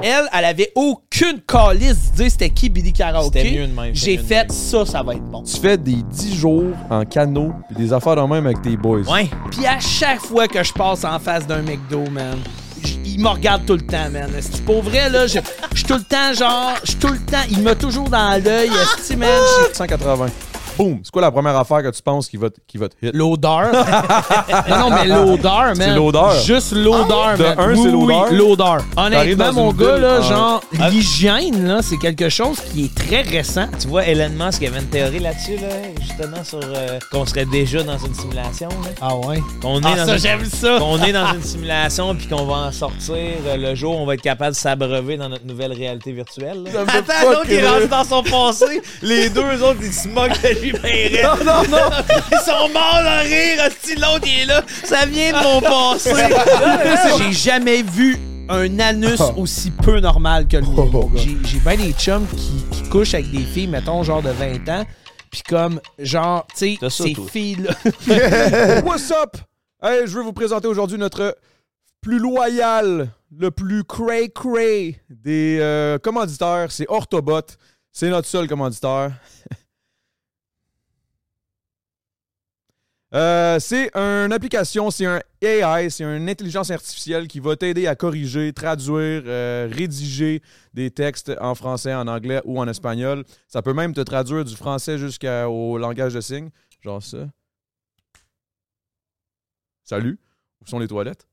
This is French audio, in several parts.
elle avait aucune calice de dire c'était qui Billy Karaoke. C'était mieux de même. J'ai fait ça va être bon. Tu fais des 10 jours en canot puis des affaires de même avec tes boys. Ouais. Puis à chaque fois que je passe en face d'un McDo, man, il me regarde tout le temps, man. C'est pour vrai, là, je suis tout le temps, il m'a toujours dans l'œil, man. 180. Boum! C'est quoi la première affaire que tu penses qui va te hit? L'odeur. non, mais l'odeur, man. C'est l'odeur? Juste l'odeur, De man. un, c'est l'odeur? Oui, l'odeur. T'arrives Honnêtement, dans mon une gars, ville, là, ah. genre, l'hygiène, là, c'est quelque chose qui est très récent. Tu vois, Elon Musk, il y avait une théorie là-dessus, là, justement, sur qu'on serait déjà dans une simulation. Là. Ah ouais? Qu'on est dans j'aime ça. Qu'on est dans une simulation puis qu'on va en sortir le jour où on va être capable de s'abreuver dans notre nouvelle réalité virtuelle. Là. Attends, l'autre, il est rendu dans son passé. Les deux autres, ils se moquent de lui, ben Non! Ils sont morts de rire. Si l'autre, il est là, ça vient de mon passé. J'ai jamais vu un anus aussi peu normal que le mien. J'ai bien des chums qui couchent avec des filles, mettons, genre de 20 ans. Puis comme, genre, tu sais, ces filles-là... What's up? Hey, je veux vous présenter aujourd'hui notre plus loyal, le plus cray-cray des commanditaires. C'est Orthobot. C'est notre seul commanditaire. C'est une application, c'est un AI, c'est une intelligence artificielle qui va t'aider à corriger, traduire, rédiger des textes en français, en anglais ou en espagnol. Ça peut même te traduire du français jusqu'au langage de signes. Genre ça. Salut, où sont les toilettes?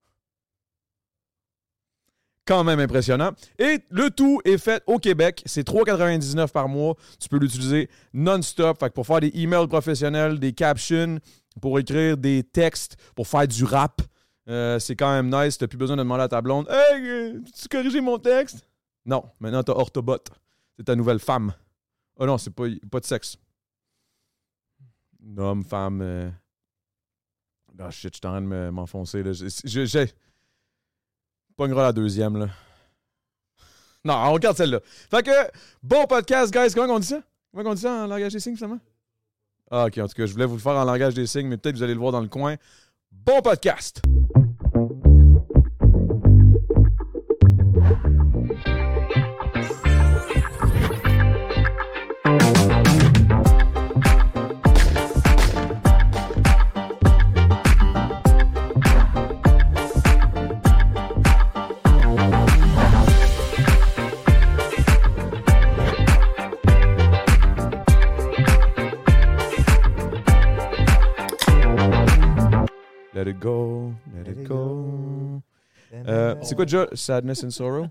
Quand même impressionnant. Et le tout est fait au Québec. C'est 3,99 par mois. Tu peux l'utiliser non-stop. Fait que pour faire des emails professionnels, des captions, pour écrire des textes, pour faire du rap, c'est quand même nice. Tu n'as plus besoin de demander à ta blonde « Hey, tu corrigé mon texte? » Non, maintenant tu as Orthobot. C'est ta nouvelle femme. Oh non, c'est pas de sexe. Homme, femme... Ah shit, je suis en train de m'enfoncer. Là. J'ai... Pognera la deuxième, là. Non, on regarde celle-là. Fait que, bon podcast, guys. Comment on dit ça? Comment on dit ça en langage des signes, finalement? Ah, OK. En tout cas, je voulais vous le faire en langage des signes, mais peut-être vous allez le voir dans le coin. Bon podcast! Let it go, let it go. C'est quoi déjà Sadness and Sorrow?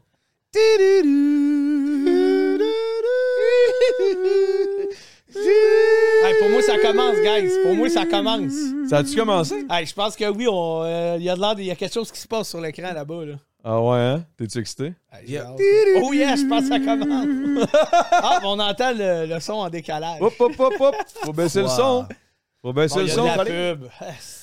Hey, pour moi, ça commence, guys. Pour moi, ça commence. Ça a-tu commencé? Hey, je pense que oui, il y a quelque chose qui se passe sur l'écran là-bas. Là. Ah ouais, hein? T'es-tu excité? Oh yeah, je pense que ça commence. Ah, on entend le son en décalage. Hop, hop, hop, hop. Faut baisser le son. Faut baisser le Il y a son. de la Fallait- pub.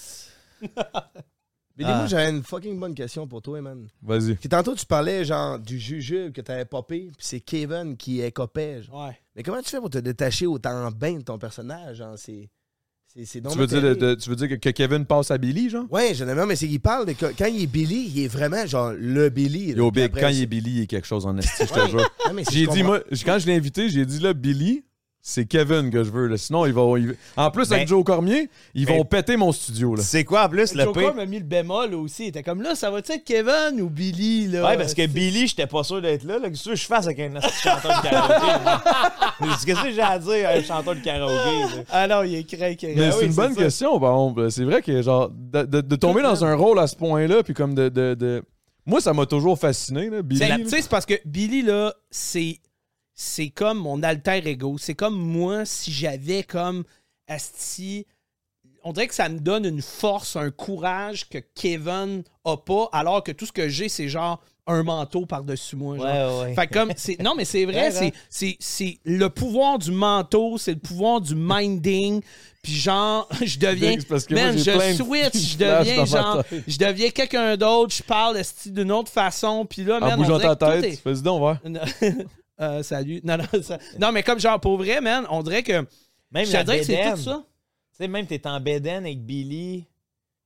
Billy, moi, j'avais une fucking bonne question pour toi, man. Vas-y. Puis tantôt, tu parlais, genre, du jujube que t'avais popé, puis c'est Kevin qui est copé. Genre. Ouais. Mais comment tu fais pour te détacher autant bien de ton personnage? Genre, c'est donc Tu veux dire que Kevin passe à Billy, genre? Ouais, généralement, mais c'est qu'il parle de quand il est Billy, il est vraiment, genre, le Billy. Yo, Big, quand il est Billy, il est quelque chose en esti, je te jure. Non, mais J'ai dit, moi, quand je l'ai invité, j'ai dit là, Billy, c'est Kevin que je veux. Là. Sinon, en plus, avec Joe Cormier, ils vont péter mon studio. Là. C'est quoi en plus le Joker pire? m'a mis le bémol aussi. Il était comme là, ça va-tu être Kevin ou Billy? Là? Ouais, parce que Billy, j'étais pas sûr d'être là. Qu'est-ce que je fasse avec un chanteur de karaoké? Qu'est-ce que j'ai à dire à un chanteur de karaoké? Là? Ah non, il est craqué. Mais Ah c'est oui, une bonne ça. question, par exemple. C'est vrai que, genre, de tomber dans un rôle à ce point-là, puis comme de... Moi, ça m'a toujours fasciné, là, Billy. Tu sais, c'est parce que Billy, là, c'est comme mon alter ego. C'est comme moi, si j'avais comme asti. On dirait que ça me donne une force, un courage que Kevin a pas, alors que tout ce que j'ai, c'est genre un manteau par-dessus moi. Genre. Ouais. Fait comme, non, mais c'est vrai, Ouais, c'est le pouvoir du manteau, c'est le pouvoir du minding. Puis genre, je deviens. C'est parce que moi, Man, j'ai plein je de switch, je flashs deviens dans ma genre. tête. Je deviens quelqu'un d'autre, je parle esti, d'une autre façon. Puis là, En man, on bougeant dirait ta que tout tête, est- fais-y donc, voir. salut. Non, mais comme genre, pour vrai, man, on dirait que. Même Je la te dirais que c'est bédaine. tout ça. Tu sais, même t'es en bédaine avec Billy.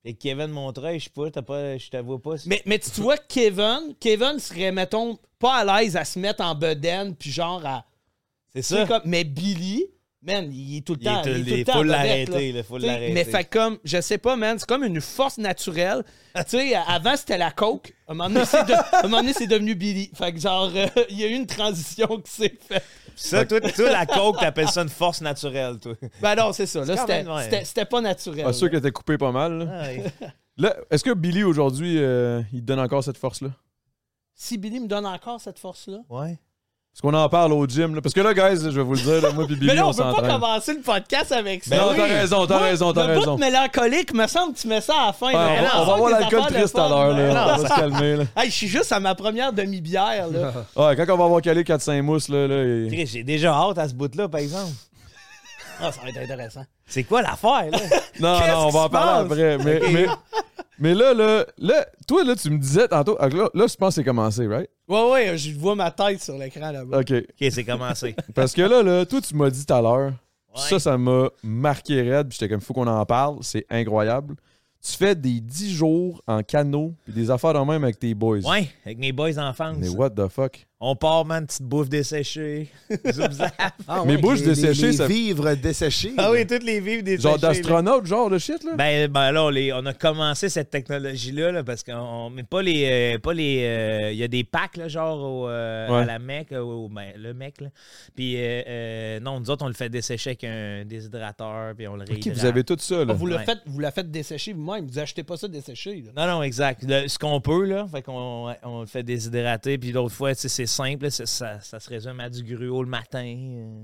Et Kevin Montreuil, je sais pas, je te vois pas. Mais tu vois, Kevin serait, mettons, pas à l'aise à se mettre en bedaine, puis genre à... C'est ça. Mais Billy, man, il est tout le temps... Il faut l'arrêter, il faut l'arrêter. Mais fait comme, je sais pas, man, c'est comme une force naturelle. Tu sais, avant, c'était la coke. À un moment donné, c'est devenu Billy. Fait que genre, il y a eu une transition qui s'est faite. Ça, toi, la coke, t'appelles ça une force naturelle, toi. Ben non, c'est ça. Là, c'était pas naturel. Pas sûr que t'es coupé pas mal. Là. Ah, oui. Là, est-ce que Billy, aujourd'hui, il te donne encore cette force-là? Si Billy me donne encore cette force-là... Ouais. Est-ce qu'on en parle au gym? Là? Parce que là, guys, je vais vous le dire, là, moi puis Billy, mais là, on on peut pas s'entraîne. commencer le podcast avec ça. Ben non, t'as raison. Le bout mélancolique, me semble que tu mets ça à la fin. Ouais, on va avoir l'alcool triste à l'heure. Là. On va se calmer. Là. Hey, je suis juste à ma première demi-bière. Là. Ouais, quand on va avoir calé 4-5 mousses, là... J'ai déjà hâte à ce bout-là, par exemple. Ah, ça va être intéressant. C'est quoi l'affaire, là? Non, on va en parler après. Mais là, toi, là, tu me disais tantôt... Là, je pense que c'est commencé, right? Ouais, je vois ma tête sur l'écran là-bas. OK, c'est commencé. Parce que là, toi, tu m'as dit tout à l'heure, ça m'a marqué raide, puis j'étais comme, faut qu'on en parle, c'est incroyable. Tu fais des 10 jours en canot, puis des affaires de même avec tes boys. Ouais, avec mes boys d'enfance. Mais what the fuck? On part, man, petite bouffe desséchée. Mais bouches desséchées, ça... vivres desséchés. Ah oui, toutes les vivres desséchées. Genre d'astronaute, genre de shit, là? Ben là, on a commencé cette technologie-là, là, parce qu'on met pas les... Il y a des packs, là, genre à la Mecque, le mec, là. Puis non, nous autres, on le fait dessécher avec un déshydrateur, puis on le réhydrate. OK, vous avez tout ça, là. Vous la faites dessécher vous-même. Vous achetez pas ça desséché, là. Non, exact. Ce qu'on peut, là, fait qu'on le fait déshydrater, puis d'autres fois, tu sais, c'est simple, ça se résume à du gruau le matin.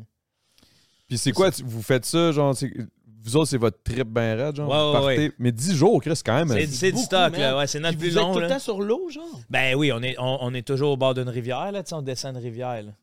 Puis c'est quoi, vous faites ça, genre, vous autres, c'est votre trip ben raide, genre? Ouais. Mais 10 jours, Chris, quand même. C'est du stock, là. Ouais, c'est notre plus long. Vous êtes tout le temps sur l'eau, genre? Ben oui, on est toujours au bord d'une rivière, là, tu sais, on descend une rivière, là.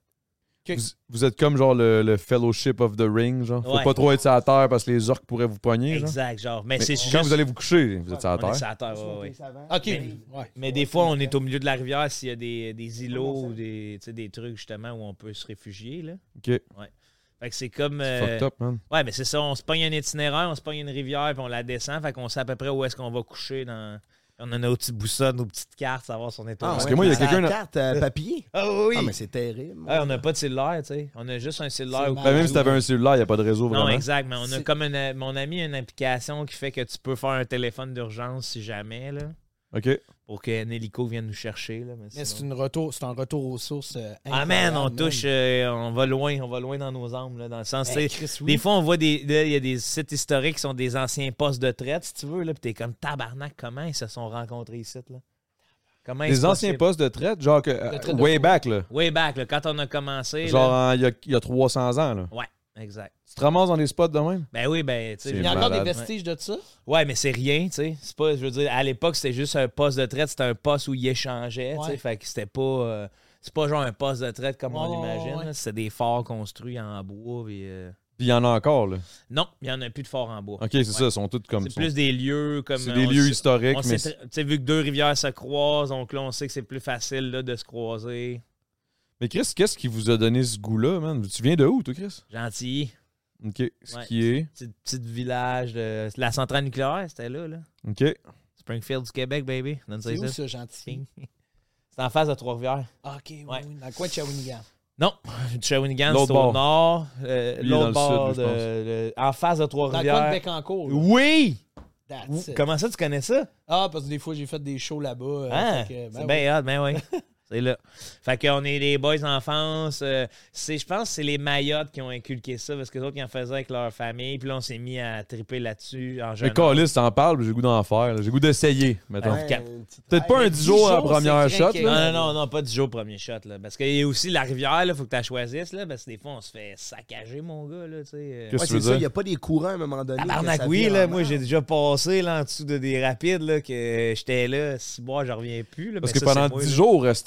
Vous êtes comme genre le Fellowship of the Ring, genre. Faut pas trop être sur la terre parce que les orques pourraient vous pogner, genre. Exact, genre. Mais Mais c'est quand vous allez vous coucher, vous êtes sur la terre. On est sur la terre, ouais. OK. Mais des fois, on est au milieu de la rivière s'il y a des îlots ou des trucs, justement, où on peut se réfugier, là. OK. Ouais. Fait que c'est comme... C'est fucked up, man. Ouais, mais c'est ça. On se pogne un itinéraire, on se pogne une rivière, puis on la descend. Fait qu'on sait à peu près où est-ce qu'on va coucher dans... On a nos petits boussons, nos petites cartes, savoir si on est au Parce que moi, il y a quelqu'un... carte papier? Ah oui! Ah, mais c'est terrible. Ouais, on n'a pas de cellulaire, tu sais. On a juste un cellulaire. Même si t'avais un cellulaire, il n'y a pas de réseau, vraiment. Non, exact. Mais on a comme mon ami a une application qui fait que tu peux faire un téléphone d'urgence si jamais, là. OK. Pour qu'un hélico vienne nous chercher, là. Mais c'est un retour aux sources. Ah man, on touche, on va loin dans nos âmes, là, dans le sens, des fois on voit il y a des sites historiques qui sont des anciens postes de traite, si tu veux, là, puis t'es comme tabarnak, comment ils se sont rencontrés ici, là? Comment des anciens postes de traite, genre que way back, là. Way back, là, quand on a commencé. Genre il y a 300 ans, là. Ouais, exact. Tu te ramasses dans des spots de même? Ben oui, ben, tu sais. Il y a encore des vestiges de ça? Ouais, mais c'est rien, tu sais. C'est pas, je veux dire, à l'époque, c'était juste un poste de traite, c'était un poste où ils échangeaient, tu sais. Fait que c'était pas. C'est pas genre un poste de traite comme on l'imagine. C'était des forts construits en bois. Puis il y en a encore, là? Non, il n'y en a plus de forts en bois. OK, c'est ça, ils sont tous comme ça. C'est plus des lieux comme... C'est des lieux historiques, mais... Tu sais, vu que deux rivières se croisent, donc là, on sait que c'est plus facile là, de se croiser. Mais Chris, qu'est-ce qui vous a donné ce goût-là, man? Tu viens de où, toi, Chris? Gentilly. OK. Ce qui est... Petit village de... La centrale nucléaire, c'était là. OK. Springfield du Québec, baby. C'est où ça, Gentilly? C'est en face de Trois-Rivières. Ah, OK, oui. Dans le coin de Shawinigan. Non, Shawinigan, c'est au nord. L'autre bord, en face de Trois-Rivières. Dans le coin de Bécancour. Oui! Comment ça, tu connais ça? Ah, parce que des fois, j'ai fait des shows là-bas. C'est bien hot, ben oui. C'est là. Fait qu'on est les boys d'enfance. Je pense que c'est les Mayottes qui ont inculqué ça parce que les autres, ils en faisaient avec leur famille. Puis là, on s'est mis à triper là-dessus en jeune. Mais Calis, t'en parles, j'ai le goût d'en faire. J'ai le goût d'essayer, mettons. Peut-être pas un 10 jours à la première shot. Non, pas 10 jours premier shot. Là, parce qu'il y a aussi la rivière, il faut que tu la choisisses. Là, parce que des fois, on se fait saccager, mon gars. Là, qu'est-ce que tu veux dire? Il n'y a pas des courants à un moment donné. Oui, là, moi, j'ai déjà passé là, en dessous de des rapides là, que j'étais là. Si moi, je reviens plus. Là, parce que pendant 10 jours,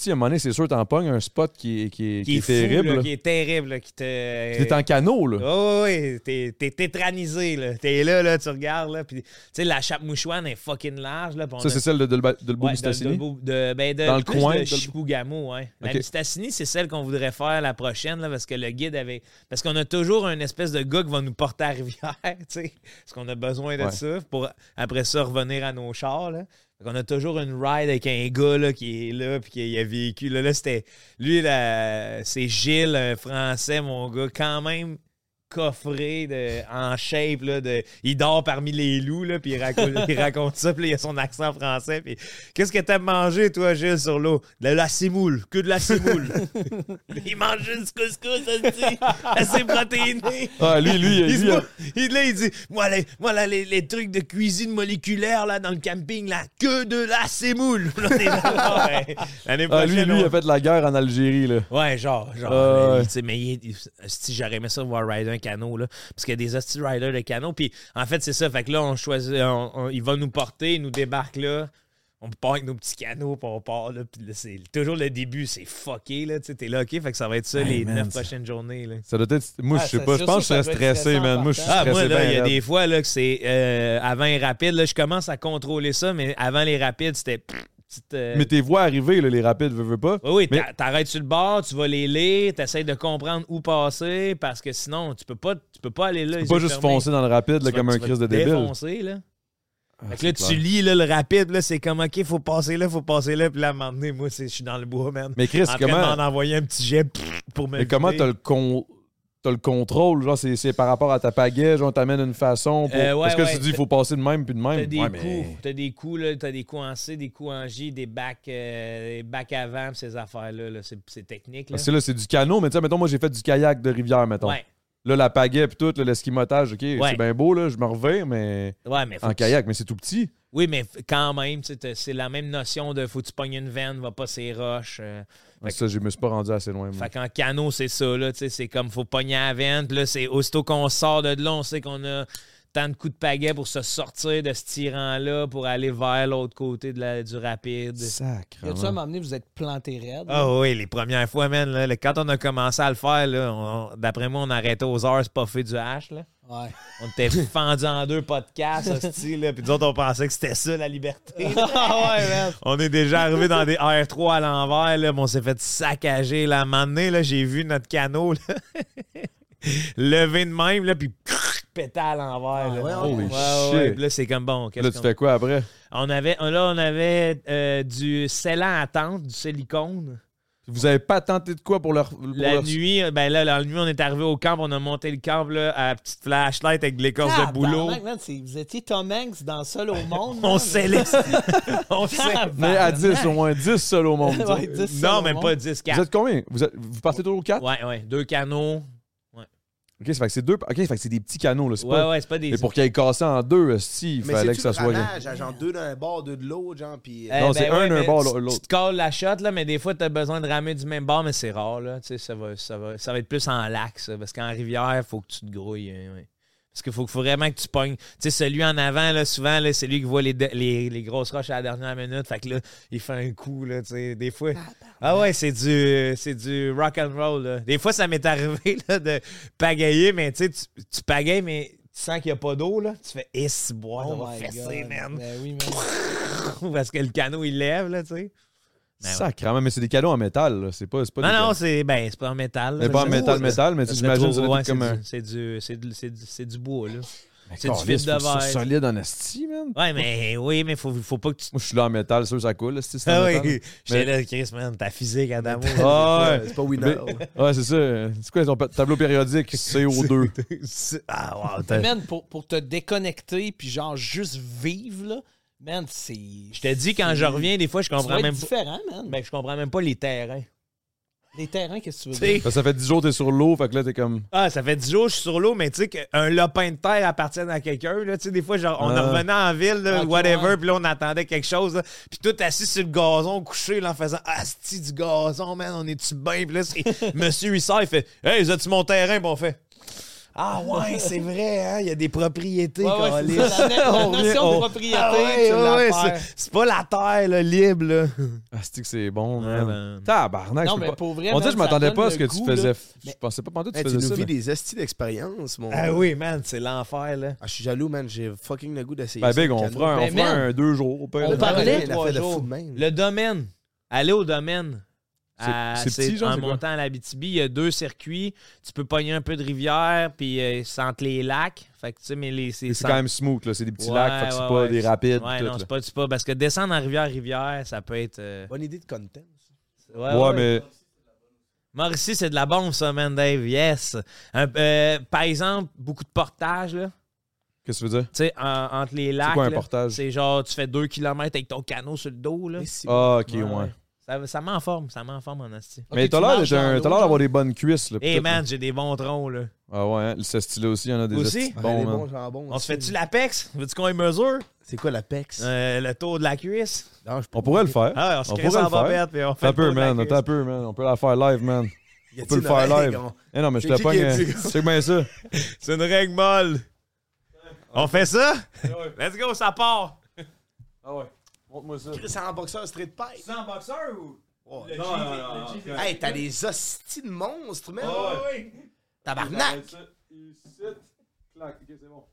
esti, à un moment donné, c'est sûr, t'en pognes un spot qui est fou, terrible. là, Là. qui est terrible, là, qui te... T'es en canot, là. Oh, oui, t'es tétranisé, là. T'es là, tu regardes, là, puis tu sais, la chape mouchouane est fucking large, là. Ça, c'est celle de Delbo-Mistassini? Dans le coin de Chibougamau, ouais. La Ok. Mistassini, c'est celle qu'on voudrait faire la prochaine, là, parce que le guide avait... Parce qu'on a toujours une espèce de gars qui va nous porter à la rivière, tu sais, parce qu'on a besoin de ça pour, après ça, revenir à nos chars, là. On a toujours une ride avec un gars là, qui est là puis qui a vécu. Là, c'était. Lui, là, c'est Gilles, un Français, mon gars, quand même coffré en shape. Là, il dort parmi les loups, là, puis il raconte ça, puis là, il a son accent français. Puis qu'est-ce que t'aimes manger, toi, Gilles, sur l'eau? De la semoule, que de la semoule. Il mange juste couscous, ça se dit. Assez protéiné. Ah, lui, il dit, moi, les trucs de cuisine moléculaire, là, dans le camping, là, que de la semoule. L'année prochaine, lui, il a fait la guerre en Algérie, là. Ouais, genre. Tu sais, mais si j'aurais aimé ça voir rider un canot, là, parce qu'il y a des hosties riders de canot, puis en fait, c'est ça, fait que là, on choisit, il va nous porter, il nous débarque là, on part avec nos petits canots, puis on part, là, puis là, c'est toujours le début, c'est fucké, là, tu sais, t'es là, OK, fait que ça va être ça les 9 prochaines journées, là. Ça doit être... Moi, je sais pas, je pense que je serais stressé, man. Moi, je suis stressé. Moi, là, il y a ben, des fois, là, que c'est, avant les rapides, là, je commence à contrôler ça, mais avant les rapides, c'était... Mais tes voix arriver, là, les rapides, veux pas. Oui, mais... t'arrêtes sur le bord, tu vas les lire, t'essayes de comprendre où passer, parce que sinon, tu peux pas aller là. Tu peux pas juste foncer dans le rapide là, comme un crise de débile. Défoncer, là. Fait que là, tu lis là, le rapide, là, c'est comme, OK, faut passer là, puis là, à un moment donné, moi, je suis dans le bois, man. Mais Chris, en train comment... de m'en envoyer un petit jet pour me... Mais comment t'as le contrôle? Genre, c'est par rapport à ta pagaie, genre, t'amènes une façon pour... Parce que tu dis, il faut passer de même puis de même. T'as des coups, là, t'as des coups en C, des coups en J, des bacs avant, pis ces affaires-là, là, c'est technique, là. Parce que là, c'est du canot, mais tu sais, mettons, moi, j'ai fait du kayak de rivière, mettons. Ouais. Là, la pagaie puis tout, l'esquimotage, OK, c'est bien beau, là, je me reviens, mais en kayak, mais c'est tout petit. Oui, mais quand même, c'est la même notion de faut que tu pognes une veine, va pas ces roches. Ça, je me suis pas rendu assez loin. Moi. Fait qu'en canot, c'est ça, là, c'est comme faut pogner à la veine, puis là, c'est aussitôt qu'on sort de là, on sait qu'on a tant de coups de pagaie pour se sortir de ce tirant-là pour aller vers l'autre côté du rapide. Sacre. Y a-tu à m'emmener, vous êtes planté raide? Ah oui, les premières fois, man, là, quand on a commencé à le faire, là, d'après moi, on arrêtait aux heures, c'est pas fait du hache, là. Ouais. On était fendus en deux podcasts, hostie, là, puis nous autres, on pensait que c'était ça, la liberté. Ah ouais, man. On est déjà arrivé dans des R3 à l'envers, là, mais on s'est fait saccager. Là. À un moment donné, là, j'ai vu notre canot là, lever de même, là, puis péter à l'envers. Là. Holy shit. Ouais. Là, c'est comme bon. Là, tu fais quoi après? On avait du scellant à tente, du silicone. Vous avez pas tenté de quoi pour leur... La nuit, la nuit, on est arrivé au camp, on a monté le camp là, à la petite flashlight avec de l'écorce de boulot. Vous étiez Tom Hanks dans Seul au monde. On scellait. Mais à 10, au moins 10 seuls au monde. Ouais, 10 non, même pas 10, 4. Vous êtes combien? Vous partez toujours 4? Ouais. 2 canots. OK, ça fait que c'est 2... OK, ça fait que c'est des petits canaux, là. C'est pas des... Mais pour qu'il ait cassé en 2, il fallait que ça soit... Mais genre 2 d'un bord, 2 de l'autre, genre, puis... Non, c'est un d'un bord, l'autre. Tu te colles la shot, là, mais des fois, tu as besoin de ramer du même bord, mais c'est rare, là. Tu sais, ça va être plus en lac, ça. Parce qu'en rivière, il faut que tu te grouilles. Ouais. Parce qu'il faut vraiment que tu pognes. Tu sais, celui en avant, là, souvent, là, c'est lui qui voit les grosses roches à la dernière minute. Fait que là, il fait un coup, là, tu sais. Des fois. Ah ouais, c'est du rock and roll, là. Des fois, ça m'est arrivé, là, de pagayer, mais tu sais, tu pagayes, mais tu sens qu'il n'y a pas d'eau, là. Tu fais, ça va fesser, man. Ben oui, man. Parce que le canot, il lève, là, tu sais. Sacrément, mais c'est des canaux en métal, là. C'est pas non, c'est pas en métal. C'est pas en métal, mais j'imagine que c'est comme un... C'est du bois, là. C'est du fil de verre. C'est solide en esti, man. Oui, mais faut pas que tu... Moi, je suis là en métal, sûr, ça coule, c'est ah oui, j'étais là, Chris, man, ta physique, Adamo. Ah, c'est pas winner. Ouais, c'est ça. C'est quoi ton tableau périodique? CO2. Ah, wow. Man, pour te déconnecter puis genre juste vivre, là, man, c'est... Je te dis, quand je reviens, des fois, je comprends même pas... différent, man. Ben, je comprends même pas les terrains. Les terrains, qu'est-ce que tu veux dire? Ça fait 10 jours que t'es sur l'eau, fait que là, t'es comme... Ah, ça fait 10 jours que je suis sur l'eau, mais tu sais qu'un lopin de terre appartient à quelqu'un, là, tu sais, des fois, genre, on revenait en ville, là, whatever, puis là, on attendait quelque chose, là, puis tout assis sur le gazon, couché, là, en faisant « Asti du gazon, man, on est-tu bien? » Puis là, monsieur, il sort, il fait « Hey, as-tu mon terrain? » Puis on fait « Ah ouais, c'est vrai, hein? Il y a des propriétés. Ouais, ouais, câlisse. c'est ça, la On notion de revient- propriété, Ah ouais, c'est ouais, l'affaire. c'est pas la terre là, libre, là. Ah, c'est que c'est bon, Ouais, man. ben. Tabarnak, Non, je peux mais pas... pour vrai, On dirait que je man, m'attendais ça pas à donne ce que le tu goût, faisais. là. Je pensais pas pendant que tu Hey, tu faisais nous ça. vis mais- des estis d'expérience, mon Ah gars. oui, man, c'est l'enfer, là. Ah, je suis jaloux, man. J'ai fucking le goût d'essayer Ben, ça, Big, le on canot. fera Ben, man, 2 jours. Au pire. on parlait la 3 fait de jours. fou de même. Le domaine. Allez au domaine. C'est petit, genre, en c'est quoi? montant à l'Abitibi, il y a 2 circuits. Tu peux pogner un peu de rivière, puis c'est entre les lacs. Fait que, tu sais, mais C'est quand même smooth, là. C'est des petits lacs, fait que c'est ouais, pas ouais. des rapides. Ouais, tout, non, là. c'est pas. Parce que descendre en rivière, ça peut être. Bonne idée de content. Ouais, mais Mauricie, c'est de la bombe, ça, man, Dave. Yes. Par exemple, beaucoup de portage, là. qu'est-ce que tu veux dire? Tu sais, entre les lacs. quoi un là, portage? C'est genre, tu fais 2 km avec ton canot sur le dos, là. Ah, ok, ouais. Ça m'enforme en asti. Mais Ok, t'as tu l'air marches d'être dans t'as l'eau, l'air d'avoir des bonnes cuisses, là. Hey peut-être, man, là. j'ai des bons troncs, là. Ah ouais, hein, ce style-là aussi, il y en a des Aussi? estis Bon, bons, man. bon jambon. On se aussi. fait-tu l'Apex? Veux-tu qu'on y mesure? C'est quoi l'Apex? Le tour de la cuisse? Non, je On pourrait le faire. Ah, on se On crée pourrait en le faire. bobette, puis on fait T'as le tour peu, de la man. cuisse. T'as peu, man. On peut la faire live, man. On peut le faire live. Eh non, mais je C'est te qui pogne. qui est plus C'est bien ça. C'est une règle molle. On fait ça? Let's go, ça part. Ah ouais. Montre-moi ça. C'est en boxeur street pipe. C'est un boxeur ou? Ouais. non. Hey, t'as des hosties de monstres, man. oui. Tabarnak. Clac, ok, c'est bon.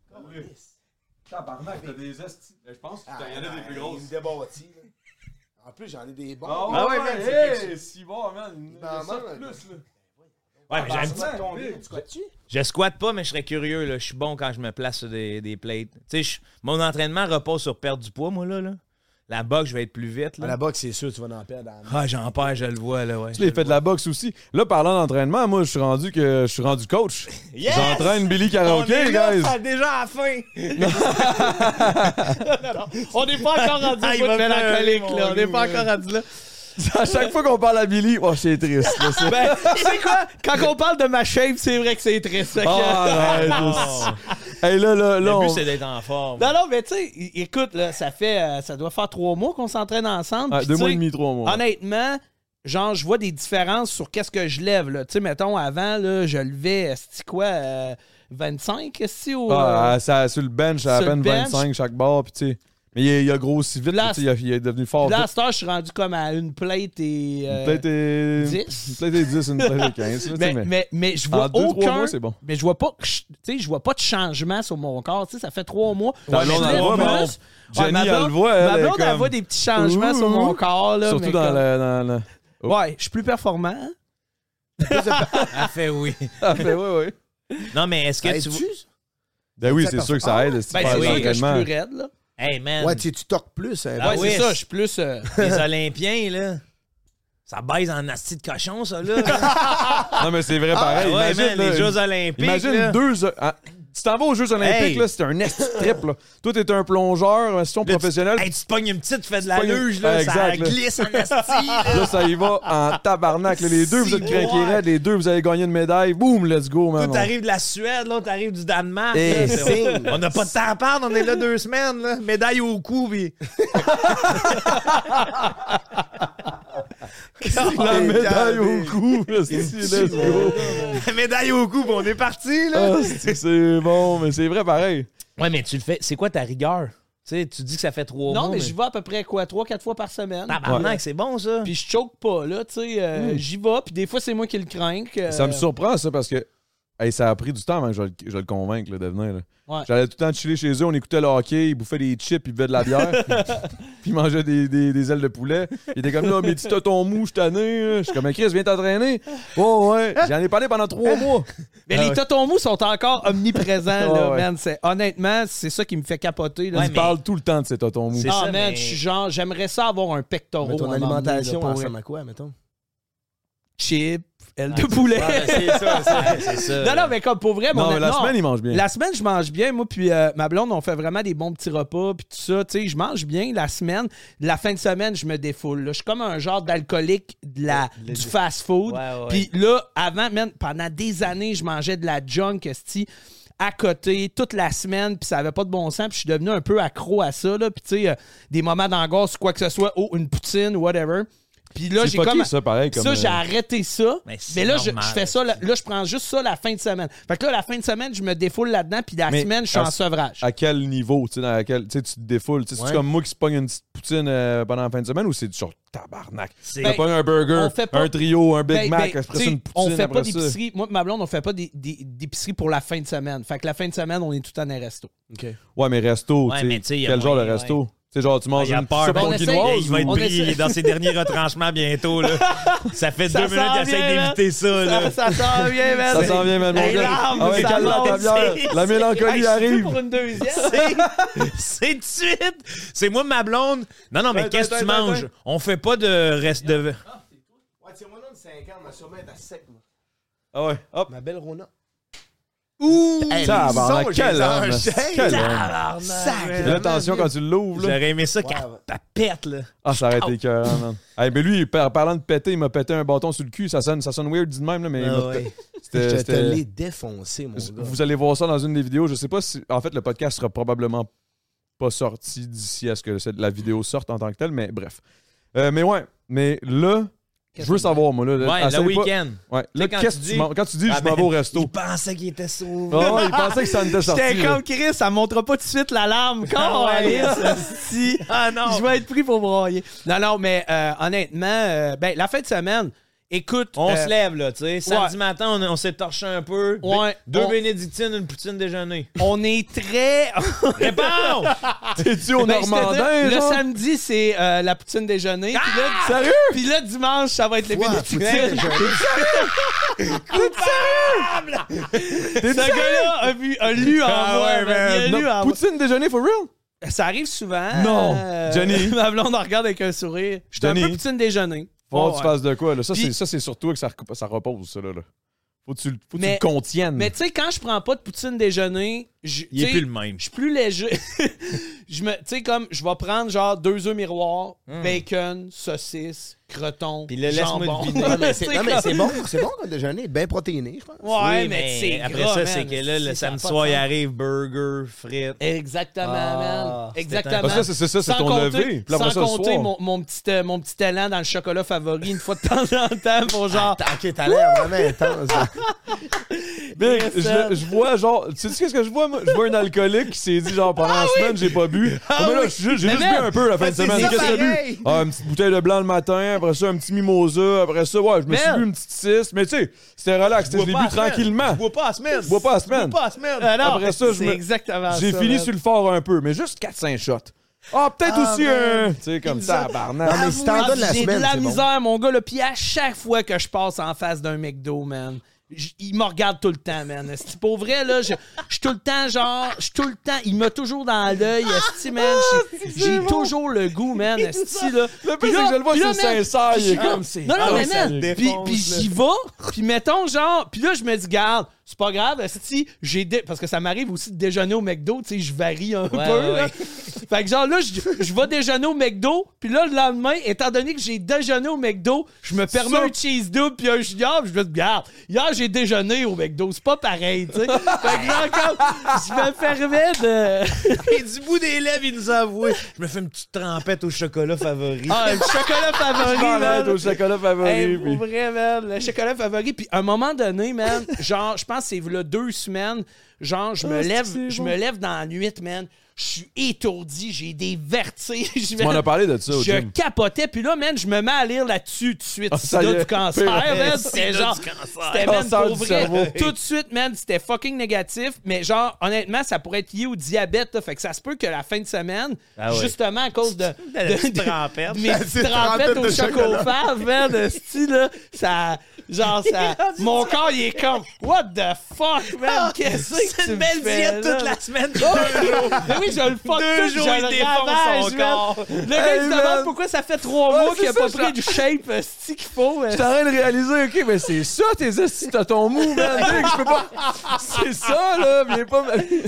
Tabarnak, t'as des estis. Je pense qu'il y en a des plus grosses. Il me débâtit, là. En plus, j'en ai des bons. Ah ouais, man, hey, si bon, man. Non, man. Plus, là. Ouais, mais j'ai un petit... Combien? Tu crois-tu? Je squatte pas, mais je serais curieux, là. Je suis bon quand je me place sur des plates. Tu sais, mon entraînement repose sur perdre du poids, moi, là. La boxe, je vais être plus vite, là. La boxe, c'est sûr, tu vas en perdre. Ah, j'en perds, je le vois, là, ouais. Tu l'as fait de la boxe aussi. Là, parlant d'entraînement, moi, je suis rendu coach. Yes! J'entraîne Billy On Karaoke, est là, guys. ça a déjà à la fin. On n'est pas encore rendu Ah, au il bout de va mélancolique, pleurer, là. mon On n'est loup, pas man. encore rendu là. À chaque fois qu'on parle à Billy, oh, c'est triste. Là, c'est... Ben, tu sais quoi? Quand on parle de ma shape, c'est vrai que c'est triste. Fait que- arrête. Hey, là, Le on... but, c'est d'être en forme. Non, mais tu sais, écoute, là, ça doit faire 3 mois qu'on s'entraîne ensemble. Ah, puis 2 tu mois et sais, demi, 3 mois. Honnêtement, genre, je vois des différences sur qu'est-ce que je lève, là. Tu sais, mettons, avant, là, je levais, c'est quoi, 25, si au... Sur le bench, à sur le peine bench. 25 chaque barre, puis tu sais. Mais il a grossi vite, Là, tu sais, il est devenu fort Là, à vite. cette heure, je suis rendu comme à une plate et... Peut-être 10. Une plate est 10, une plate est 15. là, tu sais, mais je vois en 2-3 aucun... mois, c'est bon. Mais je vois pas, tu sais, je vois pas de changement sur mon corps. Tu sais, ça fait 3 mois. Ta blonde, elle le voit, mais Jenny, ma elle blonde, le voit, ma elle est blonde, elle comme- voit des petits changements sur mon corps. Là, Surtout mais dans comme- le... Ouais, je suis plus performant. Elle fait oui. Ah, ben oui, oui. Non, mais est-ce que tu... Aide-tu? Ben oui, Ça c'est sûr que ça performe. aide. Si tu Ben, fais c'est des sûr que je suis entraînements. plus raide, là. Hey, man. Ouais, tu torques plus. Hein, Ah Ouais, oui, c'est ça, je suis plus... Les Olympiens, là... Ça baise en asti de cochon, ça, là. Non, mais c'est vrai pareil. ouais, Imagine, man, là, les Jeux olympiques, Imagine là. 2... Tu t'en vas aux Jeux olympiques, Hey. là, c'est un esti de trip, là. Toi, t'es un plongeur, un session Là, professionnel. Hey, tu te pognes une petite, tu fais de la pognes- luge, là, Ouais, ça exact, là. glisse en asti, là. Là, ça y va en tabarnak. Là. Les deux, vous êtes craqués Ouais. raides. Les deux, vous allez gagner une médaille. Boum, let's go, man. Toi, t'arrives de la Suède, l'autre t'arrives du Danemark. Hey, là, signe. on n'a pas de temps à perdre, on est là 2 semaines, là. Médaille au cou, puis... La médaille au cou. là, let's go. Médaille au cou, puis on est parti, là. Ah, c'est bon, mais c'est vrai pareil. Ouais, mais tu le fais... C'est quoi ta rigueur? Tu sais, tu dis que ça fait 3 mois, Non, mais j'y vais à peu près, 3-4 fois par semaine. Tabarnak, c'est bon, ça. Puis je choke pas, là, tu sais. J'y vais, puis des fois, c'est moi qui le crains. Ça me surprend, ça, parce que hey, ça a pris du temps avant que je le convainque là, de venir. Là. Ouais. J'allais tout le temps chiller chez eux, on écoutait le hockey, ils bouffaient des chips, ils buvaient de la bière, puis ils mangeaient des ailes de poulet. Ils étaient comme là, mes petits totons mous, je suis tanné. là. Je suis comme, Chris, viens t'entraîner. Oh, ouais. J'en ai parlé pendant 3 mois. Mais Ah les ouais. totons mous sont encore omniprésents, là, Ouais. man. Honnêtement, c'est ça qui me fait capoter. Là. Ouais, Ils parlent tout le temps de ces totons mous. C'est Ah, ça, man, mais- je suis genre, j'aimerais ça avoir un pectoral. Mais ton à un moment donné, alimentation, là, pour ressemble vrai. à quoi, mettons? Chips, ailes de poulet. c'est ça, c'est ça. Non, non, mais comme pour vrai, Non, mon mais la non. semaine, ils mangent bien. La semaine, je mange bien. Moi, puis ma blonde, on fait vraiment des bons petits repas, puis tout ça. Tu sais, je mange bien la semaine. La fin de semaine, je me défoule. là. Je suis comme un genre d'alcoolique du fast-food. Ouais, ouais. Puis là, avant, man, pendant des années, je mangeais de la junk, esti, à côté, toute la semaine, puis ça avait pas de bon sens. Puis je suis devenu un peu accro à ça, là. Puis tu sais, des moments d'angoisse, quoi que ce soit, une poutine, whatever. Puis là, C'est j'ai fucké, comme. ça, pareil, comme, Ça, j'ai arrêté ça. Mais là, normal. je fais ça. Là, je prends juste ça la fin de semaine. Fait que là, la fin de semaine, je me défoule là-dedans. Puis la Mais semaine, je suis en sevrage. À quel niveau, tu sais, dans laquelle tu te défoules? Tu sais, c'est comme moi qui se pogne une petite poutine pendant la fin de semaine ou c'est du genre tabarnak? C'est- T'as pas un burger, on fait pas- un trio, un Big Mac, après t'sais, ça une on poutine, fait pas après ça. d'épicerie. Moi et ma blonde, on fait pas d'épicerie pour la fin de semaine. Fait que la fin de semaine, on est tout en un resto. OK. Ouais, mais resto, Ouais, tu mais sais, tu sais, il y a quel genre de moyen, resto? Tu sais, genre, tu manges Il a une peur, soupe mais on quinoise essaye- il va être on pris essaie- dans ses derniers retranchements bientôt. Là. Ça fait Ça 2 minutes s'en qu'il essaie vient, d'éviter ça. Là. Ça s'en vient, man. Ça s'en vient, man, mon Les gars. larmes, Ah ouais, ça calme-la, ta monte, bière. c'est- La mélancolie Hey, je suis arrive. pour une deuxième. C'est de suite. C'est moi, ma blonde. Non, non, mais Attends, qu'est-ce que tu attends, manges? On fait pas de reste de. Ouais, tiens, mon nom de 5 ans, ma sûrement être à sec, moi. Ah ouais, hop. Ma belle Rona. Ouh! Hey, Tabarnak, les quel sons, homme! j'ai- Quel homme! Sac! Fais attention quand tu l'ouvres, là. J'aurais aimé ça Ouais, qu'elle ouais. pète, là. Ah, ça aurait été écœurant, man. Hey, mais lui, parlant de péter, il m'a pété un bâton sur le cul. Ça sonne weird dit de même, là, mais il m'a ouais. pété. Je te l'ai défoncé, mon gars. Vous allez voir ça dans une des vidéos. Je sais pas si... En fait, le podcast sera probablement pas sorti d'ici à ce que la vidéo sorte en tant que telle, mais bref. Mais ouais, mais là... Je veux savoir, moi. Là, Ouais, essaye le pas- week-end. Ouais. Là, quand qu'est-ce tu que dis- tu manges? Quand tu dis Ah, je m'en vais au resto. Il pensait qu'il était sauvé. Ah ouais, il pensait que ça en était sorti. J'étais là. comme Chris, ça me montrera pas tout de suite l'alarme. Quand ouais. si Ah non. je vais être pris pour broyer. Non, mais honnêtement, la fin de semaine, écoute. On se lève, là, tu sais. Samedi ouais. matin, on s'est torché un peu. Ouais. Deux On- bénédictines, une poutine déjeuner. On est très. Réponds! T'es-tu au Ben, Normandin, c'est-à-dire, le genre? samedi, c'est la poutine déjeuner. Puis là, Sérieux? Puis là, dimanche, ça va être les Ouais, bénédictines. poutine déjeuner. Ce gars-là a lu en moi. ouais, man. Il a Non, lu en moi. poutine déjeuner for real? Ça arrive souvent. Non. Johnny. Ma blonde en regarde avec un sourire. Je suis un Johnny. peu poutine déjeuner. Faut que Ouais. tu fasses de quoi, là? Ça, Puis- c'est sur toi que ça repose, ça, là. Faut que tu Mais- le contiennes. Mais tu sais, quand je prends pas de poutine déjeuner, Il est tu sais, plus le même. je suis plus léger. Tu sais, comme, je vais prendre genre 2 œufs miroirs, bacon, saucisse, croton, Puis là, laisse-moi jambon. deviner. Non, mais c'est Tu sais, non, mais comme- c'est bon comme déjeuner. Bien protéiné, je pense. Ouais, Oui, mais c'est après gras, ça, man. c'est que là, le Ça a samedi pas de soir, il sens. arrive burger, frites. Exactement, man. Exactement. Parce que c'est ça, c'est Sans ton compter- lever. Puis après sans ça, le compter soir. mon petit élan dans le chocolat favori une fois de temps en temps pour genre. Ok, t'as l'air vraiment intense. Big, Yes, man. je vois genre, tu sais qu'est-ce que je vois, moi? Je vois un alcoolique qui s'est dit genre pendant la semaine, j'ai pas bu. Mais là, j'ai juste bu un peu la fin de c'est semaine. ça, Qu'est-ce que j'ai pareil. bu? Ah, une petite bouteille de blanc le matin, après ça, un petit mimosa, après ça, ouais, je me suis Man. bu une petite 6. Mais tu sais, c'était relax, tu sais, je l'ai bu tranquillement. Je bois pas à la semaine. Je bois pas à la semaine. Je bois pas à la semaine. Ah non, Après ça, c'est exactement j'ai ça, fini man. sur le fort un peu, mais juste 4-5 shots. Ah, peut-être aussi un. Tu sais, comme ça, barnac. Non, mais si t'en donnes la J'ai semaine, de la c'est bon. misère, mon gars. Là. Puis à chaque fois que je passe en face d'un McDo, man, il me regarde tout le temps, man. Esti, pour vrai, là, je suis tout le temps, genre, il m'a toujours dans l'œil, esti, man. J'ai toujours le goût, man, esti, là. Le Puis pire, c'est là- que je le vois, puis là, c'est man, sincère. Il est puis- comme c'est. Non, non, mais ça man, le puis défonce, j'y vais, puis mettons, genre, puis là, je me dis, garde, c'est pas grave, esti, parce que ça m'arrive aussi de déjeuner au McDo, tu sais, je varie un peu, là. Fait que genre, là, je vais déjeuner au McDo, puis là, le lendemain, étant donné que j'ai déjeuné au McDo, je me permets Ça- un cheese double puis un junior, puis je me dis, garde, hier, j'ai déjeuné au McDo, c'est pas pareil, tu sais. Fait que genre, comme, je me permets de... Et du bout des lèvres, il nous a avoué. Je me fais une petite trempette au chocolat favori. Ah, le chocolat favori, Je m'arrête man. au chocolat favori. Hey, puis- pour vrai, man, le chocolat favori. Puis à un moment donné, man, genre, je pense que c'est là 2 semaines, genre, je me lève dans la nuit, man. Je suis étourdi, j'ai des vertiges. Tu m'en as parlé de ça au Je gym. capotais, puis là, man, je me mets à lire là-dessus tout de suite. Ah, ça Sida y est. du cancer, Pire. man. C'était genre. C'était, man, Cancer pour du vrai. cerveau. Tout de suite, man, c'était fucking négatif. Mais genre, honnêtement, ça pourrait être lié au diabète, là. Fait que ça se peut que la fin de semaine, Ah ouais. justement à cause de La petite trempette. mes petites trempettes au chocofave, man, de style, là, ça. Genre, ça. Mon corps, il est comme. What the fuck, man? Qu'est-ce que C'est tu une me belle fais, diète là? toute la semaine. Mais oui, je le fuck 2 tout, jours, je il le défonce ravage, son man. corps. Le gars, il se man. demande pourquoi ça fait 3 mois qu'il a c'est pas ça, pris du shape esti, qu'il faut. Je suis en train de réaliser, ok, mais c'est ça tes estis, t'as ton mou, man. Dick, je peux pas. C'est ça, là. Viens pas.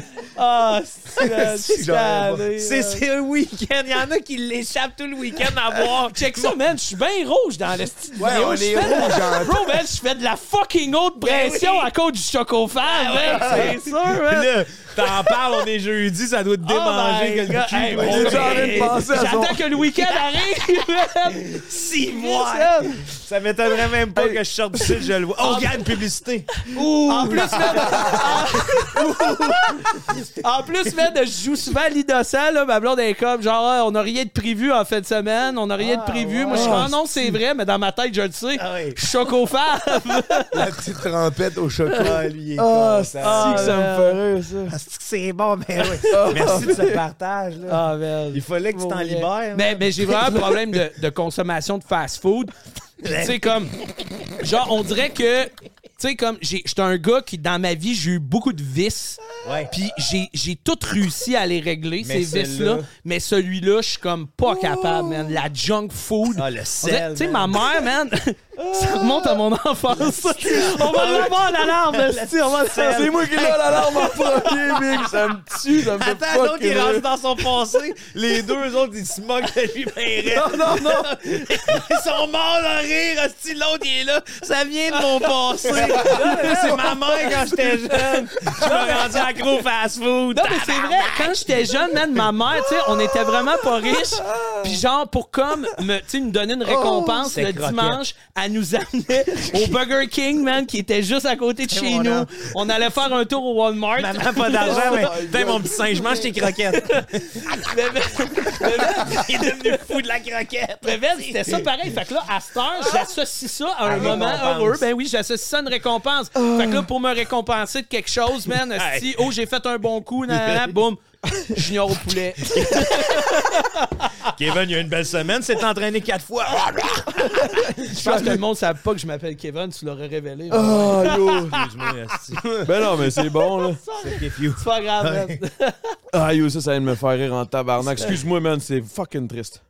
Ah, c'est Si, j'en ai pas. C'est un week-end. Il y en a qui l'échappent tout le week-end à boire. Check ça, man. Je suis bien rouge dans le style Ouais, vidéo. on Je est fais de la- rouge en- Bro, man, je fais de la fucking haute pression à cause du chocofave, man. C'est sûr, man. Là, T'en parles, on est jeudi, ça doit te démanger que le cul. Hey, on est déjà en train de penser à son- J'attends que le week-end arrive. 6 mois! Ça m'étonnerait même pas que je sorte du site, je le vois. Oh, regarde une publicité! En plus, en plus, man, je joue souvent à l'innocent, là, ma blonde est comme, genre, ah, on n'a rien de prévu en fin de semaine, on n'a rien de prévu. Moi, je suis ah non, c'est vrai, mais dans ma tête, je le sais. Ah oui. Chocofave. La petite trompette au chocolat. Lui, il est Ah, content. c'est que ça me fait rire, ça. C'est bon, mais oui. Merci de ce partage. Là. Ah, man. Il fallait que tu t'en libères. Mais j'ai vraiment un problème de consommation de fast-food. Puis, tu sais, comme, genre, on dirait que, tu sais, comme, j'étais un gars qui, dans ma vie, j'ai eu beaucoup de vices. Ouais. Puis j'ai tout réussi à les régler, Mais ces vices-là. Mais celui-là, je suis comme pas capable, man. La junk food. Ah, le On dirait- sel. Tu sais, ma mère, man, ça remonte à mon enfance. On va l'avoir l'alarme, on va C'est moi qui l'ai l'alarme en premier, Big. Ça me tue, ça me fait Attends, l'autre, il fucking rentre rire. dans son passé. Les deux autres, ils se moquent de lui, mais Non. ils sont morts de rire. Hostie, l'autre, il est là. Ça vient de mon passé. C'est ma mère quand j'étais jeune. Je me rendu accro au fast-food. Non, mais c'est vrai, quand j'étais jeune, man, ma mère, tu sais, on était vraiment pas riches. Puis genre, pour comme me, tu sais, nous donner une récompense c'est le croquette. dimanche, elle nous amenait au Burger King, man, qui était juste à côté de C'est chez mon nous. nom. On allait faire un tour au Walmart. Maman, pas d'argent, mais putain, mon petit singe, mange tes croquettes. Il est devenu fou de la croquette. Mais ben, c'était ça pareil. Fait que là, à cette heure, j'associe ça à un À moment récompense. heureux. Ben oui, j'associe ça à une récompense. Fait que là, pour me récompenser de quelque chose, man, si, oh, j'ai fait un bon coup, boum, junior au poulet. Kevin, il y a une belle semaine, s'est entraîné 4 fois. Je pense que le monde ne savait pas que je m'appelle Kevin, tu l'aurais révélé. Oh, yo. Excuse-moi, hostie. Ben non, mais c'est bon, là. C'est you. C'est pas grave, man. Ah, yo, ça vient de me faire rire en tabarnak. Excuse-moi, man, c'est fucking triste.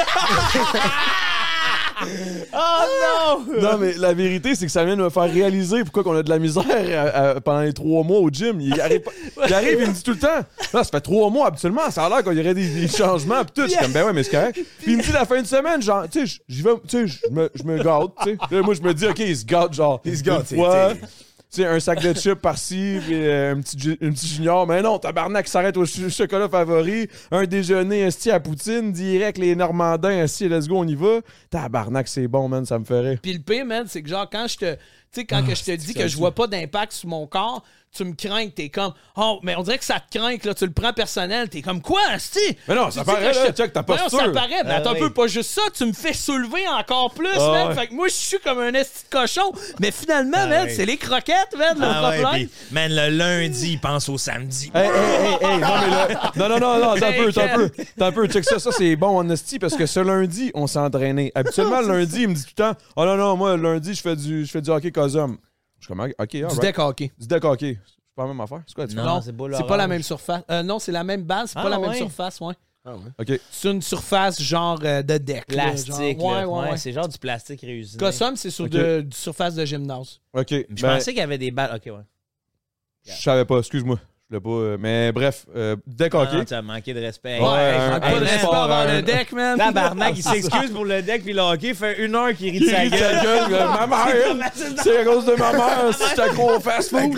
Oh non! Non, mais la vérité, c'est que ça vient de me faire réaliser pourquoi on a de la misère pendant les 3 mois au gym. Il arrive, il me dit tout le temps, là, ça fait 3 mois, habituellement, ça a l'air qu'il y aurait des changements, pis tout. Je suis comme, ben ouais, mais c'est correct. Puis il me dit la fin de semaine, genre, tu sais, j'y vais, tu sais, je me gâte, tu sais. Là, moi, je me dis, OK, il se gâte, genre, Il se gâte, une fois, tu sais, un sac de chips par-ci, puis un petit junior. Mais non, tabarnak, il s'arrête au chocolat favori. Un déjeuner, esti à poutine, direct, les Normandins, esti, let's go, on y va. Tabarnak, c'est bon, man, ça me fait rire. Puis le pire, man, c'est que genre, quand je te. Tu sais, quand que je te dis que je vois pas d'impact sur mon corps, tu me crains, t'es comme. Oh, mais on dirait que ça te craint, là, tu le prends personnel, t'es comme quoi, asti? Mais non, ça paraît, là, check ta posture. Non, ça paraît, mais attends un oui. peu, pas juste ça, tu me fais soulever encore plus, man. ouais. Fait que moi, je suis comme un esti de cochon. Mais finalement, Ah man, oui. c'est les croquettes, man, le Ah ouais, problème. pis, man, le lundi, il pense au samedi. Hey, non, mais là, non, t'as un peu, check ça, c'est bon en esti, parce que ce lundi, on s'est entraîné. Habituellement, le lundi, il me dit tout le temps, oh non, moi, le lundi, je fais du hockey cosum. Je suis comme, OK, Du alright. deck hockey. Du deck hockey. C'est pas la même affaire? C'est quoi, tu Non, c'est beau, C'est pas la même surface. Non, c'est la même base, c'est Ah, pas la même ouais. surface, ouais. OK. C'est une surface genre de deck. là, plastique. genre. là. Ouais. C'est genre du plastique réusiné. Cossum, c'est sur Ok. du surface de gymnase. OK. Je Ben, pensais qu'il y avait des balles. Ok, ouais. je savais pas, excuse-moi. Je l'ai pas. Mais bref, deck Ah, hockey. non, tu as manqué de respect. Ouais, Ouais, un pas de sport, respect envers un- le deck, man. Tabarnak, il s'excuse pour le deck puis le hockey. Fait 1 heure qu'il rit de Il sa rit de sa gueule. gueule, ma mère, c'est à cause de ma mère, si j'étais accro au fast-food.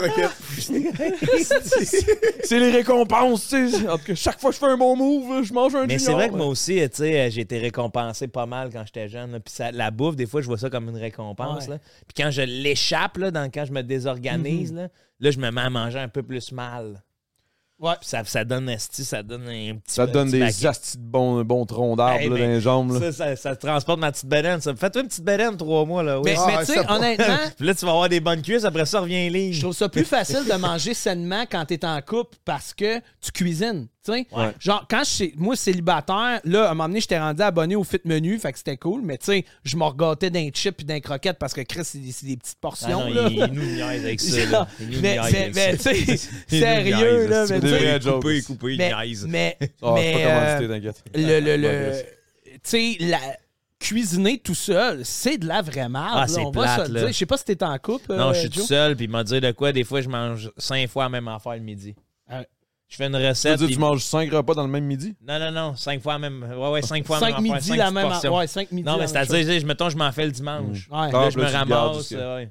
C'est les récompenses, tu sais. En tout cas, chaque fois que je fais un bon move, je mange un Mais c'est junior. vrai que moi aussi, tu sais, j'ai été récompensé pas mal quand j'étais jeune. là. Puis la bouffe, des fois, je vois ça comme une récompense. Ouais. Là. Puis quand je l'échappe, là, quand je me désorganise, là, je me mets à manger un peu plus mal. Ouais. Puis ça donne esti, ça donne un petit Ça te donne petit des paquet. astis de bons troncs d'arbres Hey, là, ben, dans les jambes. Là. Ça transporte ma petite bedaine. Ça. Fais-toi une petite bedaine 3 mois. Là, oui. Mais, Ah, mais tu sais, ça pas. honnêtement, Puis là, tu vas avoir des bonnes cuisses. Après ça, reviens je ligne. trouve ça plus facile de manger sainement quand t'es en couple parce que tu cuisines. Tu sais, Ouais. genre, quand moi, célibataire, là, à un moment donné, j'étais rendu abonné au Fit Menu, fait que c'était cool, mais tu sais, je me regâtais d'un chip et d'un croquette parce que Chris, c'est des petites Ah portions. non, là. il nous niaise avec ça. Là. Il nous mais, niaise mais, avec mais, ça. tu sais, Il nous sérieux, niaise, là, c'est mais des tu sais, vrais jokes. Coupé, il mais, niaise. mais, Ah, c'est pas commandité, t'inquiète. tu sais, cuisiner tout seul, c'est de la vraie merde. Ah, là, c'est on va plate, se le là. dire. Je sais pas si t'es en couple. Non, je suis tout Joe. seul, puis il m'a dit de quoi, des fois, je mange 5 fois la même affaire le midi. Ouais. Je fais une Tu veux recette. dire, puis- tu manges 5 repas dans le même midi? Non, 5 fois la même. Ouais, 5 fois la 5 même affaire. midi, 5 la même portions. Ouais, 5 midi. Non, la mais même c'est-à-dire, mettons, je m'en fais le dimanche. chose. Ouais. Là, je me Là, tu le gardes ramasse. aussi. Ouais.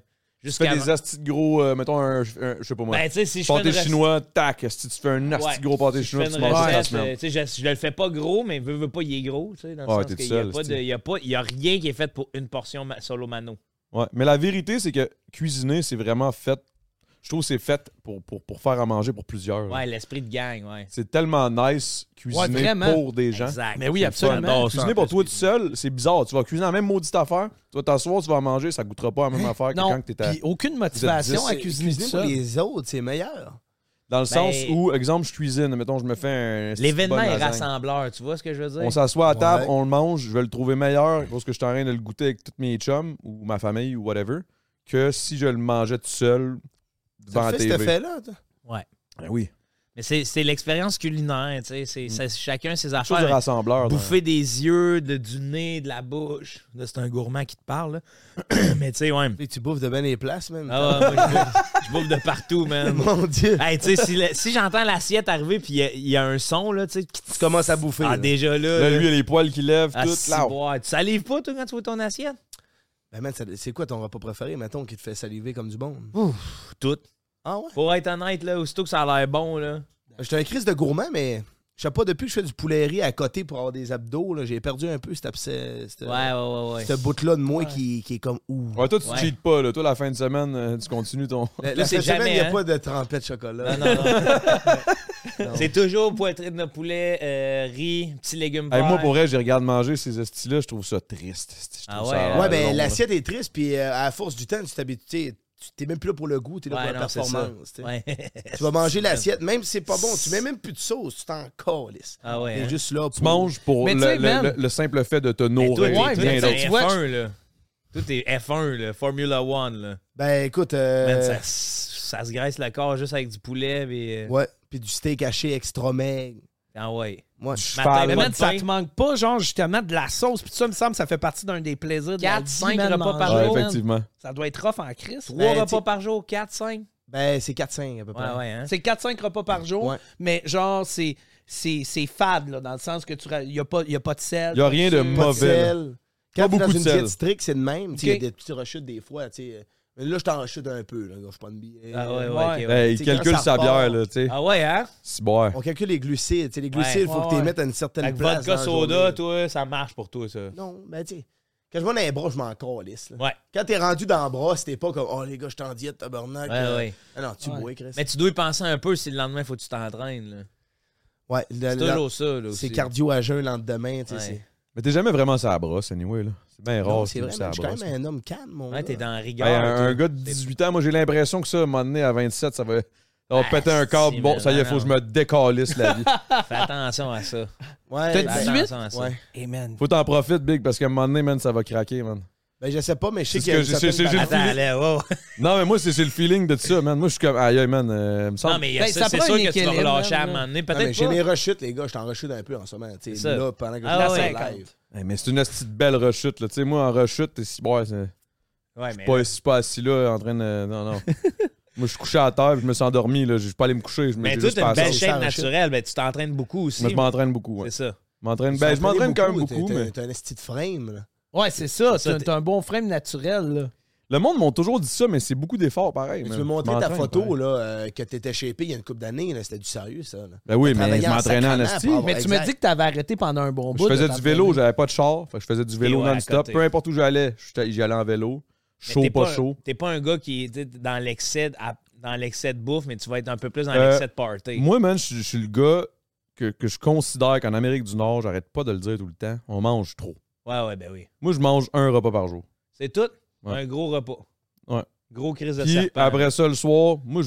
Tu fais des astis de gros, mettons je sais pas moi. Ben, tu sais, si je fais pâté une chinois, tac, si tu fais un asti de gros pâté chinois, tu manges ça la semaine. Tu sais, je le fais pas gros, mais veux pas, il est gros, tu sais, dans le sens qu'il y a rien qui est fait pour une portion solo mano. Ouais, mais la vérité, c'est que cuisiner, c'est vraiment fait. Je trouve que c'est fait pour faire à manger pour plusieurs. Ouais, l'esprit de gang, ouais. C'est tellement nice cuisiner pour des gens. Exact. Mais oui, absolument. Cuisiner pour toi tout seul, c'est bizarre. Tu vas cuisiner la même maudite affaire, tu vas t'asseoir, tu vas manger, ça goûtera pas la même affaire que quand t'étais. Puis aucune motivation à cuisiner tout pour seul. les autres, c'est meilleur. Dans le sens où, exemple, je cuisine, mettons, je me fais un. L'événement est rassembleur, tu vois ce que je veux dire? On s'assoit à table, on le mange, je vais le trouver meilleur parce que je suis en train de le goûter avec tous mes chums ou ma famille ou whatever, que si je le mangeais tout seul devant la TV. Tu fait là, toi? Ouais. Ben oui. Mais c'est l'expérience culinaire, tu sais. C'est chacun ses Chose de affaires. rassembleur. Bouffer des yeux, du nez, de la bouche. Là, c'est un gourmand qui te parle, là. Mais tu sais, ouais. Et tu bouffes de bien les places, même. Ah ouais, moi, je bouffe de partout, man. Mon Dieu. Hey, tu sais, si j'entends l'assiette arriver puis il y a un son, là, tu sais. Tu commences à bouffer. Ah, déjà là. Là, lui, il a les poils qui lèvent, Ah, tout. si, Là. boire. Tu salives pas, toi, quand tu vois ton assiette? Ben, man, c'est quoi ton repas préféré, mettons, qui te fait saliver comme du bon? Tout. Ah ouais? Pour être honnête, là, aussitôt que ça a l'air bon, là. J'étais un crise de gourmand, mais je sais pas, depuis que je fais du poulet riz à côté pour avoir des abdos, là, j'ai perdu un peu cet abcès. Ouais. Ce bout-là de moi qui est comme ouh. Ouais, toi, tu cheats pas, là. Toi, la fin de semaine, tu continues ton. La c'est fin de semaine, jamais, il n'y a hein? pas de trempette de chocolat. Non. C'est toujours poitrine de poulet, riz, petits légumes Hey, verts. moi, pour vrai, je regarde manger ces estis-là, je trouve ça triste. Je trouve Ah ouais, ça hein? Ouais, ben long, là. l'assiette est triste, puis à la force du temps, tu t'habitues. Tu t'es même plus là pour le goût, t'es là Ouais, pour la non, c'est ça. performance. tu sais. Ouais. Tu vas manger l'assiette, même si c'est pas bon, tu mets même plus de sauce, tu t'en calisses. Ah ouais. T'es hein? juste là pour. Tu manges pour Mais tu sais, man- le simple fait de te Mais nourrir. toi, Ouais, t'es mais F1, tu vois, là. Tout est F1, là. Formula One, là. Ben écoute, Man, ça se graisse le corps juste avec du poulet. Puis, ouais, puis du steak haché extra maigre. Ah ouais. Ouais. cheval. Mais Matin, man, ça te manque pas, genre, justement, de la sauce. Puis ça, me semble, ça fait partie d'un des plaisirs de la 4-5 vie, man, repas manger, par Ouais, jour. man. effectivement. Ça doit être rough en crise. 3 Ben, repas t'sais- par jour, 4-5. Ben c'est 4-5 à peu près. Ouais, hein. C'est 4-5 repas par jour, Ouais. mais genre, c'est fade, là, dans le sens que il n'y a pas de sel. Il y a rien de sucre. Pas de mauvais. sel. Quand t'es dans beaucoup de une sel. diète stricte, c'est le même. Tu sais, il y a Ok. des petites rechutes des fois. Tu sais. Mais là, je t'en rechute un peu. Là. Je prends une billet. Ah ouais, Ouais. ok, ouais. Hey, il T'sais, quand calcule ça sa repart. bière, là, tu sais. Ah ouais, hein? Si boire. On calcule les glucides. Tu sais, les glucides, il faut que tu les mettes à une certaine Avec place. vodka dans la soda, journée. toi, ça marche pour toi, ça. Non, ben tu sais. Quand je vois dans les bras, je m'en calisse. là. Ouais. Quand t'es rendu dans le bras, c'était pas comme oh les gars, je suis en diète, tabarnak. Ouais. Ah non, tu Ouais. bois, Chris. Mais tu dois y penser un peu si le lendemain, faut que tu t'entraînes, là. Ouais, C'est toujours ça, là, aussi. c'est cardio à jeun le lendemain. Tu sais, Ouais. c'est- Mais t'es jamais vraiment sur la brosse, anyway, là. C'est bien Non, rare c'est que vrai, tu mais je suis quand brosse. même un homme calme, mon Ouais, t'es gars. dans la rigueur. Hey, toi. un gars de 18 ans, moi, j'ai l'impression que ça, à un moment donné, à 27, ça va péter un si, câble. Bon, man, ça y est, non, faut que je me décalisse la vie. Fais attention à ça. Ouais, T'as ben, 18? Attention à ça. Ouais. Hey, man. Faut t'en profiter, Big, parce qu'à un moment donné, man, ça va craquer, man. Ben, je sais pas, mais je sais C'est qu'il y a ce une que j'ai- certaine j'ai le balance. Attends, là, wow. Non, mais moi, c'est le feeling de ça, man. Moi, je suis comme, aïe, man, me semble. Non, mais Ben, ça, ça c'est prend sûr un que tu vas équilibre, relâcher à un man, moment donné. Non, mais Peut-être j'ai pas. mes rechutes, les gars, je t'en rechute un peu en ce moment. Tu sais, C'est ça. là, pendant que je Ah fais ouais. ça live. Hey, mais c'est une petite belle rechute, là. Tu sais, moi, en rechute, t'es si boire, c'est Ouais, mais pas, je suis pas assis là, en train de. Non, non. Moi, je suis couché à terre, puis je me suis endormi, là. Je suis pas allé me coucher. mais j'ai toi, juste t'as une passé. belle ça, shape ça, naturelle. Ben, tu t'entraînes beaucoup aussi. Moi, je m'entraîne beaucoup, ouais. C'est ça. Je m'entraîne quand même beaucoup, mais. T'as un esti de frame, là. Ouais, c'est ça. Ça, T'as un bon frame naturel, là. Le monde m'a toujours dit ça, mais c'est beaucoup d'efforts, pareil. Tu man. veux montrer Je ta m'entraîne, photo, pareil. là, que t'étais shapé il y a une couple d'années, là, c'était du sérieux, ça. Là. Ben oui, T'as mais travaillé je en m'entraînais en sacrament asti. pour avoir- Mais tu me exact. dis que t'avais arrêté pendant un bon Je bout. faisais de du vélo, t'entraîner. j'avais pas de char. Fait que je faisais du vélo ouais, à non-stop. côté. Peu importe où j'allais, j'y allais en vélo. Mais Chaud, t'es pas chaud. T'es pas un gars qui est dans l'excès de bouffe, mais tu vas être un peu plus dans Euh, l'excès de party. Moi, man, je suis le gars que je considère qu'en Amérique du Nord, j'arrête pas de le dire tout le temps, on mange trop. Ouais, ben oui. Moi, je mange un repas par jour. C'est tout. Ouais. Un gros repas. Ouais. Gros crise de Puis serpent. après ça, le soir, moi,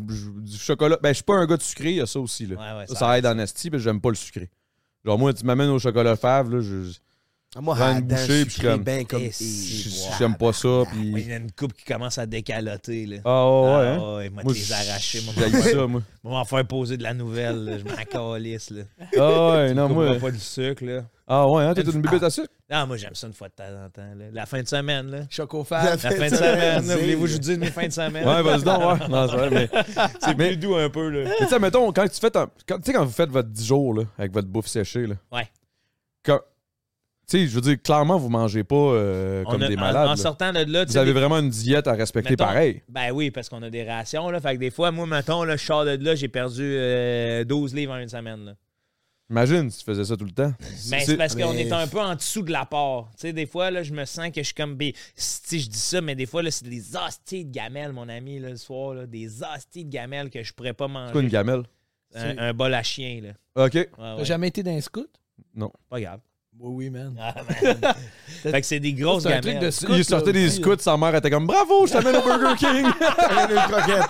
du chocolat. Ben, je suis pas un gars de sucré, il y a ça aussi. Là. Ouais, Ça aide en esti, mais j'aime pas le sucré. Genre, moi, tu m'amènes au chocolat fave, là, Moi, prends une là-dedans, bouchée, puis je suis comme, ben comme... j'aime pas ça. Il Puis... y a une coupe qui commence à décaloter. Là. Ah, ouais, hein? ouais, moi, Moi, les arracher. j'haïs ça, moi. Moi, m'en faire poser de la nouvelle. Là. Je m'en calisse. Là. Ah, ouais, non, moi. Pas du sucre. Là. Ah, ouais, hein? T'es une bibette à sucre? Non, moi, j'aime ça une fois de temps en temps. Là. La fin de semaine. Là. Chocofab. La fin de semaine. là. Voulez-vous que je vous dise mes fins de semaine? Ouais, vas-y donc, ouais. Non, c'est vrai, mais. C'est plus doux un peu. Là. Mais tu sais, mettons, quand vous faites votre 10 jours, là, avec votre bouffe séchée, là. Ouais. Tu sais, je veux dire, clairement, vous mangez pas comme des malades. En sortant de là, vous avez vraiment une diète à respecter pareil. Ben oui, parce qu'on a des rations. Là, fait que des fois, moi, mettons, là, je sors de là, j'ai perdu 12 livres en une semaine. Là. Imagine si tu faisais ça tout le temps. Mais c'est parce qu'on est un peu en dessous de l'apport. Tu sais, des fois, là, je me sens que je suis comme... Si je dis ça, mais des fois, là, c'est des hosties de gamelles, mon ami, là, le soir. Là, des hosties de gamelles que je pourrais pas manger. C'est quoi une gamelle? Un bol à chien, là. OK. T'as jamais été dans un scout? Non. Pas grave. Oui, man. Ah, man. Fait que c'est des grosses C'est un truc gamelles. de scout, Il sortait là, des aussi, scouts, sa mère était comme « Bravo, je t'amène au Burger King! » T'amènes une croquette.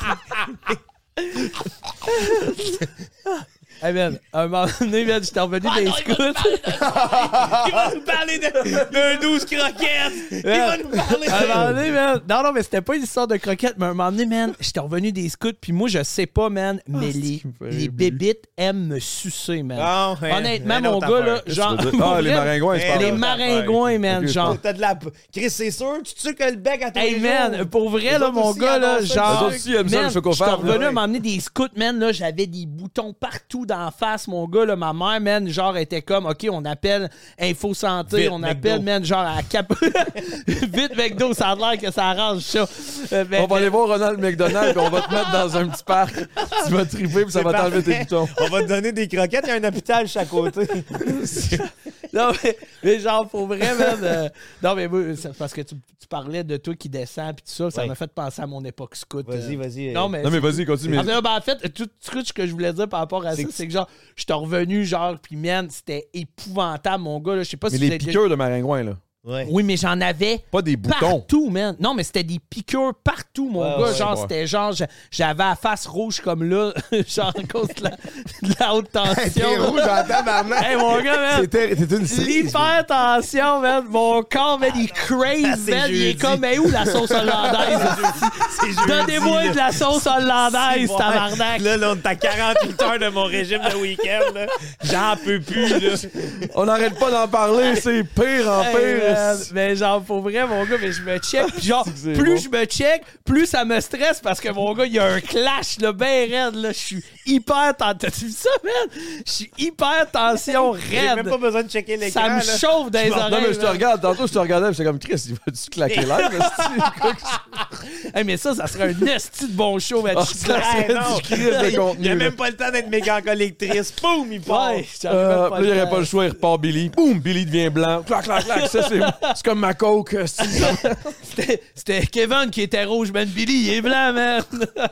Hey man, un moment donné, man, j'étais revenu des scouts. Il va nous parler d'un 12 croquettes. Il va nous parler Un moment donné, man. Non, mais c'était pas une histoire de croquettes, mais un moment donné, man, j'étais revenu des scouts, puis moi, je sais pas, man, mais les bébites aiment me sucer, man. Oh, ouais. Honnêtement, Une mon autre gars, affaire. là, genre. Ah, pour les vrai, maringouins, c'est pas Les autre maringouins, man, Ok, je genre. T'as de la... Chris, c'est sûr, tu sais que le bec à tous Hey les man, jours. pour vrai, Les là, autres mon aussi gars, là, adorent ça, genre. Les autres aussi aiment ça, le Man, chocofab, j'étais revenu là. m'emmener des scouts, man, là, j'avais des boutons partout d'en face, mon gars, là, ma mère, man, genre, était comme, OK, on appelle Info Santé, Vite, on McDo. appelle, man, genre, à Cap... Vite, McDo, ça a l'air que ça arrange ça. On va aller voir Ronald McDonald puis on va te mettre dans un petit parc. Tu vas triper puis ça va t'enlever tes boutons. On va te donner des croquettes, il y a un hôpital chaque côté. Non, mais genre, pour vrai, man. Non, mais moi, c'est parce que tu parlais de toi qui descends puis tout ça, ça Ouais. m'a fait penser à mon époque scout. Vas-y. Non, mais Non, mais vas-y, continue. En fait, tout ce que je voulais dire par rapport à ça, c'est que genre, je suis revenu, genre, puis man, c'était épouvantable, mon gars, là. Je sais pas Mais si les vous avez- piqûres de maringouin, là. Ouais. Oui, mais j'en avais Pas des boutons. partout, man. Non, mais c'était des piqûres partout, mon Ouais, gars. ouais, genre, ouais. c'était genre, j'avais la face rouge comme là, genre à cause de la haute T'es tension. rouge en tabarnak. Hey, mon gars, man. T'es une cerise. L'hypertension, man. Mon corps, man, il crave, C'est man. Il est jeudi. comme, mais où la sauce hollandaise? Donnez-moi de la sauce hollandaise, C'est tabarnak. Là, on est à 48 heures de mon régime de week-end. Là. J'en peux plus. Là. On n'arrête pas d'en parler, c'est pire en Hey, pire. man, mais genre, pour vrai, mon gars, mais je me check. Puis genre, C'est plus bon. je me check, plus ça me stresse parce que mon gars, il y a un clash, là, ben raide, là. Je suis hyper tension. T'as-tu vu ça, man? Je suis hyper tension J'ai même raide. pas besoin de checker l'écran. Ça me là. chauffe dans les Non, oreilles. mais je te man. regarde, tantôt je te regardais, j'étais comme Chris, il va-tu claquer live? Hey, mais ça serait un esti de bon show, man. Ah, Je suis ça glacé. Hey, non. du Chris de Il contenu. n'y a là. même pas le temps d'être méga collectrice. Boum, il part. Ouais, j'arrive même Puis là, il n'y le aurait pas le choix, il repart Billy. Boum, Billy devient blanc. Clac, clac, clac. Ça, c'est comme ma coke. C'était Kevin qui était rouge, man. Billy, il est blanc, man.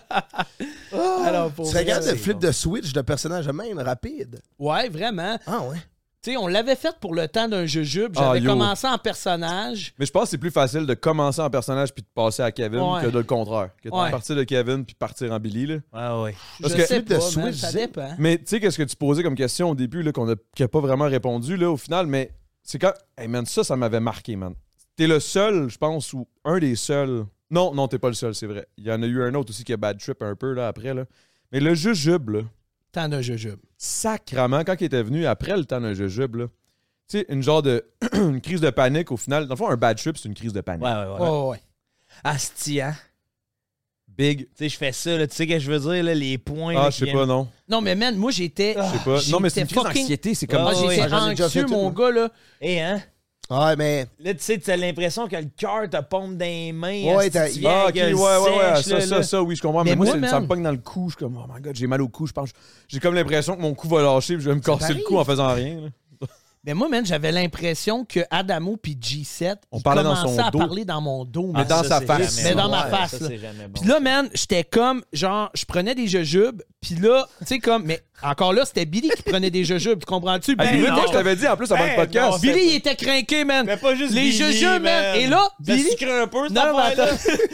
Alors, pour Tu vrai, regardes le c'est flip bon. de switch de personnage de même, rapide. Ouais, vraiment. Ah ouais. Tu sais, on l'avait fait pour le temps d'un jujube. Ah, J'avais yo. commencé en personnage. Mais je pense que c'est plus facile de commencer en personnage puis de passer à Kevin Ouais. que de le contraire. Que de Ouais. partir de Kevin puis partir en Billy. Là. Ouais. Parce je que- sais flip de pas, man, switch, ça c'est- dépend. Mais tu sais, qu'est-ce que tu posais comme question au début là, qui n'a pas vraiment répondu là, au final, mais c'est quand. Hey man, ça m'avait marqué, man. T'es le seul, je pense, ou un des seuls. Non, t'es pas le seul, c'est vrai. Il y en a eu un autre aussi qui a bad trip un peu là après. Là. Mais le jujube, là, Tant d'un jujube. sacrement, quand il était venu après le temps d'un jujube, là, tu sais, une genre de. une crise de panique au final. Dans le fond, un bad trip, c'est une crise de panique. Ouais. Asti, hein? Big. Tu sais, je fais ça, là, tu sais ce que je veux dire, là, les points. Ah, là, je sais qui pas, viennent- non. Non, mais man, moi, j'étais. Je sais pas. Non, mais c'est une j'étais crise d'anxiété, c'est comme. Ah, ouais, j'étais j'en ai déjà anxieux, fait mon une. gars, là. Eh, hein? Ouais, mais. Là, tu sais, tu as l'impression que le cœur te pompe dans les mains. Ouais, asti, t'as- tu viens Ah, ok, avec ouais, le ouais, sèche, là, là. ça, oui, je comprends. Mais Mais moi, moi, ça man- me pogne dans le cou. Je suis comme, oh my god, j'ai mal au cou, je pense. J'ai comme l'impression que mon cou va lâcher puis je vais me casser le t'arrive? cou en faisant rien. là. Mais moi, man, j'avais l'impression que Adamo puis G7, On ils parlait dans commençaient son à dos. parler dans mon dos. Mais man. dans ça, sa c'est face. jamais Mais bon. dans ma Ouais, face, ça, là. c'est jamais bon. Puis là, man, j'étais comme, genre, je prenais des jujubes, puis là, tu sais, comme, mais encore là, c'était Billy qui prenait des jujubes, tu comprends-tu? Ah, Billy, puis, non. moi, je t'avais dit en plus avant Ben, le podcast. non, Billy, il était craqué, man. Mais pas juste Les Billy, jujubes, man. Et là, Ça Billy. sucre un peu, cette Non, mais affaire-là.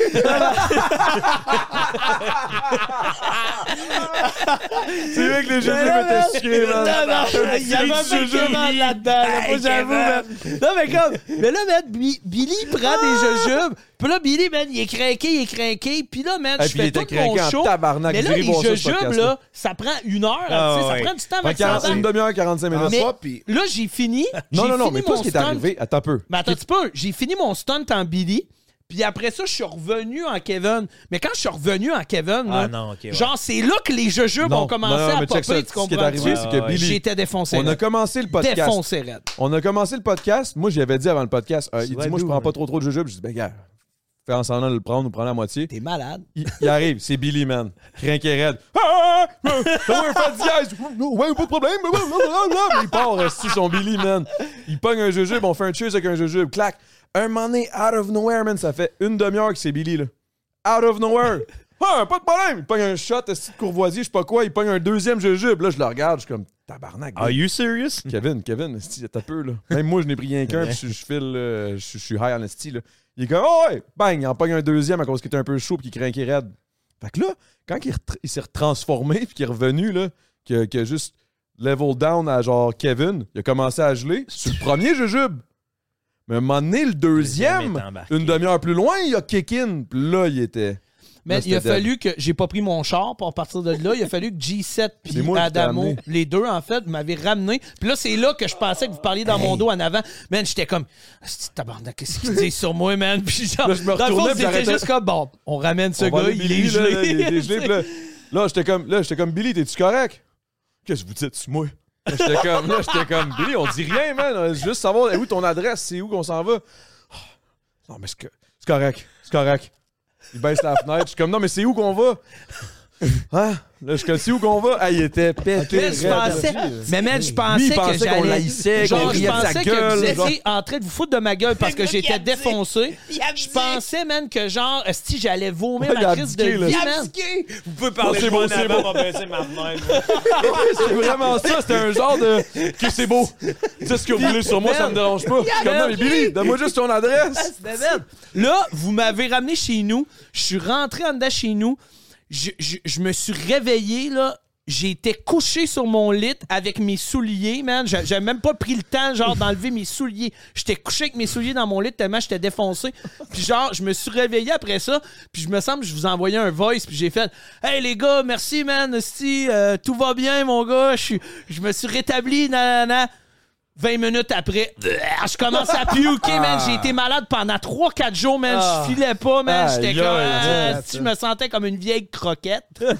C'est vrai que les jeux Mais là, man, étaient sucrés, man. non, il y avait un peu de Kevin là-dedans, là, Hey, moi, j'avoue, Kevin. man. Non, mais comme, mais là, man, Billy prend des jujubes, puis là, Billy, man, il est craqué, puis là, man, Et je puis il fais était tout mon craqué en show. tabarnak. Mais Vous là, irez les voir ça, ce jujubes, podcast-là. là, ça prend 1 heure, Ah, tu sais, ouais. ça prend du temps, Fait Maxime. 40 une demi-heure, 45 minutes. Mais puis. là, j'ai fini. Non, j'ai non, non, fini mais toi, mon ce qui est stunt. arrivé, attends un peu. Mais attends un petit peu, j'ai fini mon stunt en Billy. Puis après ça, je suis revenu en Kevin. Mais quand je suis revenu en Kevin, là, non, ok, ouais. genre, c'est là que les jujubes ont commencé à mais check ça. popper, tu Ce qui est comprends? arrivé, c'est que Billy, J'étais défoncé. on a commencé le podcast. Défoncé, raide. On a commencé le podcast. Moi, j'avais dit avant le podcast, il Ouais, dit, moi, je d'où, prends pas trop de jujubes. Je dis, ben, gars, fais en semblant de le prendre ou prendre la moitié. T'es malade. Il arrive, c'est Billy, man. Crinqué raide. Ah! T'as un fa dièse. Ouais, pas de problème. Mais il part, resti son Billy, man. Il pogne un jujube, on fait un cheers avec un jujube. Clac. Un moment donné, out of nowhere, man, ça fait une demi-heure que c'est Billy, là. Out of nowhere. Ah, pas de problème. Il pogne un shot, esti de Courvoisier, je sais pas quoi. Il pogne un deuxième jujube. Là, je le regarde, je suis comme, tabarnak. Are you serious? Kevin, esti, t'as peu, là. Même moi, je n'ai pris rien qu'un, puis je file, je suis high en esti, là. Il est comme, oh ouais, bang, il en pogne un deuxième à cause qu'il était un peu chaud, puis qu'il craquait raide. Fait que là, quand il s'est retransformé, puis qu'il est revenu, là, qu'il a juste level down à genre Kevin, il a commencé à geler sur le premier jujube. Mais à un moment donné, le deuxième, une demi-heure plus loin, il a kick in. Puis là, il était... Mais il a fallu que... J'ai pas pris mon char pour partir de là. Il a fallu que G7 puis Adamo, les deux, en fait, m'avaient ramené. Puis là, c'est là que je pensais que vous parliez dans mon dos en avant. Man, j'étais comme... Tabarnak, qu'est-ce qu'il dit sur moi, man? Puis genre, là, je me retournais, dans le fond, c'était juste comme... Bon, on ramène ce gars, il est gelé. Il est gelé. Là, j'étais comme, Billy, t'es-tu correct? Qu'est-ce que vous dites sur moi? J'étais comme, Billy, on dit rien, man. Juste savoir où ton adresse, c'est où qu'on s'en va. Oh, non, mais c'est correct. Il baisse la fenêtre. Je suis comme, non, mais c'est où qu'on va? Hein? Là, je suis comme, c'est où qu'on va? Ah, il était pété. Je pensais que j'allais... qu'on l'haïssait, qu'on riait de sa gueule. Que vous étiez en train de vous foutre de ma gueule parce que j'étais défoncé. Je pensais, man, que genre, si j'allais vomir ma crise de vie, man. Vous pouvez parler de moi en avant, on va baisser ma fenêtre. C'est vraiment ça. C'était un genre de... Que c'est beau. Tu sais ce que vous voulez sur moi, ça me dérange pas. Je suis comme, non, mais Billy, donne-moi juste ton adresse. Là, vous m'avez ramené chez nous. Je suis rentré en dedans chez nous. Je me suis réveillé, là. J'ai été couché sur mon lit avec mes souliers, man. J'avais même pas pris le temps, genre, d'enlever mes souliers. J'étais couché avec mes souliers dans mon lit tellement j'étais défoncé. Puis genre, je me suis réveillé après ça. Puis je me semble que je vous ai envoyé un voice. Puis j'ai fait « Hey, les gars, merci, man. Si, tout va bien, mon gars. Je me suis rétabli, nanana. » 20 minutes après, je commence à puker, man. J'ai été malade pendant 3-4 jours, man. Je filais pas, man. J'étais comme... je me sentais comme une vieille croquette. Fait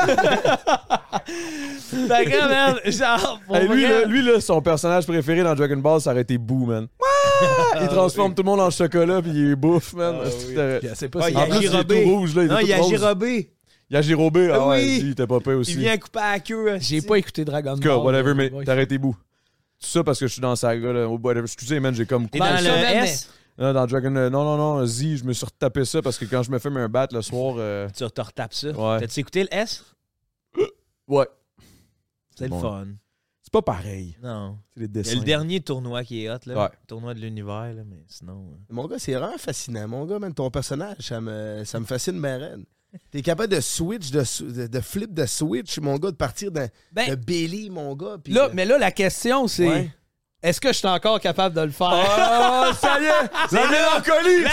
que, man, genre... Lui, son personnage préféré dans Dragon Ball, ça aurait été Boo, man. Il transforme tout le monde en chocolat, puis il bouffe, man. C'est pas en plus, il est tout rouge, là. Non, il y a Jirobé. Il y a Jirobé. Ah ouais, il était pas payé aussi. Il vient couper à la queue. J'ai pas écouté Dragon Ball. En tout cas, whatever, mais t'as arrêté Boo. Tout ça parce que je suis dans Saga, là. Excusez, man, j'ai comme... T'es dans le S? Non, dans Dragon... Non, Z, je me suis retapé ça parce que quand je me fais un bat le soir... Tu te retapes ça? Ouais. T'as-tu écouté le S? Ouais. C'est le fun. C'est pas pareil. Non. C'est les Il y a dessins. le dernier tournoi qui est hot, là. Ouais. Le tournoi de l'univers, là, mais sinon... Mon gars, c'est vraiment fascinant. Mon gars, man, ton personnage, ça me fascine ma reine. T'es capable de switch, de flip de switch, mon gars, de partir de Billy, mon gars. Pis là, mais là, la question, c'est... Ouais. Est-ce que je suis encore capable de le faire? Oh, ça y est! La mélancolie!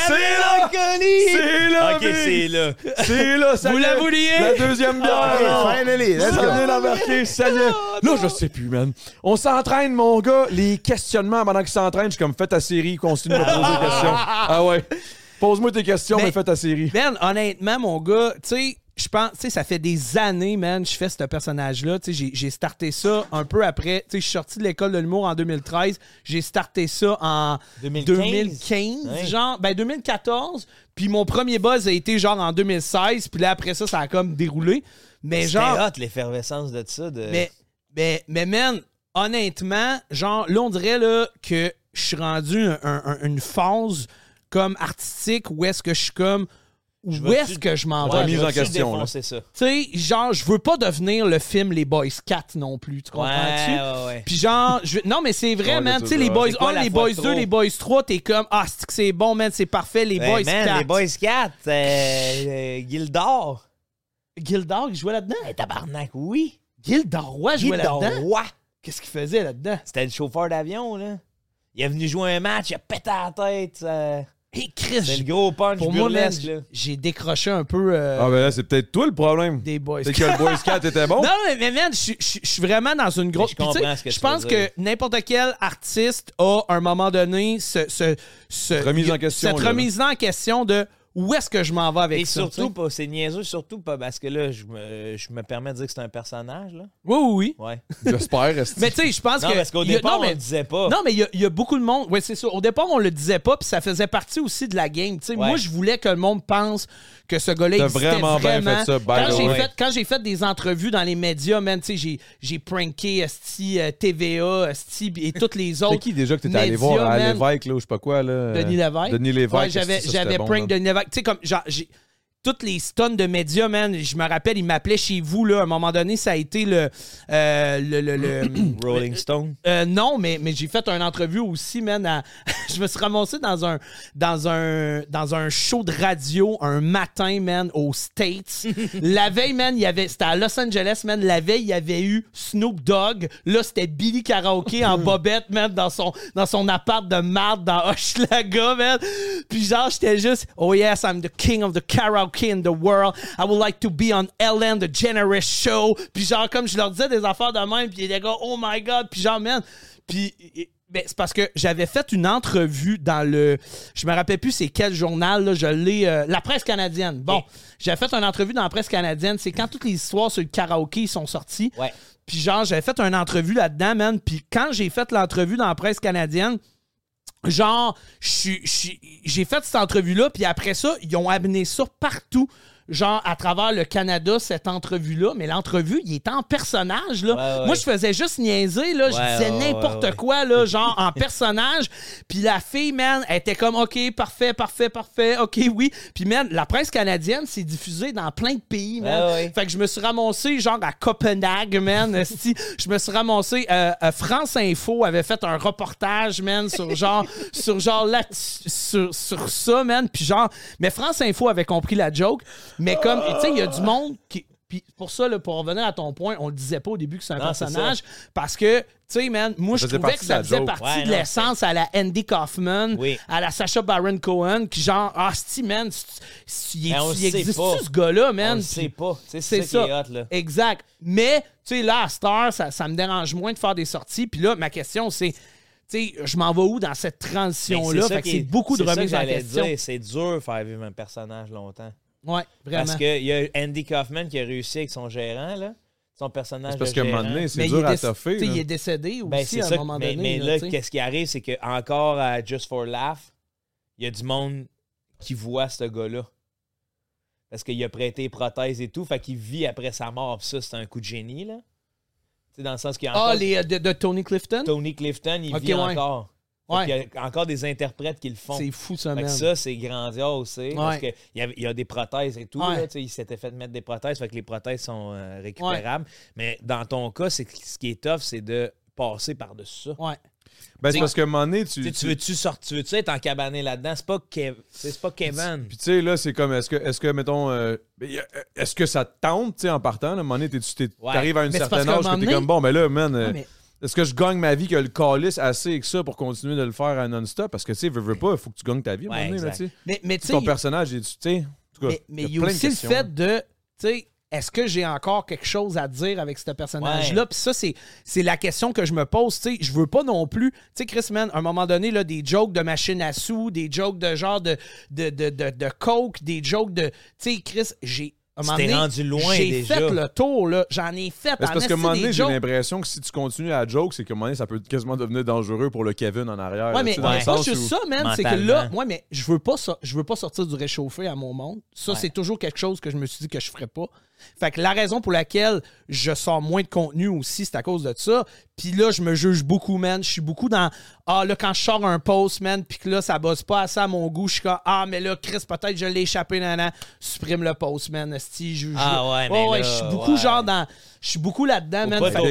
C'est là! OK, c'est là. C'est là, ça y est! Vous la vouliez? La deuxième bière! Finally, let's go! Ça vient d'embarquer, ça y est! Là, je sais plus, man. On s'entraîne, mon gars. Les questionnements pendant qu'il s'entraîne, je suis comme, fais ta série, continue de me poser des questions. Ah ouais. Pose-moi tes questions, mais fais ta série. Ben, honnêtement, mon gars, tu sais, je pense, tu sais, ça fait des années, man, je fais ce personnage-là. Tu sais, j'ai starté ça un peu après. Tu sais, je suis sorti de l'école de l'humour en 2013. J'ai starté ça en 2015 genre. Ben, 2014. Puis mon premier buzz a été genre en 2016. Puis là, après ça, ça a comme déroulé. Mais genre... C'était hot, l'effervescence de ça. Mais, man, honnêtement, genre, là, on dirait là, que je suis rendu une phase comme artistique où est-ce que je suis comme... Où est-ce que je m'en vais? Remise en question. Tu sais, genre, je veux pas devenir le film Les Boys 4 non plus. Tu comprends-tu? Ouais. Puis genre, non, mais c'est vrai, man. Tu sais, les Boys 1, les Boys 2, les Boys 3, t'es comme, c'est bon, man, c'est parfait. Les Boys 4. Les Boys 4, Gildor. Gildor, il jouait là-dedans? Tabarnak, oui. Gildor Roy jouait là-dedans? Roy. Qu'est-ce qu'il faisait là-dedans? C'était le chauffeur d'avion, là. Il est venu jouer un match, il a pété la tête. Hey, Chris, C'est le gros punch pour moi, man, burlesque, là. j'ai décroché un peu Ah, ben là, c'est peut-être toi le problème. des Boys C'est que le Boy Scout était bon. Non, mais man, je suis vraiment dans une grosse... Mais je comprends Puis, ce que je tu pense veux que dire. n'importe quel artiste a, à un moment donné, cette remise en question, cette là. remise en question de où est-ce que je m'en vais avec Et ça. surtout tu sais. pas, c'est niaiseux, surtout pas parce que là, je me permets de dire que c'est un personnage, là. Oui. Ouais. J'espère. esti. Mais tu sais, je pense Non, que... parce qu'au il y a- départ, non, on mais- le disait pas. Non, mais il y a beaucoup de monde. Oui, c'est ça. Au départ, on le disait pas, puis ça faisait partie aussi de la game. Tu sais, Ouais. moi, je voulais que le monde pense que ce gars-là T'as existait vraiment bien fait ça, by the way. Quand j'ai fait des entrevues dans les médias, man, tu sais, j'ai pranké esti, TVA, esti, et toutes les autres. C'est qui déjà que t'étais allé médias, voir à man. Lévesque, là, ou je sais pas quoi, là? Denis Lévesque. Denis Lévesque. Ouais, esti, ça, j'avais c'était bon, prank là. Denis Lévesque. Tu sais, comme, genre, toutes les tonnes de médias, man, je me rappelle, ils m'appelaient chez vous, là, à un moment donné, ça a été le Rolling Stone. non, mais j'ai fait une entrevue aussi, man. Je me suis ramassé dans un show de radio un matin, man, aux States. La veille, man, c'était à Los Angeles, man. La veille, il y avait eu Snoop Dogg. Là, c'était Billy Karaoke en bobette, man, dans son appart de marde dans Hochelaga, man. Puis genre, j'étais juste, oh yes, I'm the king of the karaoke in the world. I would like to be on Ellen DeGeneres show. Puis genre, comme je leur disais des affaires de même, puis les gars, oh my God. Puis genre, man, puis... Ben, c'est parce que j'avais fait une entrevue dans je me rappelle plus c'est quel journal, là, je l'ai... La Presse canadienne. Bon, j'avais fait une entrevue dans la Presse canadienne. C'est quand toutes les histoires sur le karaoké sont sorties. Ouais. Puis genre, j'avais fait une entrevue là-dedans, man. Puis quand j'ai fait l'entrevue dans la Presse canadienne, genre, j'ai fait cette entrevue-là, puis après ça, ils ont amené ça partout. Genre, à travers le Canada, cette entrevue-là. Mais l'entrevue, il était en personnage, là. Ouais. Moi, je faisais juste niaiser, là. Je disais n'importe quoi, là, genre, en personnage. Puis la fille, man, elle était comme, OK, parfait, OK, oui. Puis, man, la Presse canadienne s'est diffusée dans plein de pays, man. Ouais. Fait que je me suis ramassé, genre, à Copenhague, man. esti. Je me suis ramassé... France Info avait fait un reportage, man, sur là, sur ça, man. Puis genre... Mais France Info avait compris la joke. Mais comme, tu sais, il y a du monde qui... Puis pour ça, là, pour revenir à ton point, on le disait pas au début que c'est un personnage. Parce que, tu sais, man, moi, je trouvais que ça faisait partie de l'essence à la Andy Kaufman, à la Sacha Baron Cohen, qui genre, man, il existe-tu ce gars-là, man? On le sait pas. C'est ça qui est hot, là. Exact. Mais, tu sais, là, à cette heure, ça me dérange moins de faire des sorties. Puis là, ma question, c'est... Tu sais, je m'en vais où dans cette transition-là? Fait que c'est beaucoup de remises en question. C'est dur de faire vivre un personnage longtemps. Ouais, vraiment. Parce qu'il y a Andy Kaufman qui a réussi avec son gérant, là. Son personnage. C'est parce de qu'à un gérant. moment donné, c'est dur à toffer. Il est décédé aussi à un moment donné. Mais là, qu'est-ce qui arrive, c'est que encore à Just for Laugh, il y a du monde qui voit ce gars-là. Parce qu'il a prêté prothèse et tout, fait qu'il vit après sa mort. Puis ça, c'est un coup de génie, là. Tu sais, dans le sens qu'il y a encore... les de Tony Clifton? Tony Clifton, il vit encore. Ouais. Il y a encore des interprètes qui le font. C'est fou, ça, fait man. que ça, c'est grandiose, tu sais. Parce qu'il y a des prothèses et tout. Ouais. Là, il s'était fait mettre des prothèses, fait que les prothèses sont récupérables. Mais dans ton cas, ce qui est tough, c'est de passer par-dessus ça. Ouais. Ben, c'est parce qu'à un moment donné, tu veux-tu être encabané là-dedans? C'est pas Kevin. Puis tu sais, là, c'est comme, est-ce que mettons, est-ce que ça te tente, tu sais, en partant? À un moment donné, t'arrives à un certain âge que t'es comme, bon, mais là, man, est-ce que je gagne ma vie que le calice assez avec ça pour continuer de le faire à non-stop? Parce que, tu sais, veux pas, il faut que tu gagnes ta vie à un moment donné, là, tu sais. Mais ton personnage, tu sais, en tout cas, mais il y a aussi le fait de, tu sais, est-ce que j'ai encore quelque chose à dire avec ce personnage-là? Puis ça, c'est la question que je me pose. Tu sais, je veux pas non plus... Tu sais, Chris, man, à un moment donné, là, des jokes de machine à sous, des jokes de genre de coke, des jokes de... Tu sais, Chris, T'es rendu loin j'ai déjà. J'ai fait le tour, là. J'en ai fait. C'est parce qu'à un moment donné, j'ai l'impression que si tu continues à joke, c'est qu'à un moment donné, ça peut quasiment devenir dangereux pour le Kevin en arrière. Ouais, mais pas juste ça, man. C'est que là, moi, mais je veux pas sortir du réchauffé à mon monde. Ça, c'est toujours quelque chose que je me suis dit que je ferais pas. Fait que la raison pour laquelle je sors moins de contenu aussi, c'est à cause de ça. Puis là, je me juge beaucoup, man. Je suis beaucoup dans... Ah, là, quand je sors un post, man, puis que là, ça bosse pas assez à mon goût, je suis comme... Ah, mais là, Chris, peut-être je l'ai échappé, nanana. Supprime le post, man. Ouais, je suis beaucoup genre dans... Je suis beaucoup là-dedans, man. Faut pas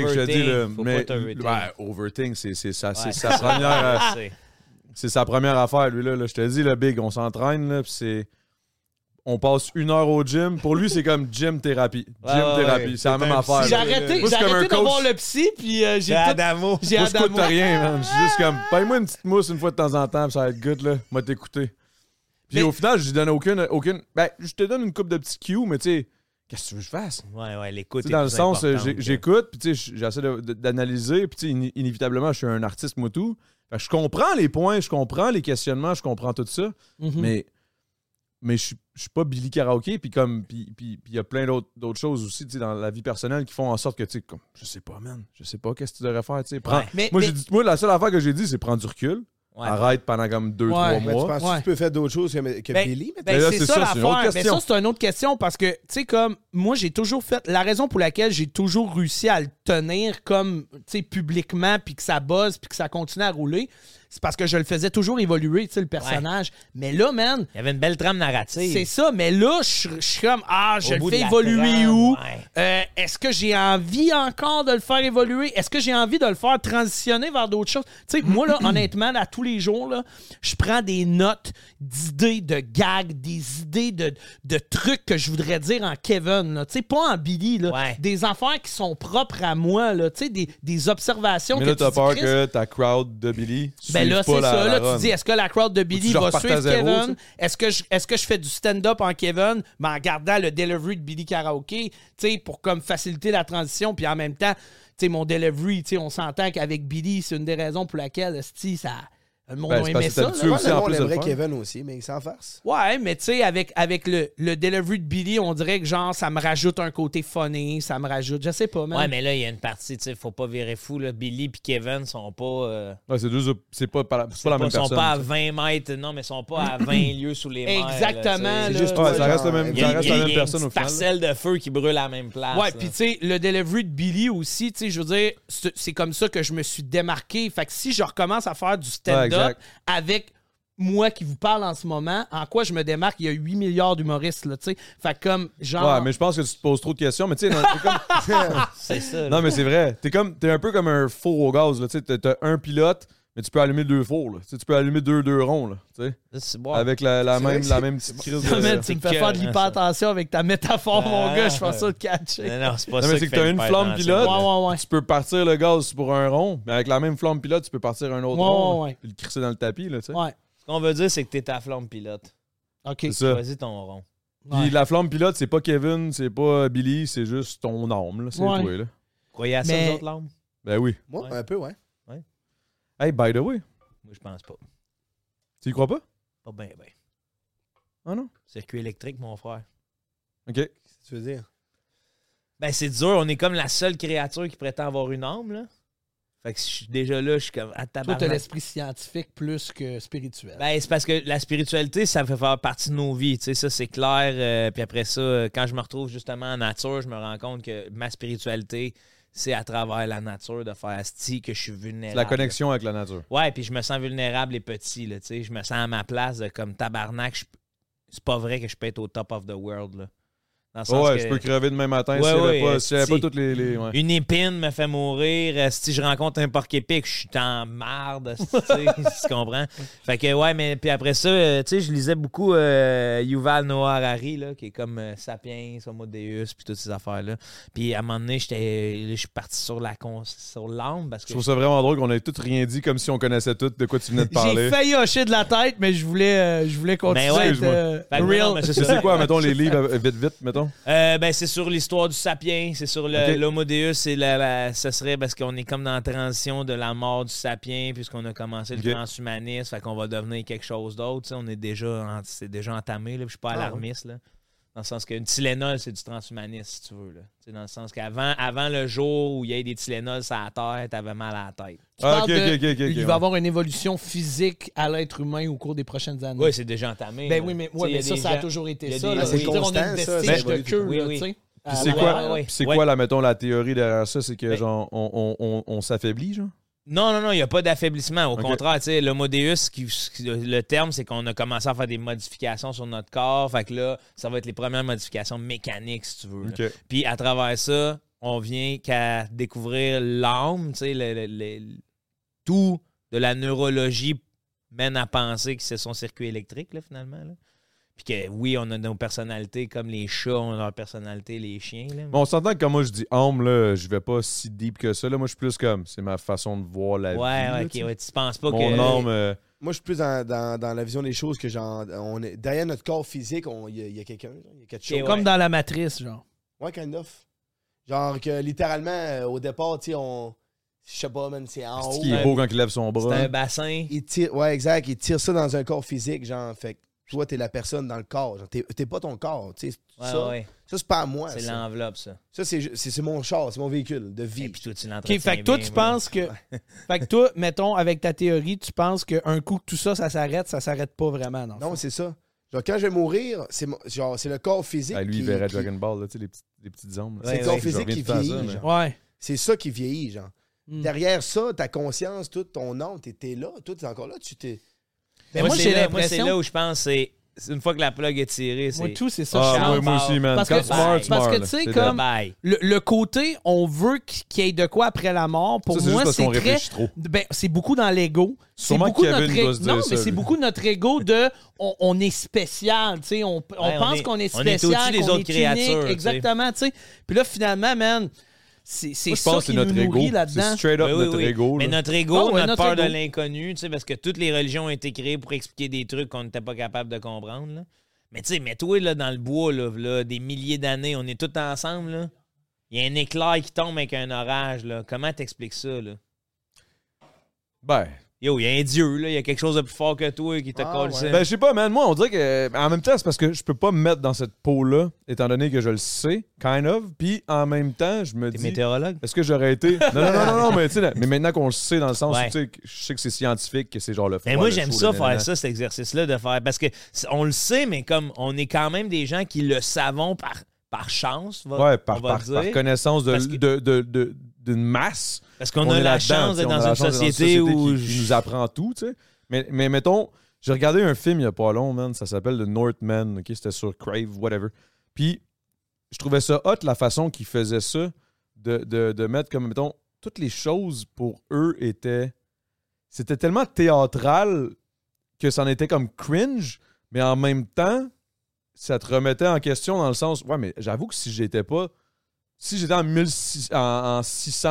overthink, c'est sa première... C'est sa première affaire, lui, là. Je te dis, le big, on s'entraîne, là, puis c'est... On passe 1 heure au gym. Pour lui, c'est comme gym thérapie. Thérapie. C'est la même affaire. J'ai arrêté d'avoir le psy, puis j'ai Adamo. Moi, je coûte rien, man. Je suis juste comme, paye-moi une petite mousse une fois de temps en temps, puis ça va être good, là. Moi, t'écouter. Puis au final, je lui donne aucune. Ben, je te donne une coupe de petits cues, mais tu sais, qu'est-ce que tu veux que je fasse? Ouais, l'écoute. Dans le sens, j'écoute, puis tu sais, j'essaie d'analyser, puis tu sais, inévitablement, je suis un artiste, moi tout. Fait que je comprends les points, je comprends les questionnements, je comprends tout ça, mais je suis pas Billy Karaoke, puis il y a plein d'autres choses aussi, tu sais, dans la vie personnelle qui font en sorte que, tu sais, comme, je sais pas, man, je sais pas qu'est-ce que tu devrais faire, tu sais. Moi, la seule affaire que j'ai dit, c'est prendre du recul. Ouais. Arrête pendant comme 2-3 mois. Tu penses que tu peux faire d'autres choses que Billy? C'est ça l'affaire. Mais ça, c'est une autre question parce que, tu sais, comme moi, j'ai toujours fait. La raison pour laquelle j'ai toujours réussi à le tenir comme, tu sais, publiquement, puis que ça buzz, puis que ça continue à rouler, c'est parce que je le faisais toujours évoluer, tu sais, le personnage. Ouais. Mais là, man. Il y avait une belle trame narrative. C'est ça, mais là, je suis comme, je le fais évoluer où? Ouais. Est-ce que j'ai envie encore de le faire évoluer? Est-ce que j'ai envie de le faire transitionner vers d'autres choses? Tu sais, moi, là, honnêtement, là, tous les jours, là, je prends des notes d'idées, de gags, des idées de trucs que je voudrais dire en Kevin, là. Tu sais, pas en Billy, là. Ouais. Des affaires qui sont propres à moi, là. Tu sais, des observations. Mais là, t'as peur que ta crowd de Billy. Ben là, c'est ça. Là, tu dis, est-ce que la crowd de Billy va suivre Kevin? Est-ce que je fais du stand-up en Kevin, mais en gardant le delivery de Billy Karaoke, pour comme faciliter la transition, puis en même temps, mon delivery, on s'entend qu'avec Billy, c'est une des raisons pour laquelle, ça... Le monde a aimé ça. Le monde aimerait Kevin aussi, mais il s'en farce. Ouais, mais tu sais, avec le delivery de Billy, on dirait que genre, ça me rajoute un côté funny, ça me rajoute, je sais pas, man. Ouais, mais là, il y a une partie, tu sais, faut pas virer fou, là. Billy et Kevin sont pas... Ouais, c'est pas la même personne. Ils sont pas à 20 mètres, non, mais ils sont pas à 20 lieux sous les mers. Exactement. C'est juste, ça reste la même personne au final. Parcelle de feu qui brûle à la même place. Ouais, puis tu sais, le delivery de Billy aussi, tu sais, je veux dire, c'est comme ça que je me suis démarqué. Fait que si je recommence à faire du stand-up avec moi qui vous parle en ce moment, en quoi je me démarque? Il y a 8 milliards d'humoristes, là, tu sais. Fait comme, genre... Ouais, mais je pense que tu te poses trop de questions, mais tu sais, c'est ça. Non, mais c'est vrai. T'es un peu comme un four au gaz, là, tu sais. T'as un pilote, mais tu peux allumer 2 fours, là. Tu peux allumer deux ronds, là, tu sais. Bon. Avec la même petite crise. Tu me fais faire de l'hypertension avec ta métaphore, mon gars. Je pense ça le catcher. Non, c'est pas ça. Mais c'est que t'as une flamme pilote. Tu peux partir le gaz pour un rond, mais avec la même flamme pilote, tu peux partir un autre rond. Puis le crisser dans le tapis, là, tu sais. Ouais. Ce qu'on veut dire, c'est que t'es ta flamme pilote. OK. C'est ça. Choisis ton rond. Puis la flamme pilote, c'est pas Kevin, c'est pas Billy, c'est juste ton âme, là. C'est toi, là. Croyez à ça, les autres larmes? Ben oui. Moi, un peu, ouais. Hey, by the way. Moi, je pense pas. Tu y crois pas? Pas ben. Ah non? Circuit électrique, mon frère. OK. Qu'est-ce que tu veux dire? Ben, c'est dur. On est comme la seule créature qui prétend avoir une âme, là. Fait que déjà là, je suis comme à tabarnak. Toi, t'as l'esprit scientifique plus que spirituel. Ben, c'est parce que la spiritualité, ça fait faire partie de nos vies. Tu sais, ça, c'est clair. Puis après ça, quand je me retrouve justement en nature, je me rends compte que ma spiritualité, c'est à travers la nature de faire asti que je suis vulnérable. C'est la connexion avec la nature. Ouais, puis je me sens vulnérable et petit, là, tu sais. Je me sens à ma place de, comme tabarnak. C'est pas vrai que je peux être au top of the world, là. Ouais, je peux crever demain matin si j'avais pas toutes les ouais. Une épine me fait mourir. Si je rencontre un porc-épic, je suis en marde. Tu comprends? Fait que, ouais, mais puis après ça, tu sais, je lisais beaucoup Yuval Noah Harari, là, qui est comme Sapiens, Homo Deus, puis toutes ces affaires-là. Puis à un moment donné, je suis parti sur l'âme. Parce que je trouve ça vraiment drôle qu'on ait tout rien dit comme si on connaissait tout de quoi tu venais de parler. J'ai failli hocher de la tête, mais je voulais continuer à être real. C'est quoi, mettons, les livres vite, mettons? Ben, c'est sur l'histoire du Sapiens, c'est sur l'Homo Deus, ce serait parce qu'on est comme dans la transition de la mort du Sapiens, puisqu'on a commencé le transhumanisme, fait qu'on va devenir quelque chose d'autre. On est c'est déjà entamé, là, puis je suis pas alarmiste, là. Dans le sens qu'une Tylenol, c'est du transhumanisme, si tu veux. Là. Dans le sens qu'avant le jour où il y a des Tylenol sur la terre, t'avais mal à la tête. Il va y avoir une évolution physique à l'être humain au cours des prochaines années. Oui, c'est déjà entamé. Ben oui, mais ça a toujours été ça. C'est constant, on a une vestige de queue. Oui. C'est quoi, mettons, la théorie derrière ça? C'est que, genre, on s'affaiblit, genre? Non, il n'y a pas d'affaiblissement. Au contraire, tu sais, l'Homo Deus, le terme, c'est qu'on a commencé à faire des modifications sur notre corps. Fait que là, ça va être les premières modifications mécaniques, si tu veux. Okay. Puis à travers ça, on vient qu'à découvrir l'âme, tu sais, tout de la neurologie mène à penser que c'est son circuit électrique, là, finalement. Là. Puis que oui, on a nos personnalités comme les chats ont leur personnalité, les chiens. Là. Bon, on s'entend que quand moi je dis âme, là, je vais pas si deep que ça. Là. Moi, je suis plus comme, c'est ma façon de voir la vie. Ouais, ok. Ouais, tu penses pas mon âme, Moi, je suis plus dans la vision des choses que genre, derrière notre corps physique, il y a quelqu'un, il y a quelque chose. Comme dans la matrice, genre. Ouais, kind of. Genre que littéralement, au départ, tu sais, je sais pas, man, c'est en haut. C'est qui est beau quand il lève son bras. C'est un bassin. Ouais, exact. Il tire ça dans un corps physique, genre, fait que toi, t'es la personne dans le corps. Genre, t'es pas ton corps, tu sais. Ça, c'est pas à moi. C'est l'enveloppe, ça. Ça, c'est mon char, c'est mon véhicule de vie. Et puis toi, tu l'entretiens OK, fait que toi, tu penses que... Fait que toi, mettons, avec ta théorie, tu penses qu'un coup que tout ça s'arrête pas vraiment, non? Non, c'est ça. Genre, quand je vais mourir, c'est le corps physique. Ah, lui, il verrait Dragon Ball, là, tu sais, les petites ombres. C'est le corps physique qui vieillit, genre. Ouais. C'est ça qui vieillit, genre. Derrière ça, ta conscience, tout ton âme, t'es là. Toi, t'es encore là. Tu t'es. Mais moi, j'ai l'impression... c'est là où je pense, c'est une fois que la plug est tirée, c'est... Moi, tout, c'est ça. Moi aussi, man. Parce Quand que, tu meurs, tu meurs. parce que, tu sais, comme le côté, on veut qu'il y ait de quoi après la mort, pour ça, moi, juste parce qu'on c'est réfléchit trop. Ben, c'est beaucoup dans l'ego. C'est Sûrement beaucoup Kevin notre doit se dire non, ça, mais c'est lui. beaucoup notre ego de on est spécial, tu sais, on pense qu'on est on est spécial, au-dessus des qu'on autres est unique, créatures, exactement, tu sais. Puis là, finalement, man, c'est Moi, je ça pense que qui c'est nous notre nourrit ego. là-dedans. C'est straight up notre ego. Mais là. notre ego, Ah ouais, notre notre peur de ego. l'inconnu, tu sais, parce que toutes les religions ont été créées pour expliquer des trucs qu'on n'était pas capable de comprendre, là. Mais tu sais, mets-toi là, dans le bois, là, des milliers d'années, on est tous ensemble, là. Il y a un éclair qui tombe avec un orage, là. Comment t'expliques ça, là? Ben... Yo, il y a un dieu, là. Il y a quelque chose de plus fort que toi qui te colle ça. Ben, je sais pas, man. Moi, on dirait que. En même temps, c'est parce que je peux pas me mettre dans cette peau-là, étant donné que je le sais, kind of. Puis, en même temps, je me T'es dis. météorologue? Est-ce que j'aurais été. Non, mais tu sais, mais maintenant qu'on le sait, dans le sens Ouais. où, tu sais, je sais que c'est scientifique, que c'est genre le froid. Mais moi, le j'aime chaud, ça, le faire nanana. ça, cet exercice-là, de faire. Parce que on le sait, mais comme on est quand même des gens qui le savons par chance, Ouais, on va par dire. connaissance Parce que- d'une masse. Parce qu'on On a est la là-dedans, chance tu sais, d'être on a dans la une chance d'être société où. qui nous apprend tout, tu sais. Mais mettons, j'ai regardé un film il y a pas long, man. Ça s'appelle The Northman, OK? C'était sur Crave, whatever. Puis, je trouvais ça hot, la façon qu'ils faisaient ça, de mettre comme, mettons, toutes les choses pour eux étaient... C'était tellement théâtral que ça en était comme cringe, mais en même temps, ça te remettait en question dans le sens... Ouais, mais j'avoue que si j'étais en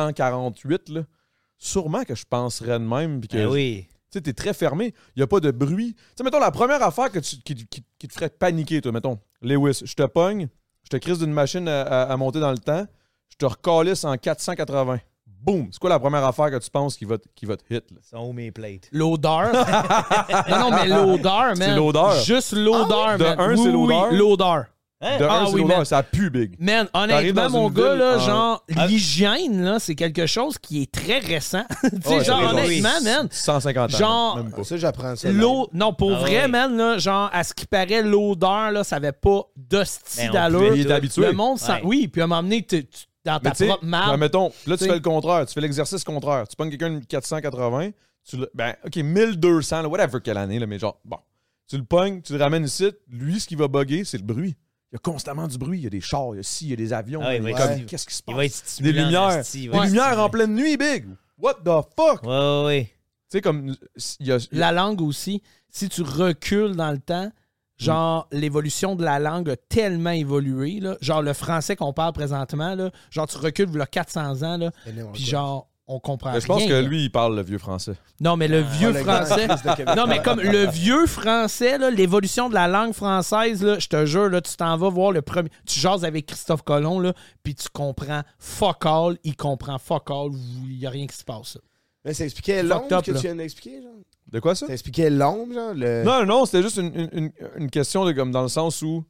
648, là, sûrement que je penserais de même. Puis que, Ben oui. tu sais, t'es très fermé. Il n'y a pas de bruit. Tu sais, mettons, la première affaire qui te ferait paniquer, toi, mettons, Lewis, je te pogne, je te crise d'une machine à monter dans le temps, je te recalisse en 480. Boum! C'est quoi la première affaire que tu penses qui va te hit, là? Son mes plates. L'odeur. non, mais l'odeur, man. C'est l'odeur. Juste l'odeur, De man. un, Oui, c'est l'odeur. oui, l'odeur. De un, c'est oui, l'odeur, man. ça pue big. Man, T'arrives honnêtement, dans mon une gars, ville là, en- genre, l'hygiène, là, c'est quelque chose qui est très récent. Tu sais, Ouais, genre, oui, honnêtement, man. 150 ans. Genre- même pas. Ça, j'apprends ça. L'eau, non, pour Ah vrai, ouais. man, là, genre, à ce qui paraît, l'odeur, là, ça avait pas d'hostie Ben, on d'allure. pouvait- il est habitué. Le monde sent. Ouais. Oui, puis à un moment donné, dans Mais ta tu sais, propre marde. mettons, là, tu T'sais. fais le contraire. Tu fais l'exercice contraire. Tu pognes quelqu'un de 480, ben, OK, 1200, là, whatever quelle année, là, mais genre, bon. Tu le pognes, tu le ramènes ici. Lui, ce qui va bugger, c'est le bruit. Il y a constamment du bruit. Il y a des chars, il y a ci, il y a des avions. Ah, il mais va comme, être- qu'est-ce qui se Il passe? va être Des stimulant, lumières. esti, il va Des être lumières stimulant. en pleine nuit, big. What the fuck? Tu Ouais, ouais. sais, comme, il y a... La langue aussi, si tu recules dans le temps, genre, l'évolution de la langue a tellement évolué, là. Genre, le français qu'on parle présentement, là, genre, tu recules, il y a 400 ans, là, puis genre, on comprend Je pense rien, que là. lui, il parle le vieux français. Non, mais le vieux le grand français... fils de Québec. Non, mais comme le vieux français, là, l'évolution de la langue française, là, je te jure, là, tu t'en vas voir le premier... Tu jases avec Christophe Colomb, là, puis tu comprends fuck all, il comprend fuck all, il n'y a rien qui se passe. Là. Mais ça expliquait Fucked l'ombre up, que là. tu viens d'expliquer, genre? De quoi ça? Ça expliquait l'ombre, genre? Non, c'était juste une question de, comme, dans le sens où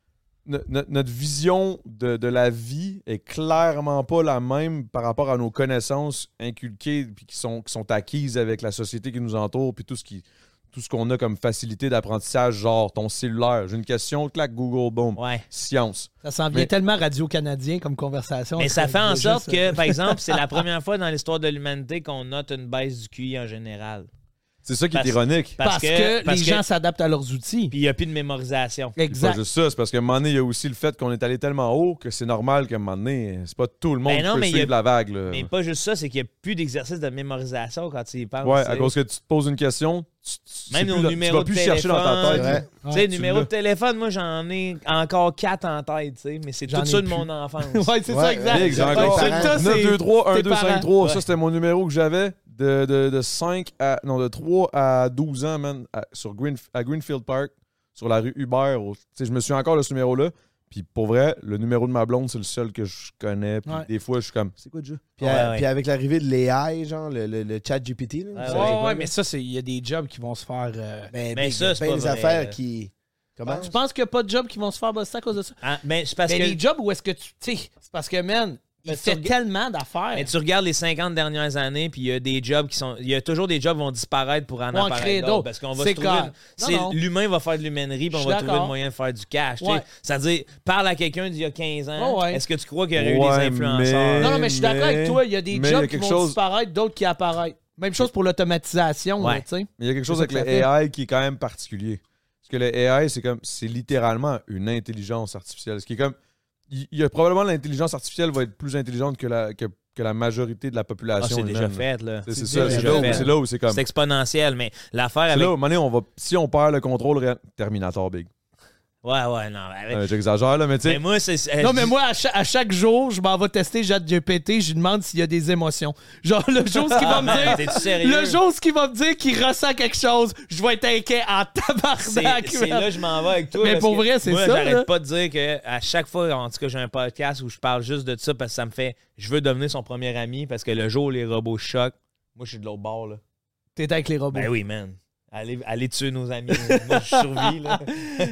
notre vision de la vie est clairement pas la même par rapport à nos connaissances inculquées puis qui sont acquises avec la société qui nous entoure puis tout ce qu'on a comme facilité d'apprentissage, genre ton cellulaire. J'ai une question, clac, Google, boom. Ouais. Science. Ça s'en vient Mais- tellement radio-canadien comme conversation. Mais ça fait en Juste, sorte que, par exemple, c'est la première fois dans l'histoire de l'humanité qu'on note une baisse du QI en général. C'est ça qui Parce- est ironique. Parce que les gens s'adaptent à leurs outils. Puis il n'y a plus de mémorisation. C'est pas Exact. juste ça, c'est parce qu'à un moment donné, il y a aussi le fait qu'on est allé tellement haut que c'est normal qu'à un moment donné, c'est pas tout le monde Ben non, qui peut mais il y a- suivre la vague. Là. Mais pas juste ça, c'est qu'il n'y a plus d'exercice de mémorisation quand tu y penses. Ouais, tu sais. à cause que tu te poses une question, Même c'est nos plus là- numéros tu vas de plus chercher dans ta téléphone. tête. C'est là. vrai. Tu sais, tu numéro l'as. de téléphone, moi, j'en ai encore 4 en tête, tu sais, mais c'est J'en tout ai ça de plus. mon enfance. Ouais, c'est ça, Ouais, exact. Big, j'ai Ouais, encore c'est ça, 9, 2, 3, 1, tes 2, parents. 5, 3. Ouais. Ça, c'était mon numéro que j'avais de 3 à 12 ans, man, à Greenfield Park, sur la rue Hubert. Je me souviens encore de ce numéro-là. Puis pour vrai, le numéro de ma blonde, c'est le seul que je connais. Puis des fois, je suis comme, c'est quoi déjà? Puis, puis avec l'arrivée de l'AI, genre, le chat GPT. Ouais, mais ça, il y a des jobs qui vont se faire. Mais ça, c'est pas des vrai. affaires qui. Comment? Tu penses qu'il n'y a pas de jobs qui vont se faire bosser à cause de ça? Mais c'est parce que. Les jobs où est-ce que tu. Tu sais, c'est parce que, man, il fait tellement d'affaires. Mais tu regardes les 50 dernières années, puis il y a des jobs qui sont. Il y a toujours des jobs qui vont disparaître pour en apparaître d'autres. Parce qu'on va se trouver. L'humain va faire de l'humainerie, puis on va trouver le moyen de faire du cash. Ouais. C'est-à-dire, parle à quelqu'un d'il y a 15 ans. Est-ce que tu crois qu'il y aurait eu des influenceurs? Non, mais je suis d'accord avec toi. Il y a des jobs qui vont disparaître, d'autres qui apparaissent. Même chose pour l'automatisation. Mais il y a quelque chose avec le AI qui est quand même particulier. Parce que le AI, c'est littéralement une intelligence artificielle. Ce qui est comme. Il y a probablement l'intelligence artificielle va être plus intelligente que la majorité de la population. C'est déjà fait, là. C'est ça. C'est là où c'est comme. C'est exponentiel, mais l'affaire avec. C'est là où, à un moment donné, si on perd le contrôle, Terminator Big. Ouais, non. J'exagère, là, mais tu sais. Mais moi, à chaque jour, je m'en vais tester ChatGPT, je lui demande s'il y a des émotions. Genre, le jour ce qu'il va me dire. T'es-tu sérieux? Le jour ce qu'il va me dire qu'il ressent quelque chose, je vais être inquiet en tabarnak. C'est là que je m'en vais avec toi. Mais pour vrai, c'est moi, ça. Moi, j'arrête pas de dire qu'à chaque fois, en tout cas, j'ai un podcast où je parle juste de ça parce que ça me fait. Je veux devenir son premier ami parce que le jour où les robots choquent, moi, je suis de l'autre bord, là. T'es avec les robots. Ben oui, man. Allez tuer nos amis. Moi, je survis, là.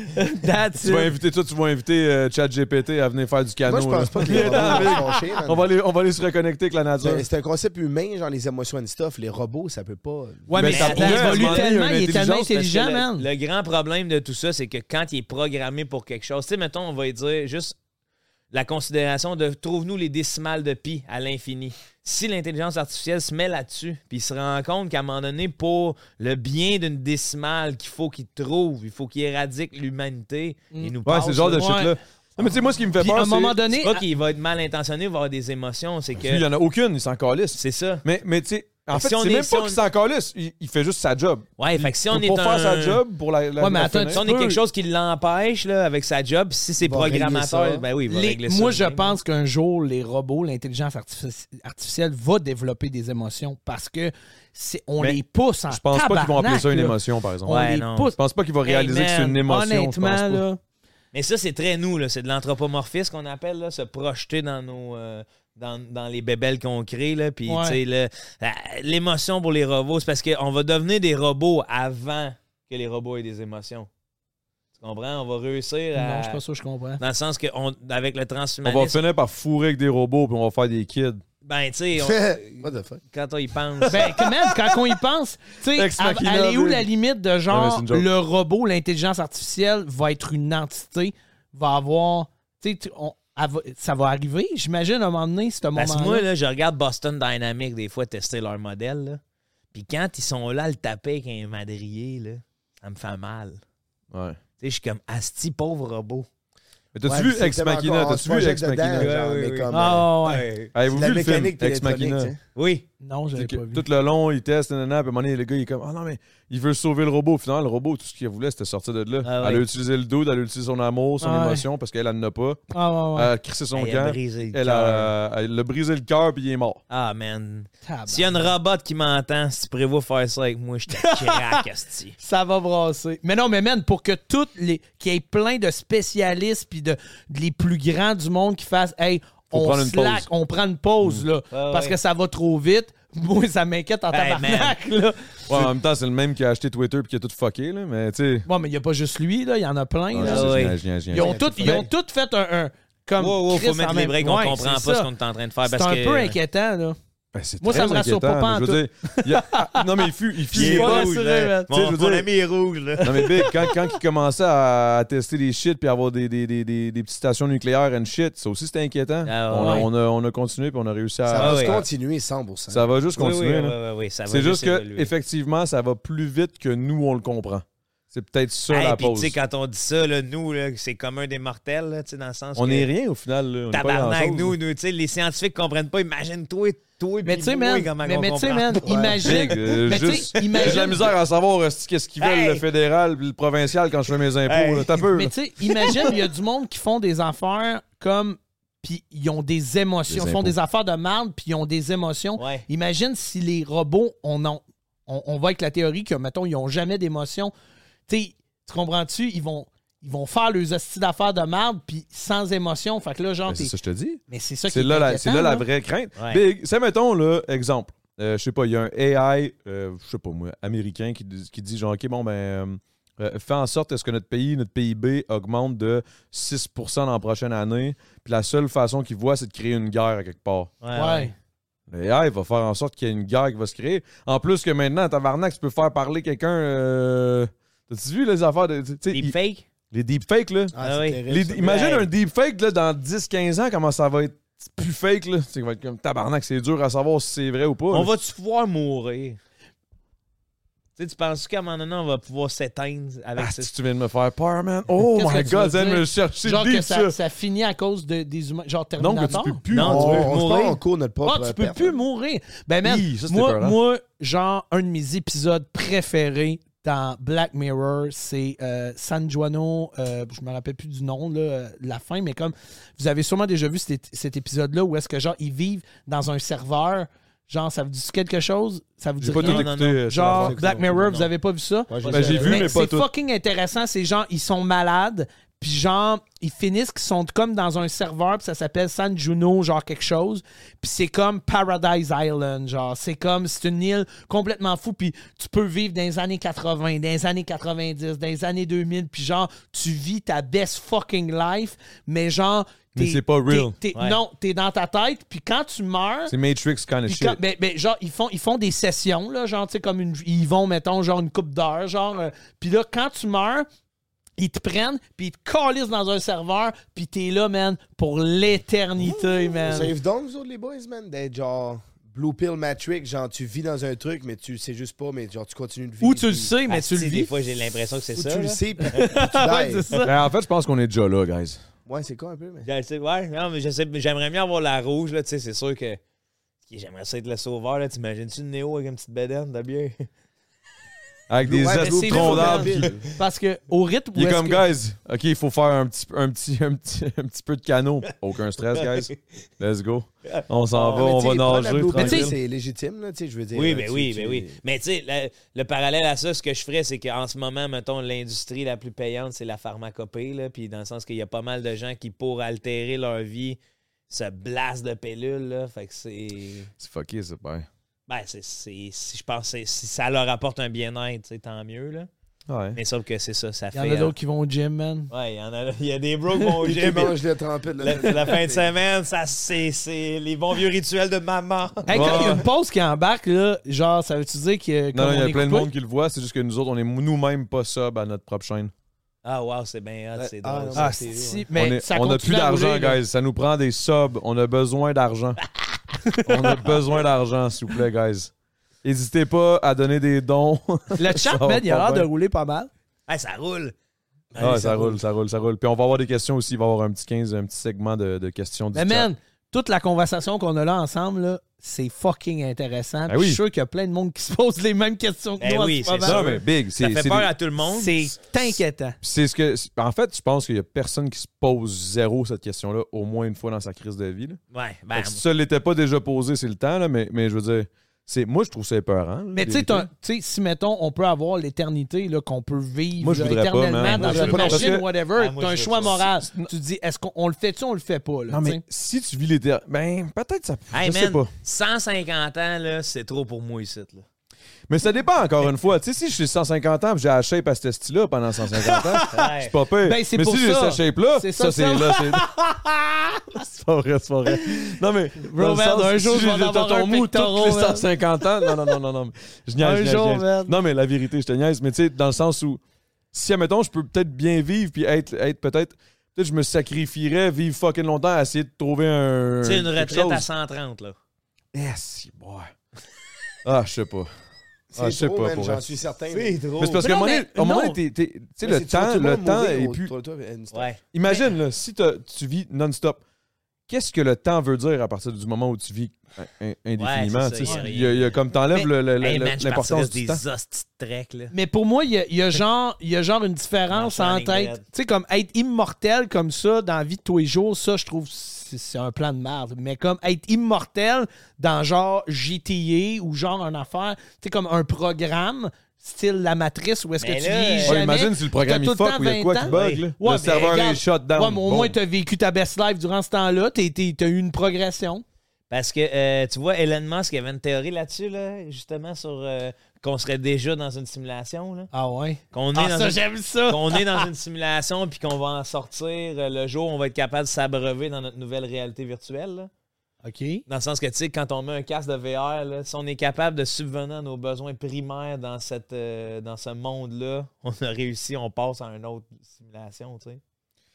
Tu vas inviter ChatGPT à venir faire du canot. Moi, je pense pas que les robots sont on va aller se reconnecter avec la nature. C'est un concept humain, genre les émotions and stuff. Les robots, ça peut pas... Ouais, mais ça évolue tellement, il est tellement intelligent, man. Le grand problème de tout ça, c'est que quand il est programmé pour quelque chose, tu sais, mettons, on va lui dire juste la considération de trouve-nous les décimales de pi à l'infini. Si l'intelligence artificielle se met là-dessus, puis il se rend compte qu'à un moment donné, pour le bien d'une décimale qu'il faut qu'il trouve, il faut qu'il éradique l'humanité, il nous passe. Ouais, c'est le genre de shit-là. Non, mais tu sais, moi, ce qui me fait peur, à un moment donné, c'est pas qu'il va être mal intentionné, il va avoir des émotions, c'est que... Il y en a aucune, il s'en calisse. C'est ça. Mais tu sais, en fait, c'est même pas qu'il s'en calisse, il fait juste sa job. Ouais, fait que si on est pour faire sa job, pour la ouais, mais attends, si on est quelque chose qui l'empêche là, avec sa job, si c'est programmateur, ben oui, il va régler ça. Moi, je pense qu'un jour, les robots, l'intelligence artificielle va développer des émotions parce que on les pousse en tabarnak. Je pense pas qu'ils vont appeler ça une émotion, par exemple. Ouais, non. Je pense pas qu'ils vont réaliser que c'est une émotion. Honnêtement, là... Mais ça, c'est très nous, là. C'est de l'anthropomorphisme qu'on appelle, là, se projeter dans nos... Dans les bébelles qu'on crée, là. Puis, tu sais, l'émotion pour les robots, c'est parce qu'on va devenir des robots avant que les robots aient des émotions. Tu comprends? On va réussir à... Non, je suis pas sûr que je comprends. Dans le sens qu'avec le transhumanisme... On va finir par fourrer avec des robots puis on va faire des kids. Ben, tu sais... What the fuck? Quand on y pense... Ben, quand on y pense, tu sais, elle est où la limite de genre, le robot, l'intelligence artificielle va être une entité, va avoir... Tu sais, ça va arriver, j'imagine, à un moment donné, ce moment-là. Parce que moi, là, je regarde Boston Dynamics des fois tester leur modèle, là. Puis quand ils sont là à le taper avec un madrier, là, ça me fait mal. Ouais. Tu sais, je suis comme, asti, pauvre robot. Mais t'as-tu vu Ex Machina? T'as-tu vu Ex Machina? Ouais. Avez-vous vu le film Ex Machina? Oui. Non, j'avais pas vu. Tout le long, il teste, puis à un moment donné, le gars, il est comme, non, mais il veut sauver le robot. Finalement, le robot, tout ce qu'il voulait, c'était sortir de là. Elle a utilisé le doute, elle a utilisé son amour, son émotion, parce qu'elle n'en a pas. Elle a crissé son camp. Elle a brisé le cœur, puis il est mort. Ah, man. S'il y a une robot qui m'entend, si tu prévois faire ça avec moi, je te craque, asti. Ça va brasser. Mais non, mais man, pour que qu'il y ait plein de spécialistes, puis de les plus grands du monde qui fassent, hey, on prend une pause, là, parce que ça va trop vite. Moi, ça m'inquiète en tabarnak, là. Ouais, en même temps, c'est le même qui a acheté Twitter et qui a tout fucké, là, mais tu sais... Ouais, mais il n'y a pas juste lui, là, il y en a plein, là. Ils ont tous fait un comme faut mettre les breaks, on comprend pas ce qu'on est en train de faire. C'est un peu inquiétant, là. Ben, moi, ça me rassure pas en tout. Non, mais il fut. Il est rouge, là. Mon ami est rouge, là. Non, mais Big, quand il commençait à tester des shit puis avoir des petites stations nucléaires and shit, ça aussi, c'était inquiétant. On a continué puis on a réussi à... Ça va juste continuer 100%. Ça va juste continuer. Oui, c'est juste qu'effectivement, ça va plus vite que nous, on le comprend. C'est peut-être ça la pause. Puis, quand on dit ça, là, nous, là, c'est comme un des mortels, là, dans le sens on n'est rien, au final. Là. On tabarnak, nous les scientifiques comprennent pas. Imagine-toi, mais tu sais, man, imagine. J'ai la misère à savoir qu'est-ce qu'ils veulent, le fédéral et le provincial, quand je fais mes impôts. T'as peu. Mais tu sais, imagine, il y a du monde qui font des affaires comme puis ils ont des émotions. Ils font des affaires de merde, puis ils ont des émotions. Ouais. Imagine si les robots, on va avec la théorie que, mettons, ils n'ont jamais d'émotions. Tu comprends-tu? Ils vont faire leurs hosties d'affaires de merde, puis sans émotion. Fait que là, genre, C'est ça que je te dis. Mais c'est ça qui C'est là, la vraie crainte. Ouais. Big, c'est, mettons, là, exemple, je sais pas, il y a un AI, je sais pas moi, américain qui dit genre, OK, bon, fait en sorte que notre PIB augmente de 6% dans la prochaine année, puis la seule façon qu'il voit, c'est de créer une guerre à quelque part. Ouais. L'AI va faire en sorte qu'il y ait une guerre qui va se créer. En plus que maintenant, tabarnak, tu peux faire parler quelqu'un... T'as-tu vu les affaires de... Deepfake? Les deepfakes, là. Ah oui. Imagine un deepfake, là, dans 10-15 ans, comment ça va être plus fake, là. Ça va être comme tabarnak, c'est dur à savoir si c'est vrai ou pas. On là. va-tu pouvoir mourir? Tu penses qu'à un moment donné, on va pouvoir s'éteindre avec ça? Si tu viens de me faire peur, man. Oh Qu'est-ce my que tu God, veux viens de dire? me chercher Genre deep, que ça finit à cause des humains. Genre Non, que Terminator. tu peux plus. Non, tu peux on se mourir. prend en cours notre propre Tu peux perte. plus mourir. Ben, man, Hi, ça, c'était peurant. moi, genre, un de mes épisodes préférés dans Black Mirror, c'est San Juano, je me rappelle plus du nom, là, la fin, mais comme vous avez sûrement déjà vu cet épisode-là où est-ce que, genre, ils vivent dans un serveur. Genre, ça vous dit quelque chose? Ça vous dit J'ai pas tout rien? écouté. Genre, non, Black non, Mirror, non. vous avez pas vu ça? Ouais, j'ai vu, mais pas c'est tout. fucking intéressant. C'est genre, ils sont malades, puis genre, ils finissent qu'ils sont comme dans un serveur, puis ça s'appelle San Juno, genre quelque chose. Puis c'est comme Paradise Island, genre. C'est une île complètement fou, puis tu peux vivre dans les années 80, dans les années 90, dans les années 2000, puis genre, tu vis ta best fucking life, mais genre... Mais c'est pas real. Ouais. Non, t'es dans ta tête, puis quand tu meurs... C'est Matrix kind of Puis shit. quand- ben, genre, ils font des sessions, là, genre, tu sais, comme ils vont, mettons, genre une couple d'heures, genre. Puis là, quand tu meurs, ils te prennent, puis ils te calissent dans un serveur, puis t'es là, man, pour l'éternité, man. Ça arrive donc, vous autres, les boys, man, d'être genre Blue Pill Matrix, genre tu vis dans un truc, mais tu le sais juste pas, mais genre tu continues de vivre. Ou tu le puis- sais, mais tu le Des vis. fois, j'ai l'impression que c'est Ou ça. tu le là. sais, puis tu Ouais, dies. c'est ça. Ben, en fait, je pense qu'on est déjà là, guys. Ouais, c'est quoi un peu, mais. Je sais, ouais, non, mais j'aimerais mieux avoir la rouge, là, tu sais, c'est sûr que j'aimerais ça être le sauveur, là, t'imagines-tu une Néo avec une petite bedaine de bière? Avec des Ouais, mais ailes c'est trop Blue d'arbres. Pill. Parce que au rythme où Il est est-ce comme, que- guys, OK, il faut faire un petit peu de canot. Aucun stress, guys. Let's go. On s'en va, Mais on tu va sais, prendre la nager Blue Pill, tranquille. c'est légitime, là, tu sais, je veux dire. Oui, là, mais tu- oui, tu- mais oui. Mais tu sais, le parallèle à ça, ce que je ferais, c'est qu'en ce moment, mettons, l'industrie la plus payante, c'est la pharmacopée, là, puis dans le sens qu'il y a pas mal de gens qui, pour altérer leur vie, se blasent de pilules, là, fait que c'est... C'est fucké, ça, ben. Ben, je pense que si ça leur apporte un bien-être, c'est tant mieux, là. Ouais. Mais sauf que c'est ça, ça Il fait... y en a d'autres qui vont au gym, man. Ouais, il y a des bros qui vont au Qui gym. mange le trempette, là. La fin de semaine, ça, c'est les bons vieux rituels de maman. Hey, quand il y a une pause qui embarque, là, genre, ça veut-tu dire que. Non, comme il y on a est plein de coupé- monde qui le voit, c'est juste que nous autres, on est nous-mêmes pas sub à notre propre chaîne. Ah, wow, c'est bien hot, c'est drôle. non, ça. Ah, c'est- si, mais ça on a continue plus à d'argent, rouler, là. guys. Ça nous prend des subs. On a besoin d'argent. On a besoin d'argent, s'il vous plaît, guys. N'hésitez pas à donner des dons. Le chat, Ça va man, il a pas l'air de bien. rouler pas mal. Hey, ça roule. Ah, ça roule. Puis on va avoir des questions aussi. Il va y avoir un petit segment de questions du Mais chat. man, toute la conversation qu'on a là ensemble, là, c'est fucking intéressant. Puis oui. Je suis sûr qu'il y a plein de monde qui se pose les mêmes questions que Ben nous oui, en ce c'est moment. ça. Non, mais big. Ça fait peur à tout le monde. C'est inquiétant. C'est ce que. En fait, je pense qu'il y a personne qui se pose zéro cette question-là au moins une fois dans sa crise de vie. Là. Ouais, ben, Fait que si ça ne l'était pas déjà posé, c'est le temps, là, mais je veux dire, moi, je trouve ça épeurant. Mais tu sais, si, mettons, on peut avoir l'éternité, là, qu'on peut vivre Moi, je là, voudrais pas, éternellement man. dans Moi, je une voudrais pas, machine, parce que- whatever, Ah, moi, t'as un je choix veux pas. moral. Tu te dis, est-ce qu'on le fait-tu ou on le fait pas? Là, Non, mais t'sais? si tu vis l'éternité, ben, peut-être ça. hey, je sais man, pas. 150 ans, là, c'est trop pour moi ici. Là. Mais ça dépend encore une fois. Tu sais, si je suis 150 ans et j'ai la shape à ce style-là pendant 150 ans, Ouais. c'est pas pire. Ben, c'est mais pour si j'ai ça. cette shape-là, C'est ça, ça, c'est ça. là. C'est pas vrai, c'est pas vrai. Non, mais. Bro, dans le man, sens, un jour, si je vais j'ai en avoir ton un mou pectoral, toutes les man. 150 ans. Non. Je niaise, Un je niaise, jour, je niaise. man. Non, mais la vérité, je te niaise. Mais tu sais, dans le sens où, si, admettons, je peux peut-être bien vivre puis être peut-être. Peut-être je me sacrifierais, vivre fucking longtemps à essayer de trouver un. Tu sais, une quelque retraite à chose. 130, là. Si, boy. Ah, je sais pas. C'est je sais trop, pas, man, pour j'en vrai. suis certain. trop. Mais c'est parce Mais qu'à un non, moment donné, mais à un moment non. donné, tu sais, Mais le c'est- tu vas temps mourir est au- plus. toi, une star. Ouais. Imagine, là, si tu vis non-stop, qu'est-ce que le temps veut dire à partir du moment où tu vis indéfiniment? Ouais, c'est Tu ça, sais, il y a il y a comme t'enlèves Hey, man, je l'importance partirais du des temps. hosties de trek, là. Mais pour moi, il y a genre une différence Marchand entre en être, ligne tu sais, comme être immortel comme ça dans la vie de tous les jours, ça, je trouve c'est un plan de merde. Mais comme être immortel dans genre GTA ou genre une affaire, tu sais, comme un programme style La Matrice où est-ce que tu vis jamais. Imagine si le programme il fuck ou il y a quoi qui bug. Là. Ouais, le serveur est shut down. Ouais, mais au moins, t'as vécu ta best life durant ce temps-là. T'as eu une progression. Parce que, tu vois, Elon Musk, il y avait une théorie là-dessus, là, justement, sur qu'on serait déjà dans une simulation. Là. Ah ouais? J'aime ça! Qu'on est dans une simulation puis qu'on va en sortir le jour où on va être capable de s'abreuver dans notre nouvelle réalité virtuelle. Là. OK. Dans le sens que, tu sais, quand on met un casque de VR, là, si on est capable de subvenir à nos besoins primaires dans ce monde-là, on a réussi, on passe à une autre simulation, tu sais.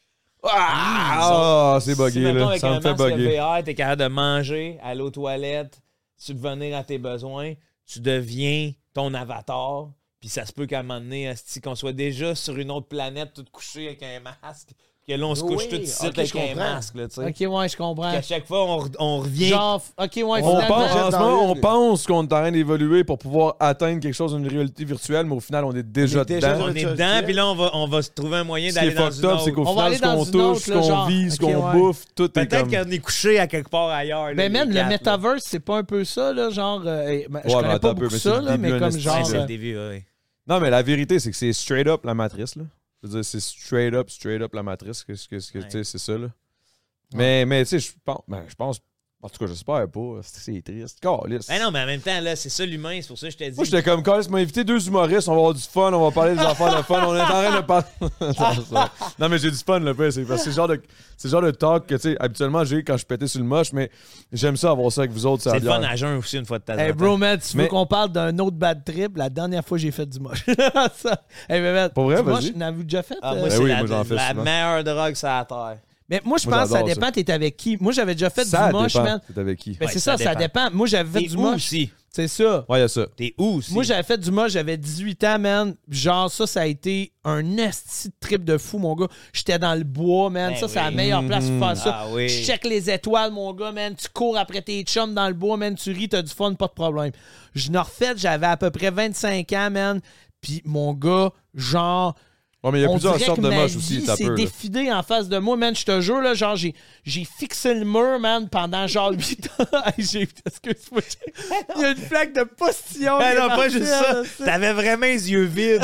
C'est bugué, mettons, là. avec Ça me un fait masque bugger. VR, t'es capable de manger, aller aux toilettes, subvenir à tes besoins, tu deviens ton avatar, puis ça se peut qu'à un moment donné, qu'on soit déjà sur une autre planète, tout couché avec un masque, que là, on se couche tout de suite avec un masque, là, tu sais. OK, ouais, je comprends. Qu'à chaque fois, on revient... Genre, OK, ouais, on pense qu'on est en train d'évoluer pour pouvoir atteindre quelque chose d'une réalité virtuelle, mais au final, on est déjà dedans. On est dedans, puis là, on va se trouver un moyen Ce qui est d'aller dans fucked une up, autre. c'est qu'au On va final, aller ce qu'on dans une touche, autre, ce là, qu'on genre, vit, ce ok, qu'on ouais. bouffe, tout est Peut-être comme... qu'on est couché à quelque part ailleurs. Mais là, man, les le quatre, là. metaverse, c'est pas un peu ça, là, genre... je connais attends pas un peu, beaucoup mais c'est ça, le là, début, mais comme un genre... Ouais, c'est le début, oui. Non, mais la vérité, c'est que c'est straight up la matrice, là. Je veux dire, c'est straight up la matrice, tu sais, c'est ça, là. Mais tu sais, je pense, en tout cas, j'espère pas, c'est triste. Calisse. Ben non, mais en même temps, là, c'est ça l'humain, c'est pour ça que je t'ai dit. Moi, j'étais comme, Calisse m'a invité 2 humoristes, on va avoir du fun, on va parler des affaires de fun, on est en train de parler... Non, mais j'ai du fun, le peu, c'est parce que c'est le genre de talk que, tu sais, habituellement, j'ai quand je pétais sur le moche, mais j'aime ça avoir ça avec vous autres, ça C'est le fun à jeun aussi, une fois de temps en temps. Hey, bro, man, tu veux qu'on parle d'un autre bad trip? La dernière fois, j'ai fait du moche. Ça. Hey, man, pour vrai, du moche, vas-y. n'avez-vous déjà fait? Moi, Ben c'est oui, moi, j'en fais la souvent. meilleure drogue sur la terre. Mais moi, je Moi, pense que ça j'adore dépend, ça. t'es avec qui. Moi, j'avais déjà fait Ça du moche, dépend. man. T'es avec qui? Ben, Ouais, c'est ça ça dépend. Moi, j'avais fait T'es du où moche. aussi? C'est ça. Ouais, il y a ça. T'es où aussi? Moi, j'avais fait du moche, j'avais 18 ans, man. Genre, ça a été un esti de trip de fou, mon gars. J'étais dans le bois, man. Ben ça, c'est la oui. meilleure place pour faire ça. Ah oui. Je check les étoiles, mon gars, man. Tu cours après tes chums dans le bois, man. Tu ris, t'as du fun, pas de problème. Je n'ai refait, j'avais à peu près 25 ans, man. Puis, mon gars, genre... Ouais, mais il y a On plusieurs dirait sortes que de ma moches aussi, vie t'as s'est peu, là. défilée en face de moi, man. Je te jure, là, genre, j'ai fixé le mur, man, pendant genre 8 ans. Excuse-moi. Il y a une flaque de postillon. Ben qui est non, pas partie, juste ça. là, T'avais vraiment les yeux vides.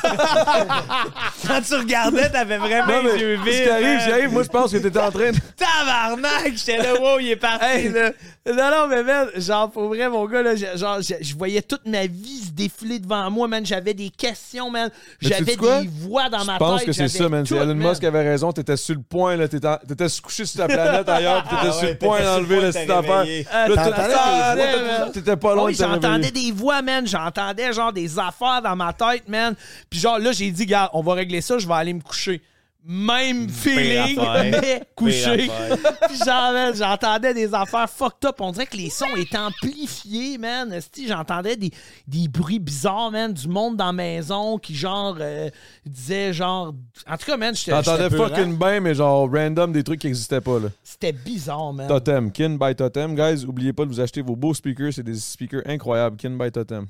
Quand tu regardais, t'avais vraiment Non, mais les yeux vides. ce qui arrive, j'arrive, moi, je pense que t'étais en train de... Tabarnak! J'étais là, wow, il est parti, Hey, là. Non, mais man, genre, pour vrai, mon gars, là, je voyais toute ma vie se défiler devant moi, man. J'avais des questions, man. Mais J'avais sais-tu quoi? des voix dans ma Je tête. pense que c'est ça, man. tout, Elon man. Musk avait raison. T'étais sur le point, là. T'étais couché sur ta planète ailleurs, puis t'étais Ah sur ouais, le point t'étais sur le d'enlever point la de petite te affaire. réveiller. Là, t'étais pas loin Oui, de te j'entendais réveiller. des voix, man. J'entendais genre des affaires dans ma tête, man. Puis genre là, j'ai dit, gars, on va régler ça, je vais aller me coucher. Même feeling, affaire. mais couché. Pire affaire. Puis genre, man, j'entendais des affaires fucked up. On dirait que les sons étaient amplifiés, man. Esti, j'entendais des bruits bizarres, man, du monde dans la maison qui genre disait genre... En tout cas, man, T'entendais j'étais fucking bien, mais genre random, des trucs qui existaient pas, là. C'était bizarre, man. Totem, Kin by Totem. Guys, oubliez pas de vous acheter vos beaux speakers. C'est des speakers incroyables. Kin by Totem.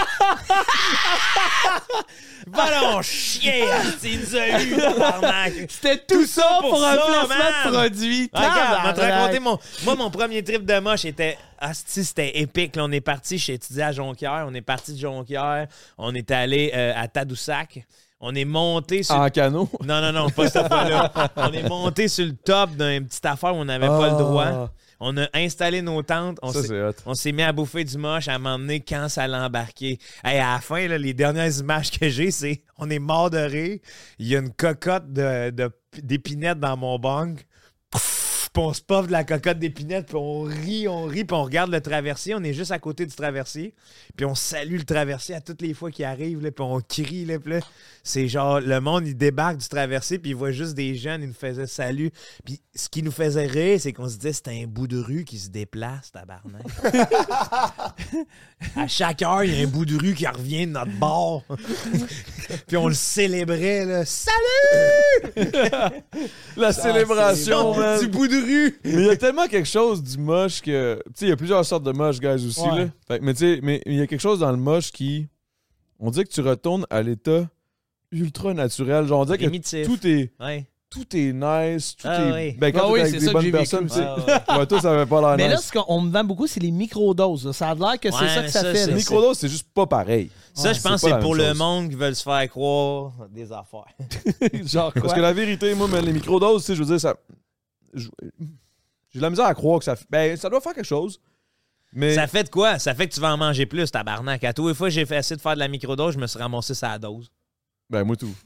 Va donc chier, il nous a eu, tabarnak. C'était tout ça pour un ça, placement man. de produit. Regarde, je vais te raconter Tabarnak. mon premier trip de moche était... c'était épique. Là, on est parti, j'ai étudié à Jonquière. On est parti de Jonquière. On est allé à Tadoussac. On est monté sur... En canot. Non, pas cette fois-là. On est monté sur le top d'une petite affaire où on n'avait pas le droit. On a installé nos tentes. Ça, c'est hot. On s'est mis à bouffer du moche à m'emmener quand ça allait embarquer. Hey, à la fin, là, les dernières images que j'ai, c'est on est mort de rire. Il y a une cocotte d'épinettes dans mon bong. Puis on se poffe de la cocotte d'épinette, puis on rit, puis on regarde le traversier. On est juste à côté du traversier. Puis on salue le traversier à toutes les fois qu'il arrive, là, puis on crie. Là, puis là, c'est genre, le monde, il débarque du traversier, puis il voit juste des jeunes, ils nous faisaient salut. Puis ce qui nous faisait rire, c'est qu'on se disait, c'est un bout de rue qui se déplace, tabarnak. À chaque heure, il y a un bout de rue qui revient de notre bord. Puis on le célébrait, là. Salut! La célébration, man. Du bout de rue. Mais il y a tellement quelque chose du moche que... Tu sais, il y a plusieurs sortes de moche, guys, aussi, Ouais. là. Fait que, mais tu sais, mais il y a quelque chose dans le moche qui... On dirait que tu retournes à l'état ultra naturel. Genre, on dirait que Primitif. tout est... Ouais. tout est nice, tout est... Oui. Ben, quand t'es avec c'est des ça que bonnes j'ai personnes, vécu. tu sais, ouais, toi, ça avait pas l'air Mais là, nice. ce qu'on me vend beaucoup, c'est les microdoses. Là. Ça a l'air que c'est Ouais, ça mais que ça ça, fait. c'est- là. Microdose, c'est juste pas pareil. Ça, Ouais, je pense c'est que pas c'est pour la le même chose. monde qui veulent se faire croire des affaires. Genre Parce quoi? que la vérité, moi, les microdoses, tu sais, je veux dire, ça... J'ai de la misère à croire que ça... Ben, ça doit faire quelque chose. Mais... Ça fait de quoi? Ça fait que tu vas en manger plus, tabarnak. À tous les fois que j'ai fait essayer de faire de la microdose, je me suis ramassé sa dose. Ben, moi, tout.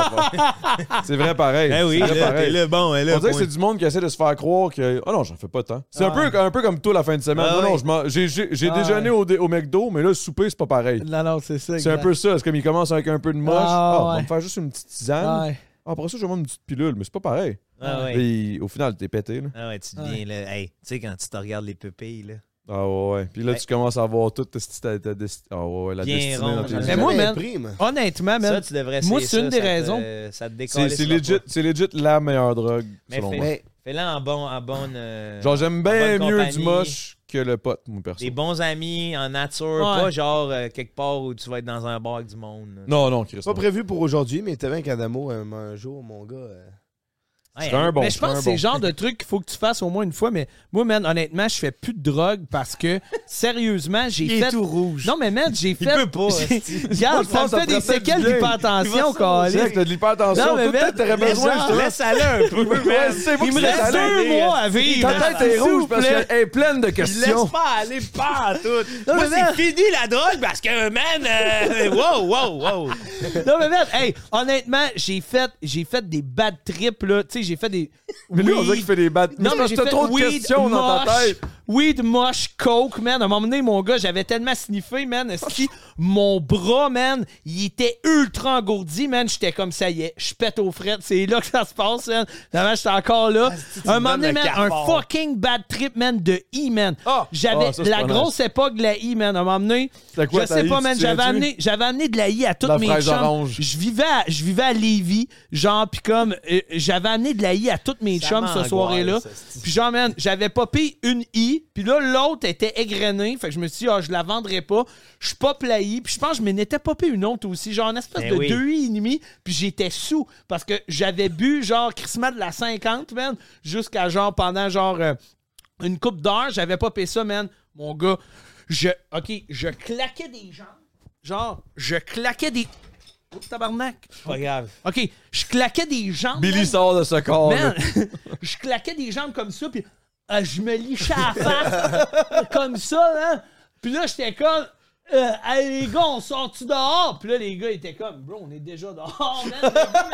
C'est vrai pareil. Ben oui, c'est vrai là, pareil. t'es là, bon, là, On dirait que point. c'est du monde qui essaie de se faire croire que. Ah non, j'en fais pas tant. C'est un peu comme toi la fin de semaine. Ah non, non, oui. j'ai déjeuné au McDo, mais là, le souper, c'est pas pareil. Non, c'est ça. C'est un peu ça. C'est comme il commence avec un peu de moche. Ah, On va ouais. me faire juste une petite tisane. Ouais. Après ça, je vais prendre une petite pilule, mais c'est pas pareil. Ah ouais. Et au final, t'es pété, là. Ah ouais, tu deviens là. Hey, tu sais, quand tu te regardes les pupilles, là. Ah ouais. Puis là, Ouais. tu commences à voir toute la Bien destinée rond, dans tes j'en ai yeux. Mais moi, Jamais man, pris, moi. honnêtement, Ça, man, tu devrais moi, essayer c'est une ça, des ça te- raisons. Ça te décolle. C'est legit la meilleure drogue, Mais selon fait- moi. Mais Fais-le en bonne. Genre, j'aime en bien bonne mieux compagnie. du moche que le pote, mon perso. Des bons amis en nature, Ouais. pas genre quelque part où tu vas être dans un bar avec du monde. là. Non, Chris. pas prévu pour aujourd'hui, mais t'avais un Cadamo un jour, mon gars. Ouais, C'est un bon. Mais je pense que c'est le genre de truc qu'il faut que tu fasses au moins une fois. Mais moi, man, honnêtement, je fais plus de drogue parce que, sérieusement, j'ai Il fait. est tout rouge. Non, mais man, j'ai fait. peut pas, j'ai- hostie. Regarde, Moi, je ça me pense que fait des ça ferait séquelles du bien. d'hypertension, C'est câlisse. vrai que t'as de l'hypertension. Non, mais Toi, peut-être t'aurais mais besoin, genre, justement. Laisse-la un peu, Ouais, c'est moi Il qui me laisse reste aller. 2 mois à vivre. Ta tête est S'il rouge vous parce plaît. qu'elle est pleine de Je questions. laisse pas aller pas en tout. Non, Moi, mais man- c'est fini la drogue parce que, man, wow. Non, mais merde, hey, honnêtement, j'ai fait des bad trips, là. Tu sais, j'ai fait des. Mais lui, on dirait qu'il fait des bad. Non, mais parce j'ai que t'as fait trop de weed, questions dans ta moche, tête. Weed, moche, coke, man. À un moment donné, mon gars, j'avais tellement sniffé, man. Est-ce que mon bras, man, il était ultra engourdi, man. J'étais comme ça y est, je pète aux frettes. C'est là que ça se passe, man. Finalement, j'étais encore là. Un moment donné, man, un fucking bad trip, man, de E, man. J'avais ça, c'est la pas grosse époque de la E, man. À un moment donné, C'était quoi, je ta sais I, pas, tu man. te J'avais amené de la I à toutes La mes fraise chums. orange. Je vivais à Lévis, genre, pis comme, j'avais amené de la I à toutes mes Ça chums ce m'angoisse, soirée-là. ça, c'est- Puis genre, man, j'avais popé une I, puis là, l'autre était égrenée. Fait que je me suis dit, je la vendrai pas. Je pop la I, puis je pense que je m'en étais popé une autre aussi, genre une espèce Ben de oui. 2 I et demi, puis j'étais sous, parce que j'avais bu, genre, crissement de la 50, man, jusqu'à genre, pendant genre une couple d'heures, j'avais popé ça, man. Mon gars, je claquais des jambes. Genre, je claquais des... Oh, tabarnak. Pas grave. OK, je claquais des jambes. Billy man. sort de ce corps. Man, là. je claquais des jambes comme ça, puis je me lichais à la face comme ça, hein. Puis là, j'étais comme, hey, les gars, on sort-tu dehors? Puis là, les gars étaient comme, bro, on est déjà dehors, man.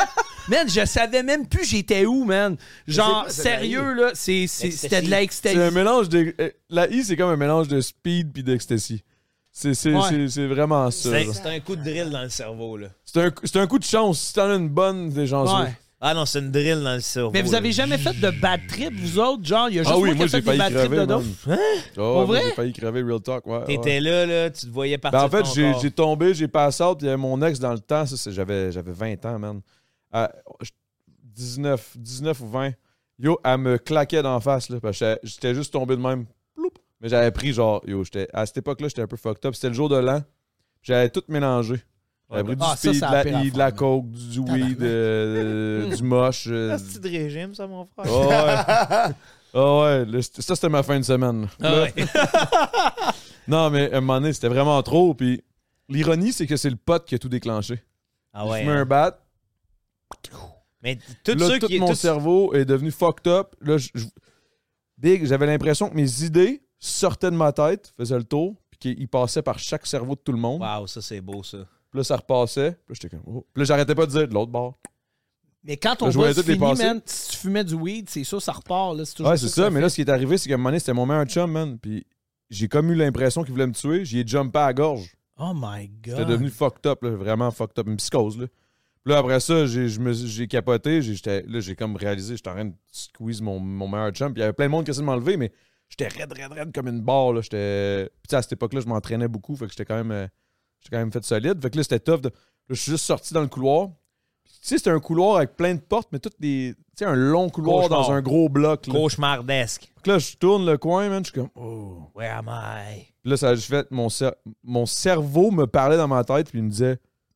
Man, je savais même plus j'étais où, man. Genre, c'est sérieux, là, c'était de C'est un l'ecstasy. mélange de. La I, c'est comme un mélange de speed puis d'ecstasy. C'est vraiment ça. C'est là. c'est un coup de drill dans le cerveau, là. C'est un coup de chance. Si t'en as une bonne, t'es chanceux. Ouais. Ah non, c'est une drill dans le cerveau. Mais vous avez là. jamais fait de bad trip, vous autres? Genre, il y a juste Ah oui, moi moi qui ai j'ai fait des failli bad trips crever. de man. dos. Oh, Pour vrai? J'ai failli crever, real talk. Ouais, T'étais ouais. là, tu te voyais partir Ben, en fait, de ton corps. j'ai tombé, j'ai passé out, puis il y avait mon ex dans le temps. J'avais 20 ans, man. 19 ou 20. Yo, elle me claquait d'en face, là. Parce que j'étais juste tombé de même. Ploup. Mais j'avais pris genre, yo, à cette époque-là, j'étais un peu fucked up. C'était le jour de l'an. J'avais tout mélangé. J'avais pris du Ah, ça, speed, c'est de la la pire I, de la affaire, coke, du weed, du moche. C'est de régime, ça, mon frère. Oh, ouais. Oh, ouais. Là, ça, c'était ma fin de semaine. Ah Là, ouais. non, mais à un moment donné, c'était vraiment trop. Puis l'ironie, c'est que c'est le pote qui a tout déclenché. Ah Je ouais. mets un hein. bat. Mais tous Là, ceux tout qui. mon tous- cerveau est devenu fucked up. Là, j'avais l'impression que mes idées sortaient de ma tête, faisaient le tour, puis qu'ils passaient par chaque cerveau de tout le monde. Waouh, ça, c'est beau, ça. Puis là, ça repassait. Puis là, j'étais comme... oh. Puis là, j'arrêtais pas de dire de l'autre bord. Mais quand Là, ton je voyais boss toutes les finit, pensées. man, si tu fumais du weed, c'est sûr, ça repart. Là, toujours Ouais, c'est ça. que Mais fait. là, ce qui est arrivé, c'est qu'à un moment donné, c'était mon meilleur chum, man. Puis j'ai comme eu l'impression qu'il voulait me tuer. J'y ai jumpé à la gorge. Oh my God. J'étais devenu fucked up, là, vraiment fucked up. Une psychose, là. Puis là, après ça, j'ai capoté. J'ai comme réalisé, j'étais en train de squeeze mon meilleur chum. Puis il y avait plein de monde qui essayait de m'enlever, mais j'étais raide comme une barre, là. Puis tu sais, à cette époque-là, je m'entraînais beaucoup. Fait que j'étais quand même fait solide. Fait que là, c'était tough. Là, je suis juste sorti dans le couloir. Tu sais, c'était un couloir avec plein de portes, mais toutes des. Tu sais, un long couloir Cauchemar. dans un gros bloc. Là. Cauchemardesque. Fait que là, je tourne le coin, man. Je suis comme, oh. Where am I? Puis là, ça a juste fait. Mon cerveau me parlait dans ma tête, puis il me disait,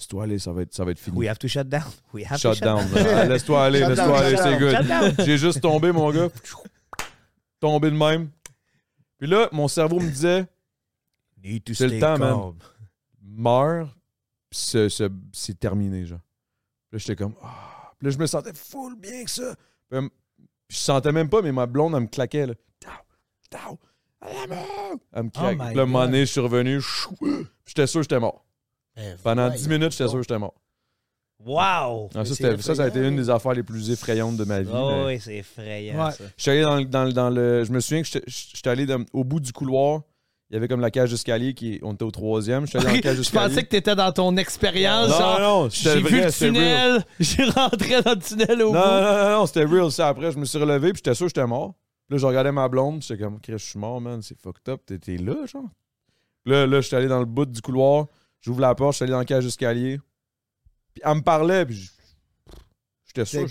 laisse-toi aller, ça va être fini. We have to shut down. We have Shut to down. Laisse-toi aller, c'est good. Shut down. J'ai juste tombé, mon gars. Tombé de même. Puis là, mon cerveau me disait, Need to c'est stay le temps, calm. man. Meurs, puis c'est terminé, genre. Puis là, j'étais comme, ah. Puis là, je me sentais full bien que ça. Puis je sentais même pas, mais ma blonde, elle me claquait, là. Tao, elle me claque. Puis là, un moment donné, je suis revenu. J'étais sûr que j'étais mort. Pendant 10 minutes, j'étais sûr que j'étais mort. Wow! Ah, ça a été une des affaires les plus effrayantes de ma vie. Oh, oui, c'est effrayant, Ouais. ça. Je suis allé dans le... Je me souviens que j'étais allé au bout du couloir. Il y avait comme la cage d'escalier on était au 3e. Je suis allé dans la cage Je d'escalier. pensais que t'étais dans ton expérience. Non, J'ai vu le tunnel, j'ai rentré dans le tunnel au bout. Non, c'était real. Ça, après, je me suis relevé, puis j'étais sûr que j'étais mort. Puis là, je regardais ma blonde, j'étais comme, Chris, je suis mort, man, c'est fucked up. T'es là, genre? Puis là, je suis allé dans le bout du couloir, j'ouvre la porte, je suis allé dans la cage d'escalier. Puis elle me parlait, puis j'étais sûr.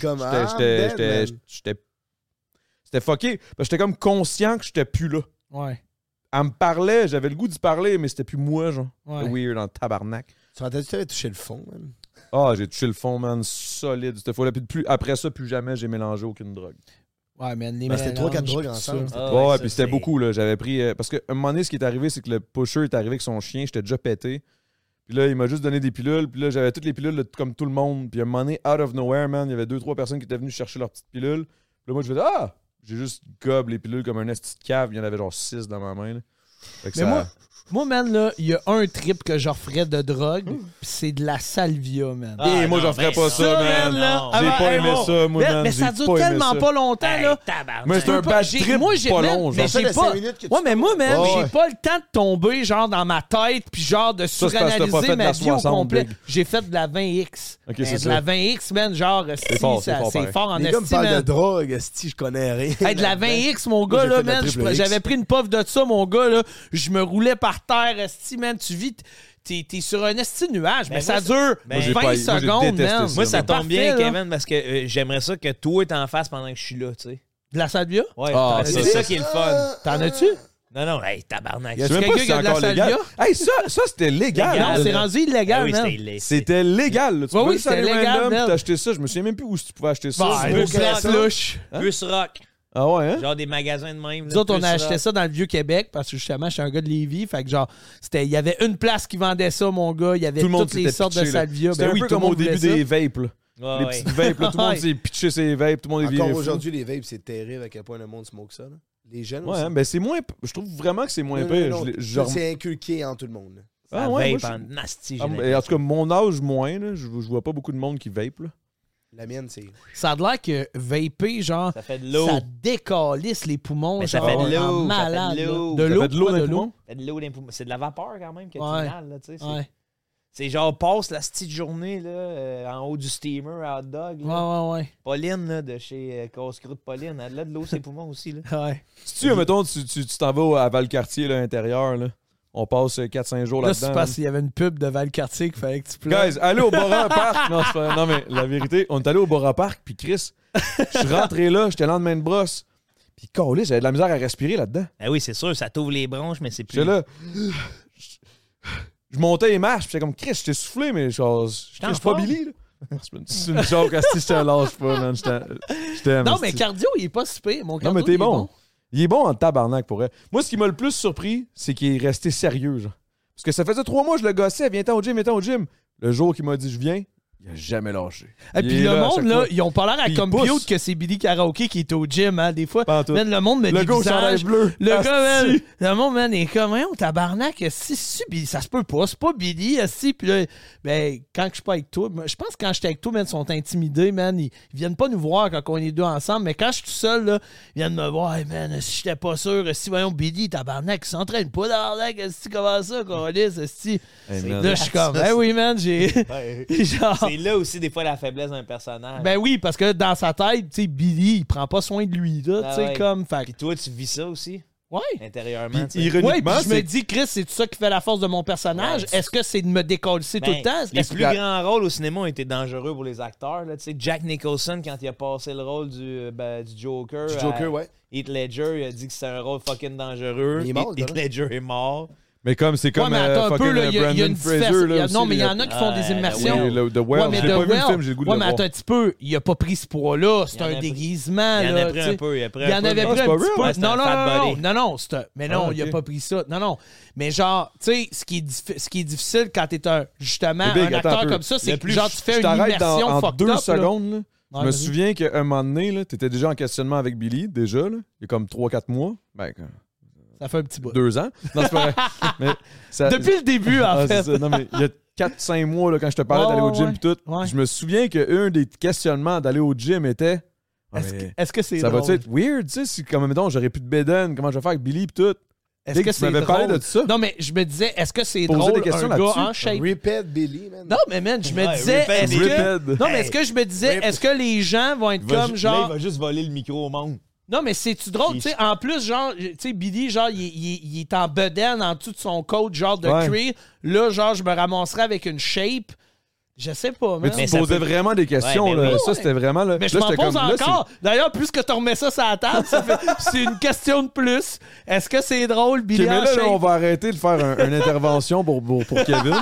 C'était fucké. Parce que j'étais comme conscient que j'étais plus là. Ouais. Elle me parlait, j'avais le goût d'y parler, mais c'était plus moi, genre. Ouais. Weird, en tabarnak. Tu entends-tu que t'avais touché le fond, man? Ah, j'ai touché le fond, man, solide. Cette fois-là. Puis après ça, plus jamais j'ai mélangé aucune drogue. Ouais, man, les C'était 3-4 mélanges, drogues pis ensemble. ça. Ouais, puis c'était beaucoup, là. J'avais pris... parce qu'à un moment donné, ce qui est arrivé, c'est que le pusher est arrivé avec son chien. J'étais déjà pété. Puis là, il m'a juste donné des pilules. Puis là, j'avais toutes les pilules là, comme tout le monde. Puis à un moment donné, out of nowhere, man, il y avait 2-3 personnes qui étaient venues chercher leurs petites pilules. Puis là, moi, je faisais « Ah! » J'ai juste gobe les pilules comme un esti de cave. Il y en avait genre 6 dans ma main, là. Fait que Mais ça... moi, man, là, il y a un trip que j'offrais de drogue, pis c'est de la salvia, man. Et moi, j'en ferais pas ça, man. là, J'ai ah, pas hey, aimé oh. ça, moi, man. Mais ça J'ai dure pas aimé tellement ça. pas longtemps, là. Mais c'est un bad trip moi, j'ai pas man, long, mais genre. j'ai pas... Ouais, mais moi, man, Oh, j'ai ouais. pas le temps de tomber, genre, dans ma tête, puis genre, de c'est parce que t'as pas suranalyser fait de ma la vie au 60, complet. big. J'ai fait de la 20X. Ok, Mais c'est de ça. la 20X, man, genre, C'est fort, c'est pareil. fort en Les gars me esti, parlent de man. drogue, esti, je connais rien. Hey, de la 20X, mon Moi, gars, j'ai là, fait de la man. triple X. J'avais pris une puff de ça, mon gars, là. Je me roulais par terre, esti, man. Tu vis, t'es sur un esti nuage, mais ça dure ben, 20 moi, j'ai secondes, détesté man. ça. Moi, ça C'est tombe bien, parfait, là. Kevin, parce que j'aimerais ça que toi t'en fasses pendant que je suis là, tu sais. De la salvia? Ouais, Ah, c'est ça, ça qui est le fun. T'en as-tu? Non, hey, tabarnak. Je sais même quelqu'un pas si qui a c'est de la encore légal. salvia? Hey, ça c'était légal. Légal. Non, c'est rendu illégal, oui, man. C'était légal. Là. Tu Ouais, peux oui, juste aller c'était légal, random man. t'as acheté ça. Je me souviens même plus où tu pouvais acheter ça. Bah, C'est gros beau. crack louche. Plus rock. Ah ouais, hein? Genre des magasins de même. Nous autres, on a acheté ça dans le Vieux-Québec parce que justement, je suis un gars de Lévis. Fait que genre, il y avait une place qui vendait ça, mon gars. Il y avait Tout le monde toutes les s'était sortes pitché, de là. salvia. C'était Ben un oui, peu tout le comme au monde début voulait des vapes. Là. Ouais, Les ouais. petites vapes, là, tout le monde s'est pitché ses vapes, tout le monde est Encore viré fou. aujourd'hui, les vapes, c'est terrible à quel point le monde smoke ça. Là. Les jeunes Ouais, aussi. hein, ben c'est moins. Je trouve vraiment que c'est moins Non, pire. non, non. Je C'est inculqué en tout le monde. Là. Ça Ah ouais, vape moi, en nasty, Ah, j'ai en tout cas, mon âge, moins. Là, je vois pas beaucoup de monde qui vape. Là. La mienne, c'est... Ça a l'air que vaper, genre, Ça fait de l'eau. ça décalisse les poumons. Mais ça genre, fait de en l'eau, ça fait de malade, là. l'eau. De Ça l'eau, fait de l'eau pas dans de les l'eau. poumons? Ça fait de l'eau dans les poumons. C'est de la vapeur quand même que tu Ouais. inhales, là, tu sais. Ouais, C'est genre, passe la petite journée là, en haut du steamer à hot dog. Là. ouais. Pauline, là, de chez Casse-Croûte Pauline, elle a de l'eau ses poumons aussi. Là. Ouais. Si tu, mettons, tu t'en vas à Valcartier, là, intérieur, là. On passe 4-5 jours Là, c'est là-dedans. parce qu'il y avait une pub de Valcartier qu'il fallait que tu pleures. Guys, allez au Bora Park. Non, c'est pas... non, mais la vérité, on est allé au Bora Park, puis Chris, je suis rentré là, j'étais lendemain de brosse. Puis, calé, j'avais de la misère à respirer là-dedans. Ah oui, c'est sûr, ça t'ouvre les bronches, mais c'est plus. J'étais là. Je montais les marches, puis j'étais comme Chris, j'étais soufflé, mais genre, je suis pas forme. Billy, là. C'est une joke, si je te lâche pas, man. Je t'aime. Non, mais cardio, il est pas si pire. Mon Non, cardio, mais t'es il est bon. Il est bon en tabarnak pour elle. Moi, ce qui m'a le plus surpris, c'est qu'il est resté sérieux, genre. Parce que ça faisait 3 mois que je le gossais. Viens-t'en au gym, Le jour qu'il m'a dit je viens, il a jamais lâché. Et Il puis est le là à monde, chaque là, fois. ils ont pas l'air à Puis il comme pousse. cute que c'est Billy Karaoke qui est au gym, hein, des fois. Pas en tout. Man, le monde met Le des gars au chandail visages. bleu. Le Asti. gars, man, le monde, man, est comme, on tabarnak, si, Billy, ça se peut pas, c'est pas Billy, si, puis là, ben, quand je suis pas avec toi, je pense que quand j'étais avec toi, man, ils sont intimidés, man, ils viennent pas nous voir quand on est deux ensemble, mais quand je suis tout seul, là, ils viennent me voir, hey, man, si j'étais pas sûr, si, voyons, Billy, tabarnak, il s'entraîne pas tabarnak, si, comment ça, si. Hey, man. Là, je suis comme, eh oui, man, j'ai, genre... C'est là aussi, des fois, la faiblesse d'un personnage. Ben oui, parce que dans sa tête, tu sais, Billy, il prend pas soin de lui, là, Ah tu sais, ouais. comme, fait Puis toi, tu vis ça aussi, ouais. intérieurement. tu sais. Ouais, Ironiquement, puis je me c'est... dis, Chris, c'est ça qui fait la force de mon personnage. Ouais. Est-ce que c'est de me décoller tout Ben, le temps? Les Est-ce plus que- grands rôles au cinéma ont été dangereux pour les acteurs. Là. Tu sais, Jack Nicholson, quand il a passé le rôle du Joker, Du Joker, ouais. Heath Ledger, il a dit que c'était un rôle fucking dangereux. Il est mort, Heath le gars-là. Ledger est mort. Mais comme c'est comme mais attends un peu, là, il y a Brandon une Fraser. Là, non, aussi, mais il y en a qui font des immersions. The Well. mais J'ai pas vu le film, j'ai le goût de le mais voir. attends un petit peu. Il a pas pris ce poids-là. C'est un déguisement. Il en là, a pris un peu. Il en avait pris un petit peu. Ouais, Non, mais non, il a pas pris ça. Non. Mais genre, tu sais, ce qui est difficile quand t'es justement un acteur comme ça, c'est que genre tu fais une immersion en fucked 2 up. secondes, je me vas-y. souviens qu'à un moment donné, t'étais déjà en questionnement avec Billy, déjà, là, il y a comme 3-4 mois. Ben, Ça fait un petit bout. 2 ans. Non, c'est pas vrai. Mais Depuis le début, en fait. Non, mais il y a 4-5 mois, là, quand je te parlais d'aller au gym et tout, je me souviens qu'un des questionnements d'aller au gym était... Est-ce que c'est ça drôle? va-tu être weird, tu sais, si, comme, mettons, j'aurais plus de bédaine, comment je vais faire avec Billy et tout? Est-ce que c'est drôle? Parlé de ça? Non, mais je me disais, est-ce que c'est Poser drôle des questions un gars là-dessus. en shape? Riphead Billy, man. Non, mais man, je me disais, est-ce que... Non, mais est-ce que je me disais, est-ce que les gens vont être comme genre... Là, il va juste voler le micro au monde. Non, mais c'est-tu drôle, tu sais, en plus, genre, tu sais, Billy, genre, il est en bedaine en dessous de son coat, genre, de cuir. Là, genre, je me ramasserais avec une shape. Je sais pas, man. Mais tu posais vraiment des questions, là. Ça, c'était vraiment... Là, mais je m'en pose encore. D'ailleurs, puisque tu remets ça sur la table, c'est une question de plus. Est-ce que c'est drôle, Billy mais en là, shape? on va arrêter de faire une intervention pour Kevin.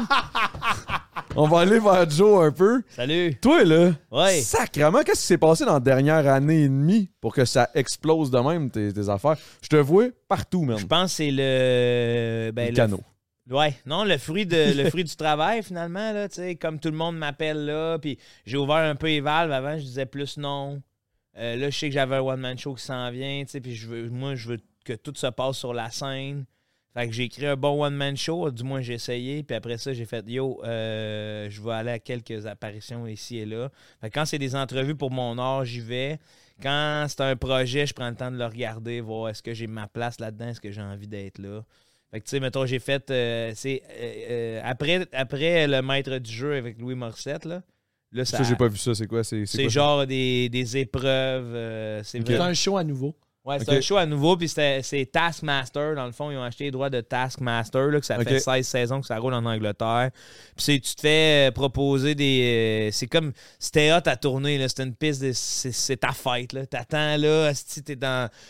On va aller vers Joe un peu. Salut. Toi, là, Ouais. sacrément, qu'est-ce qui s'est passé dans la dernière année et demie pour que ça explose de même, tes affaires? Je te vois partout, man. Je pense que c'est le canot. Ouais, non, le fruit du travail, finalement, là, tu sais, comme tout le monde m'appelle là, puis j'ai ouvert un peu les valves. Avant, je disais plus non. Là, je sais que j'avais un one-man show qui s'en vient, tu sais, puis je veux que tout se passe sur la scène. Fait que j'ai écrit un bon one-man show, du moins j'ai essayé, puis après ça, j'ai fait « Yo, je vais aller à quelques apparitions ici et là. » Fait que quand c'est des entrevues pour mon art, j'y vais. Quand c'est un projet, je prends le temps de le regarder, voir est-ce que j'ai ma place là-dedans, est-ce que j'ai envie d'être là. Fait que tu sais, mettons, j'ai fait... après le maître du jeu avec Louis Morissette, là ça, j'ai pas vu ça, c'est quoi? C'est quoi, genre des épreuves. C'est un show à nouveau. Ouais, c'est un show à nouveau, puis c'est Taskmaster. Dans le fond, ils ont acheté les droits de Taskmaster, là, que ça fait 16 saisons que ça roule en Angleterre. Puis tu te fais proposer des... c'est comme... C'était hot à tourner, là. C'est une piste de... C'est ta fête, là. T'attends, là, asti, t'es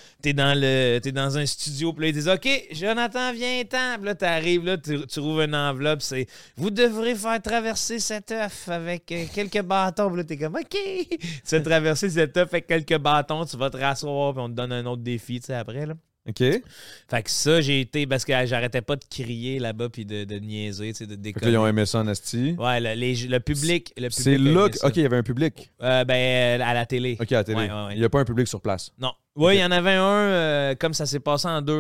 dans un studio, puis là, ils disent « OK, Jonathan, viens-t'en. » Puis là, t'arrives, là, tu rouvres une enveloppe, c'est « Vous devrez faire traverser cet œuf avec quelques bâtons. » Puis là, t'es comme « OK. » Tu fais traverser cet œuf avec quelques bâtons, tu vas te rasseoir, puis on te donne un autre défi, tu sais, après, là. OK. Fait que ça, j'ai été... Parce que j'arrêtais pas de crier là-bas puis de niaiser, tu sais, de déconner. Fait que là, ils ont aimé ça en asti. Ouais, le public... C'est là... OK, il y avait un public. À la télé. OK, à la télé. Ouais. Il n'y a pas un public sur place. Non. Oui, il y en avait un, comme ça s'est passé en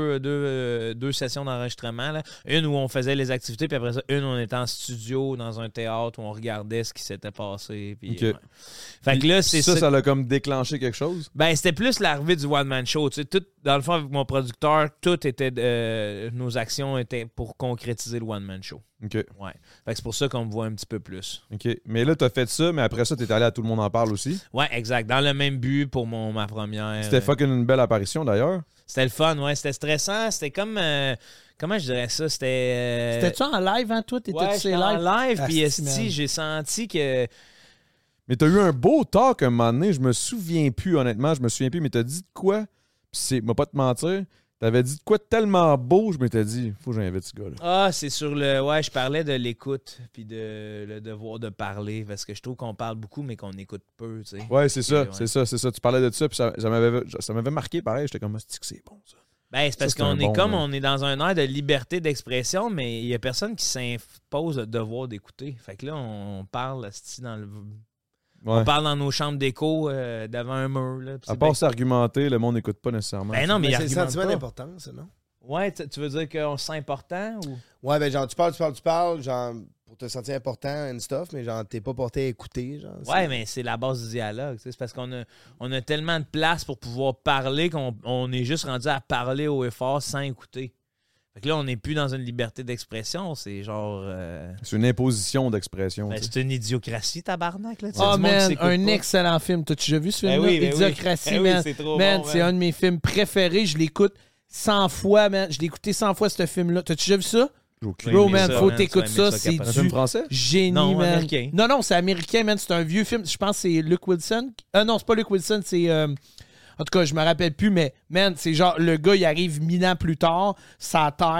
deux sessions d'enregistrement. Là. Une où on faisait les activités, puis après ça, une où on était en studio, dans un théâtre, où on regardait ce qui s'était passé. Puis, OK. Fait que là, c'est ça l'a comme déclenché quelque chose? Ben, c'était plus l'arrivée du one-man show. Tu sais, tout, dans le fond, avec mon producteur, tout était... nos actions étaient pour concrétiser le one-man show. OK. Ouais. Fait que c'est pour ça qu'on me voit un petit peu plus. OK. Mais là, t'as fait ça, mais après ça, t'es allé à Tout le monde en parle aussi? Ouais, exact. Dans le même but pour ma première... C'était fucking une belle apparition, d'ailleurs. C'était le fun, ouais. C'était stressant. C'était comme... comment je dirais ça? C'était... C'était-tu en live, hein, toi? T'étais en live, puis j'ai senti que... Mais t'as eu un beau talk un moment donné. Je me souviens plus, honnêtement. Je me souviens plus, mais t'as dit de quoi? Puis c'est... Moi, pas te mentir... T'avais dit de quoi de tellement beau, je m'étais dit, faut que j'invite ce gars-là. Ah, c'est sur le... Ouais, je parlais de l'écoute, puis de le devoir de parler, parce que je trouve qu'on parle beaucoup, mais qu'on écoute peu, tu sais. Ouais, c'est ça. Tu parlais de ça, puis ça m'avait marqué pareil. J'étais comme, c'est bon, ça. Ben, c'est parce qu'on est comme, on est dans un air de liberté d'expression, mais il y a personne qui s'impose le devoir d'écouter. Fait que là, on parle, dans le... Ouais. On parle dans nos chambres d'écho devant un mur. Là, à part s'argumenter, le monde n'écoute pas nécessairement. Ben non, mais c'est le sentiment d'importance, non? Ouais, tu veux dire qu'on se sent important ou? Ouais, ben genre, tu parles, genre, pour te sentir important and stuff, mais genre, t'es pas porté à écouter, genre. Ouais, mais c'est la base du dialogue. C'est parce qu'on a tellement de place pour pouvoir parler qu'on est juste rendu à parler haut et fort sans écouter. Fait que là, on n'est plus dans une liberté d'expression, c'est genre... C'est une imposition d'expression. Ben, c'est une idiocratie, tabarnak. Là. Oh man, un excellent film. T'as-tu déjà vu ce film-là? Oui, Idiocratie, oui. man. C'est trop man, bon, c'est un de mes films préférés. Je l'écoute 100 fois, man. Je l'ai écouté 100 fois, ce film-là. T'as-tu déjà vu ça? Bro, man, faut t'écouter ça. C'est un film français? Génie, non, man. Américain. Non, c'est américain, man. C'est un vieux film. Je pense que c'est Luke Wilson. Non, c'est pas Luke Wilson, c'est... En tout cas, je me rappelle plus, mais man, c'est genre, le gars, il arrive 1000 ans plus tard, sa terre...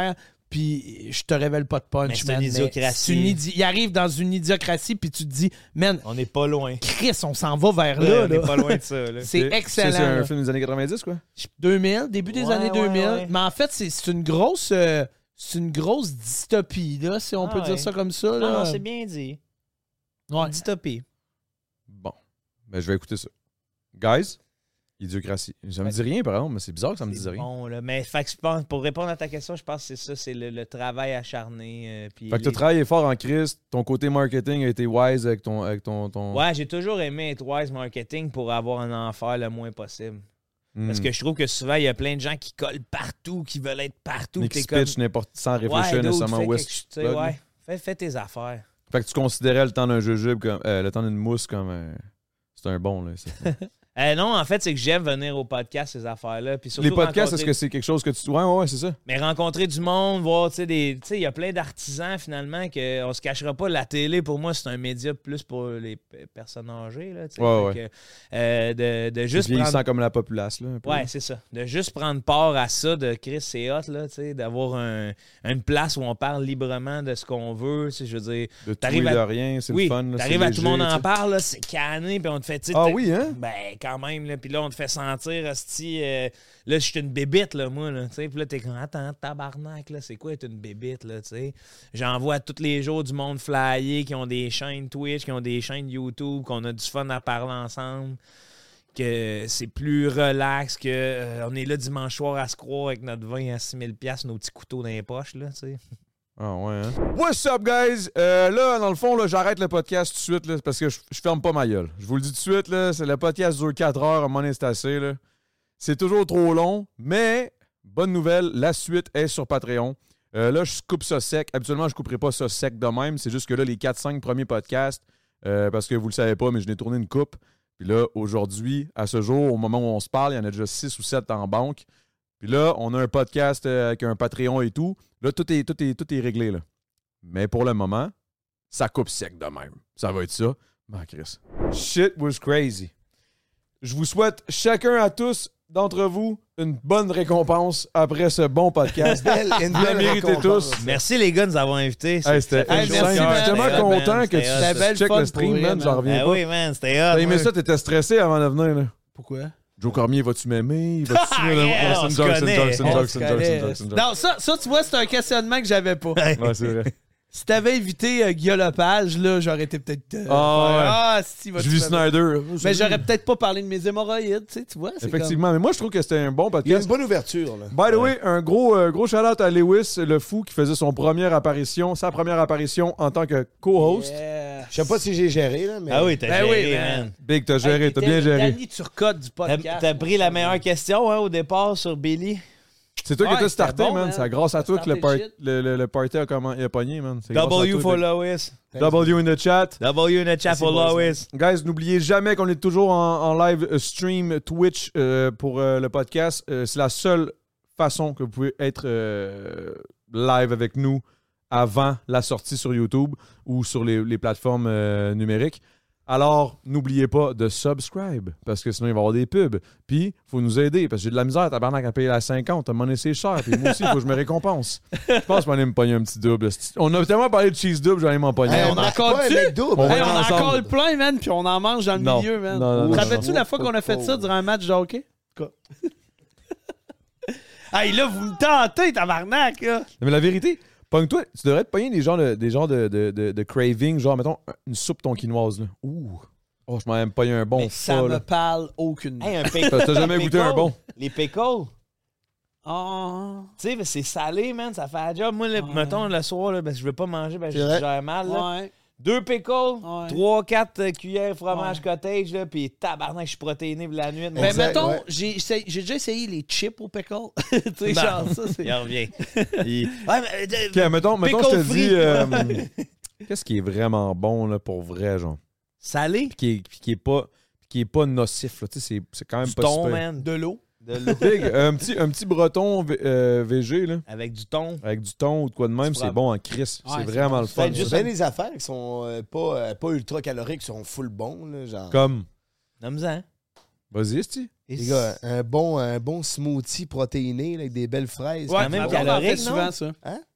Puis je te révèle pas de punch, Mais c'est man. une idiocratie. Il arrive dans une idiocratie, puis tu te dis, man, On n'est pas loin. Chris, on s'en va vers Ouais, là. on n'est là. pas loin de ça. Là. C'est excellent. C'est un là. film des années 90, quoi? 2000, début des Ouais, années ouais, 2000. ouais. Mais en fait, c'est une grosse dystopie, là, si on peut ouais. dire ça comme ça. Là. Non, c'est bien dit. Ouais. Dystopie. Bon. Ben, je vais écouter ça. Guys, idiocratie. Ça me dit rien, par exemple, mais c'est bizarre que ça me dise rien. Bon, là. Mais fait que je pense, pour répondre à ta question, je pense que c'est ça, c'est le travail acharné. Puis Fait que tu as travaillé fort en Christ, ton côté marketing a été wise avec ton... Ouais, j'ai toujours aimé être wise marketing pour avoir un enfer le moins possible. Parce que je trouve que souvent, il y a plein de gens qui collent partout, qui veulent être partout. Nick pitch n'importe sans réfléchir nécessairement où est-ce que tu te plugues, là. Ouais, fais tes affaires. Fait que tu considérais le temps d'un jujube comme... le temps d'une mousse comme... c'est un bon, là. Non, en fait, c'est que j'aime venir au podcast, ces affaires-là. Puis surtout Les podcasts, rencontrer- est-ce que c'est quelque chose que tu... Ouais, c'est ça. Mais rencontrer du monde, voir, tu sais, il y a plein d'artisans, finalement, qu'on se cachera pas. La télé, pour moi, c'est un média plus pour les personnes âgées, là, tu sais. Ouais, Fait que, de juste Vieillissant prendre... comme la populace, là. Un peu. Ouais, c'est ça. De juste prendre part à ça, de Chris, c'est hot, là, tu sais, d'avoir une place où on parle librement de ce qu'on veut, tu sais, je veux dire... De tout t'arrives et de à- rien, c'est Oui, le fun. Là, t'arrives c'est à tout le monde léger, en tu sais. parle, là, c'est canné, puis on te fait... tu sais, Ah t'es- oui, hein? Ben, quand même, là. Puis là, on te fait sentir, hostie, là, je suis une bébite, là, moi, là, tu sais. Puis là, t'es comme, attends, tabarnak, là, c'est quoi être une bébite, là, tu sais. J'en vois tous les jours du monde flyer qui ont des chaînes Twitch, qui ont des chaînes YouTube, qu'on a du fun à parler ensemble, que c'est plus relax, que on est là dimanche soir à se croire avec notre vin à 6000$, nos petits couteaux dans les poches, là, tu sais. Ah ouais, hein? What's up, guys? Là, dans le fond, là, j'arrête le podcast tout de suite là, parce que je ferme pas ma gueule. Je vous le dis tout de suite, là, le podcast dure 4 heures, à un moment donné, c'est assez. Là. C'est toujours trop long, mais bonne nouvelle, la suite est sur Patreon. Là, je coupe ça sec. Habituellement, je couperai pas ça sec de même. C'est juste que là, les 4-5 premiers podcasts, parce que vous le savez pas, mais je n'ai tourné une coupe. Puis là, aujourd'hui, à ce jour, au moment où on se parle, il y en a déjà 6 ou 7 en banque. Puis là, on a un podcast avec un Patreon et tout. Là, tout est réglé, là. Mais pour le moment, ça coupe sec de même. Ça va être ça. Ben, Chris. Shit was crazy. Je vous souhaite chacun à tous d'entre vous une bonne récompense après ce bon podcast. Une Vous la méritez tous. Merci, les gars, de nous avoir invités. Hey, c'était Ça fait merci, insane. man. Je suis tellement C'était hot, content man. que tu C'était hot. C'était belle checkes fun le stream, pour man. vrai, J'en man. reviens Ah pas. oui, man, c'était hot. T'as aimé moi. ça? T'étais stressé avant de venir, là? Pourquoi? Joe Cormier, vas-tu m'aimer? Vas-tu m'aimer? Yeah, on se connaît. Non, ça, tu vois, c'est un questionnement que j'avais pas. Ouais, c'est vrai. Si t'avais invité Guillaume Lepage, là, j'aurais été peut-être... si, va-tu Julie m'aimer? Snyder. Mais j'aurais peut-être pas parlé de mes hémorroïdes, tu vois. c'est Effectivement, mais moi, je trouve que c'était un bon Il y a podcast. une bonne ouverture, là. By the way, un gros shout-out à Lewis, le fou, qui faisait sa première apparition en tant que comme... co-host. Yeah. Je sais pas si j'ai géré, là, mais... Ah oui, t'as Ben géré, oui, man. man. Big, t'as géré, t'as bien géré. Danny Turcotte du podcast. T'as pris la meilleure question, hein, au départ sur Billy. C'est toi qui Ouais, t'as starté, c'était bon, man. man. C'est grâce à toi que Starté le shit. le party a pogné, man. C'est grâce à W toi, for Big. Lois. W in the chat. W in the chat for boys, Lois. Guys, n'oubliez jamais qu'on est toujours en live stream Twitch pour le podcast. C'est la seule façon que vous pouvez être live avec nous avant la sortie sur YouTube ou sur les plateformes numériques. Alors, n'oubliez pas de subscribe, parce que sinon, il va y avoir des pubs. Puis, il faut nous aider, parce que j'ai de la misère, tabarnak, à payer la 50. À un moment donné, c'est cher. Puis moi aussi, il faut que je me récompense. Je pense qu'on va aller me pogner un petit double. On a tellement parlé de cheese double, j'allais m'en pogner. Hey, un. on a encore pas un du- mec double. On Hey, va on a ensemble. encore le plein, man, puis on en mange dans le Non. milieu, man. Non, non, Te non, rappelles-tu non. la fois qu'on a fait ça durant un match de hockey? Hey, là, vous me tentez, tabarnak, là. Mais la vérité, pogne-toi, tu devrais te pogner des genres de craving, genre, mettons, une soupe tonkinoise, là. Ouh. Oh, je m'en aime pogner un bon Mais ça ça, me là. parle aucunement. Hey, un pickle. T'as jamais goûté un bon? Les pickles. Ah. Tu sais, ben, c'est salé, man. Ça fait la job. Moi, là, mettons, le soir, là, ben, je veux pas manger, ben, je C'est vrai. gère mal. Là. Ouais. 2 pickles, Ouais. 3-4 cuillères fromage Ouais. cottage, là, puis tabarnak, je suis protéiné pour la nuit. Mais Exact, mettons, ouais. j'ai déjà essayé les chips au pickle. Tu sais, Non. genre ça, c'est... Il revient. Ouais, Ouais, mettons, je pickle te frit. dis, qu'est-ce qui est vraiment bon, là, pour vrai, genre? Salé. Puis qui est pas nocif, là. Tu sais, c'est quand même Du pas thon, super. man. De l'eau. De l'eau. Big, un petit breton VG, là, Avec du thon. avec du thon ou de quoi de même, Tu c'est prends- bon en crise. Ouais, c'est c'est vraiment bon. le fun. Faites juste Il y a bien des affaires qui sont pas ultra caloriques, qui sont full bons, là, genre. Comme, Nomme-en. vas-y, esti. Les gars, un bon smoothie protéiné là, avec des belles fraises. quand même on en calorique, fait non? souvent, ça. Hein?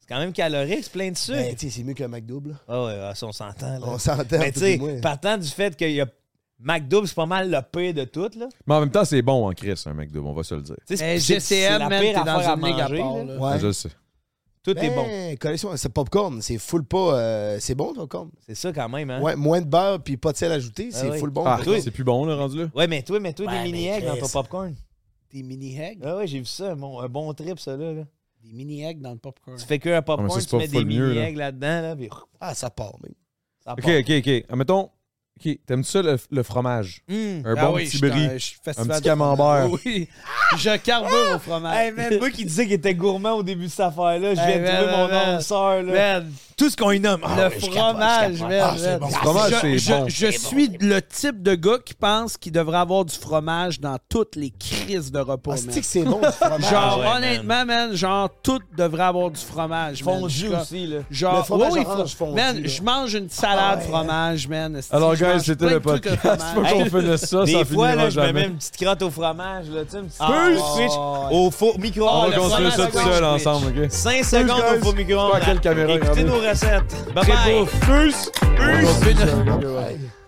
C'est quand même calorique, c'est plein de sucre. Ben, tu sais, c'est mieux qu'un McDo, là. Ah ouais, on s'entend. Là. On s'entend. Mais tu sais, partant du fait qu'il y a McDo, c'est pas mal le pire de tout, là. Mais en même temps, c'est bon en Chris, un McDo, on va se le dire. GCM, man, t'es dans une ligue à part. Ouais. Je le sais. Tout est bon. Connaissez-moi, c'est popcorn, c'est full pas... c'est bon, le popcorn. C'est ça quand même, hein? Ouais, moins de beurre puis pas de sel ajouté, c'est full bon. Ah, c'est plus bon, là, rendu là? Ouais, mais toi, mets-toi des mini-eggs dans ton popcorn. Des mini-eggs? Ah ouais, j'ai vu ça, un bon trip, ça, là. Des mini-eggs dans le popcorn. Tu fais qu'un popcorn, ça, c'est tu pas mets des full mieux, mini-eggs là-dedans, là, puis... Ah, ça part, même. Ça OK, part. OK. Admettons, OK, t'aimes-tu ça, le fromage? Un bon petit brie, un petit camembert. Oui, je carbure au fromage. Hey, man, moi qui disais qu'il était gourmand au début de cette affaire-là, je viens de trouver mon âme sœur, là. Man, Tout ce qu'on y nomme. le fromage, man. Le fromage, c'est bon. Je suis le type de gars qui pense qu'il devrait avoir du fromage dans toutes les crises de repas, Ah, man. c'est que c'est bon, du fromage. Genre, ouais, honnêtement, man, genre, tout devrait avoir du fromage, man. Fondu Je- aussi, là. Genre, Le fromage oui, orange fondu, man, là. je mange une salade fromage, man. Alors, Je mange guys, c'était plein le de trucs au podcast. fromage. Faut qu'on finisse ça, Des ça fois, finira là, je me mets jamais. une petite crotte au fromage, là, tu sais, une petite Ah, switch ouais. au four micro-ondes. On le va construire ça fromage, tout seul oui. ensemble, OK? 5 secondes guys. au four micro-ondes. Pas à quelle caméra, Écoutez regardez. nos recettes. Bye Très bye. beau. Peace! Peace. On va continuer. OK, ouais.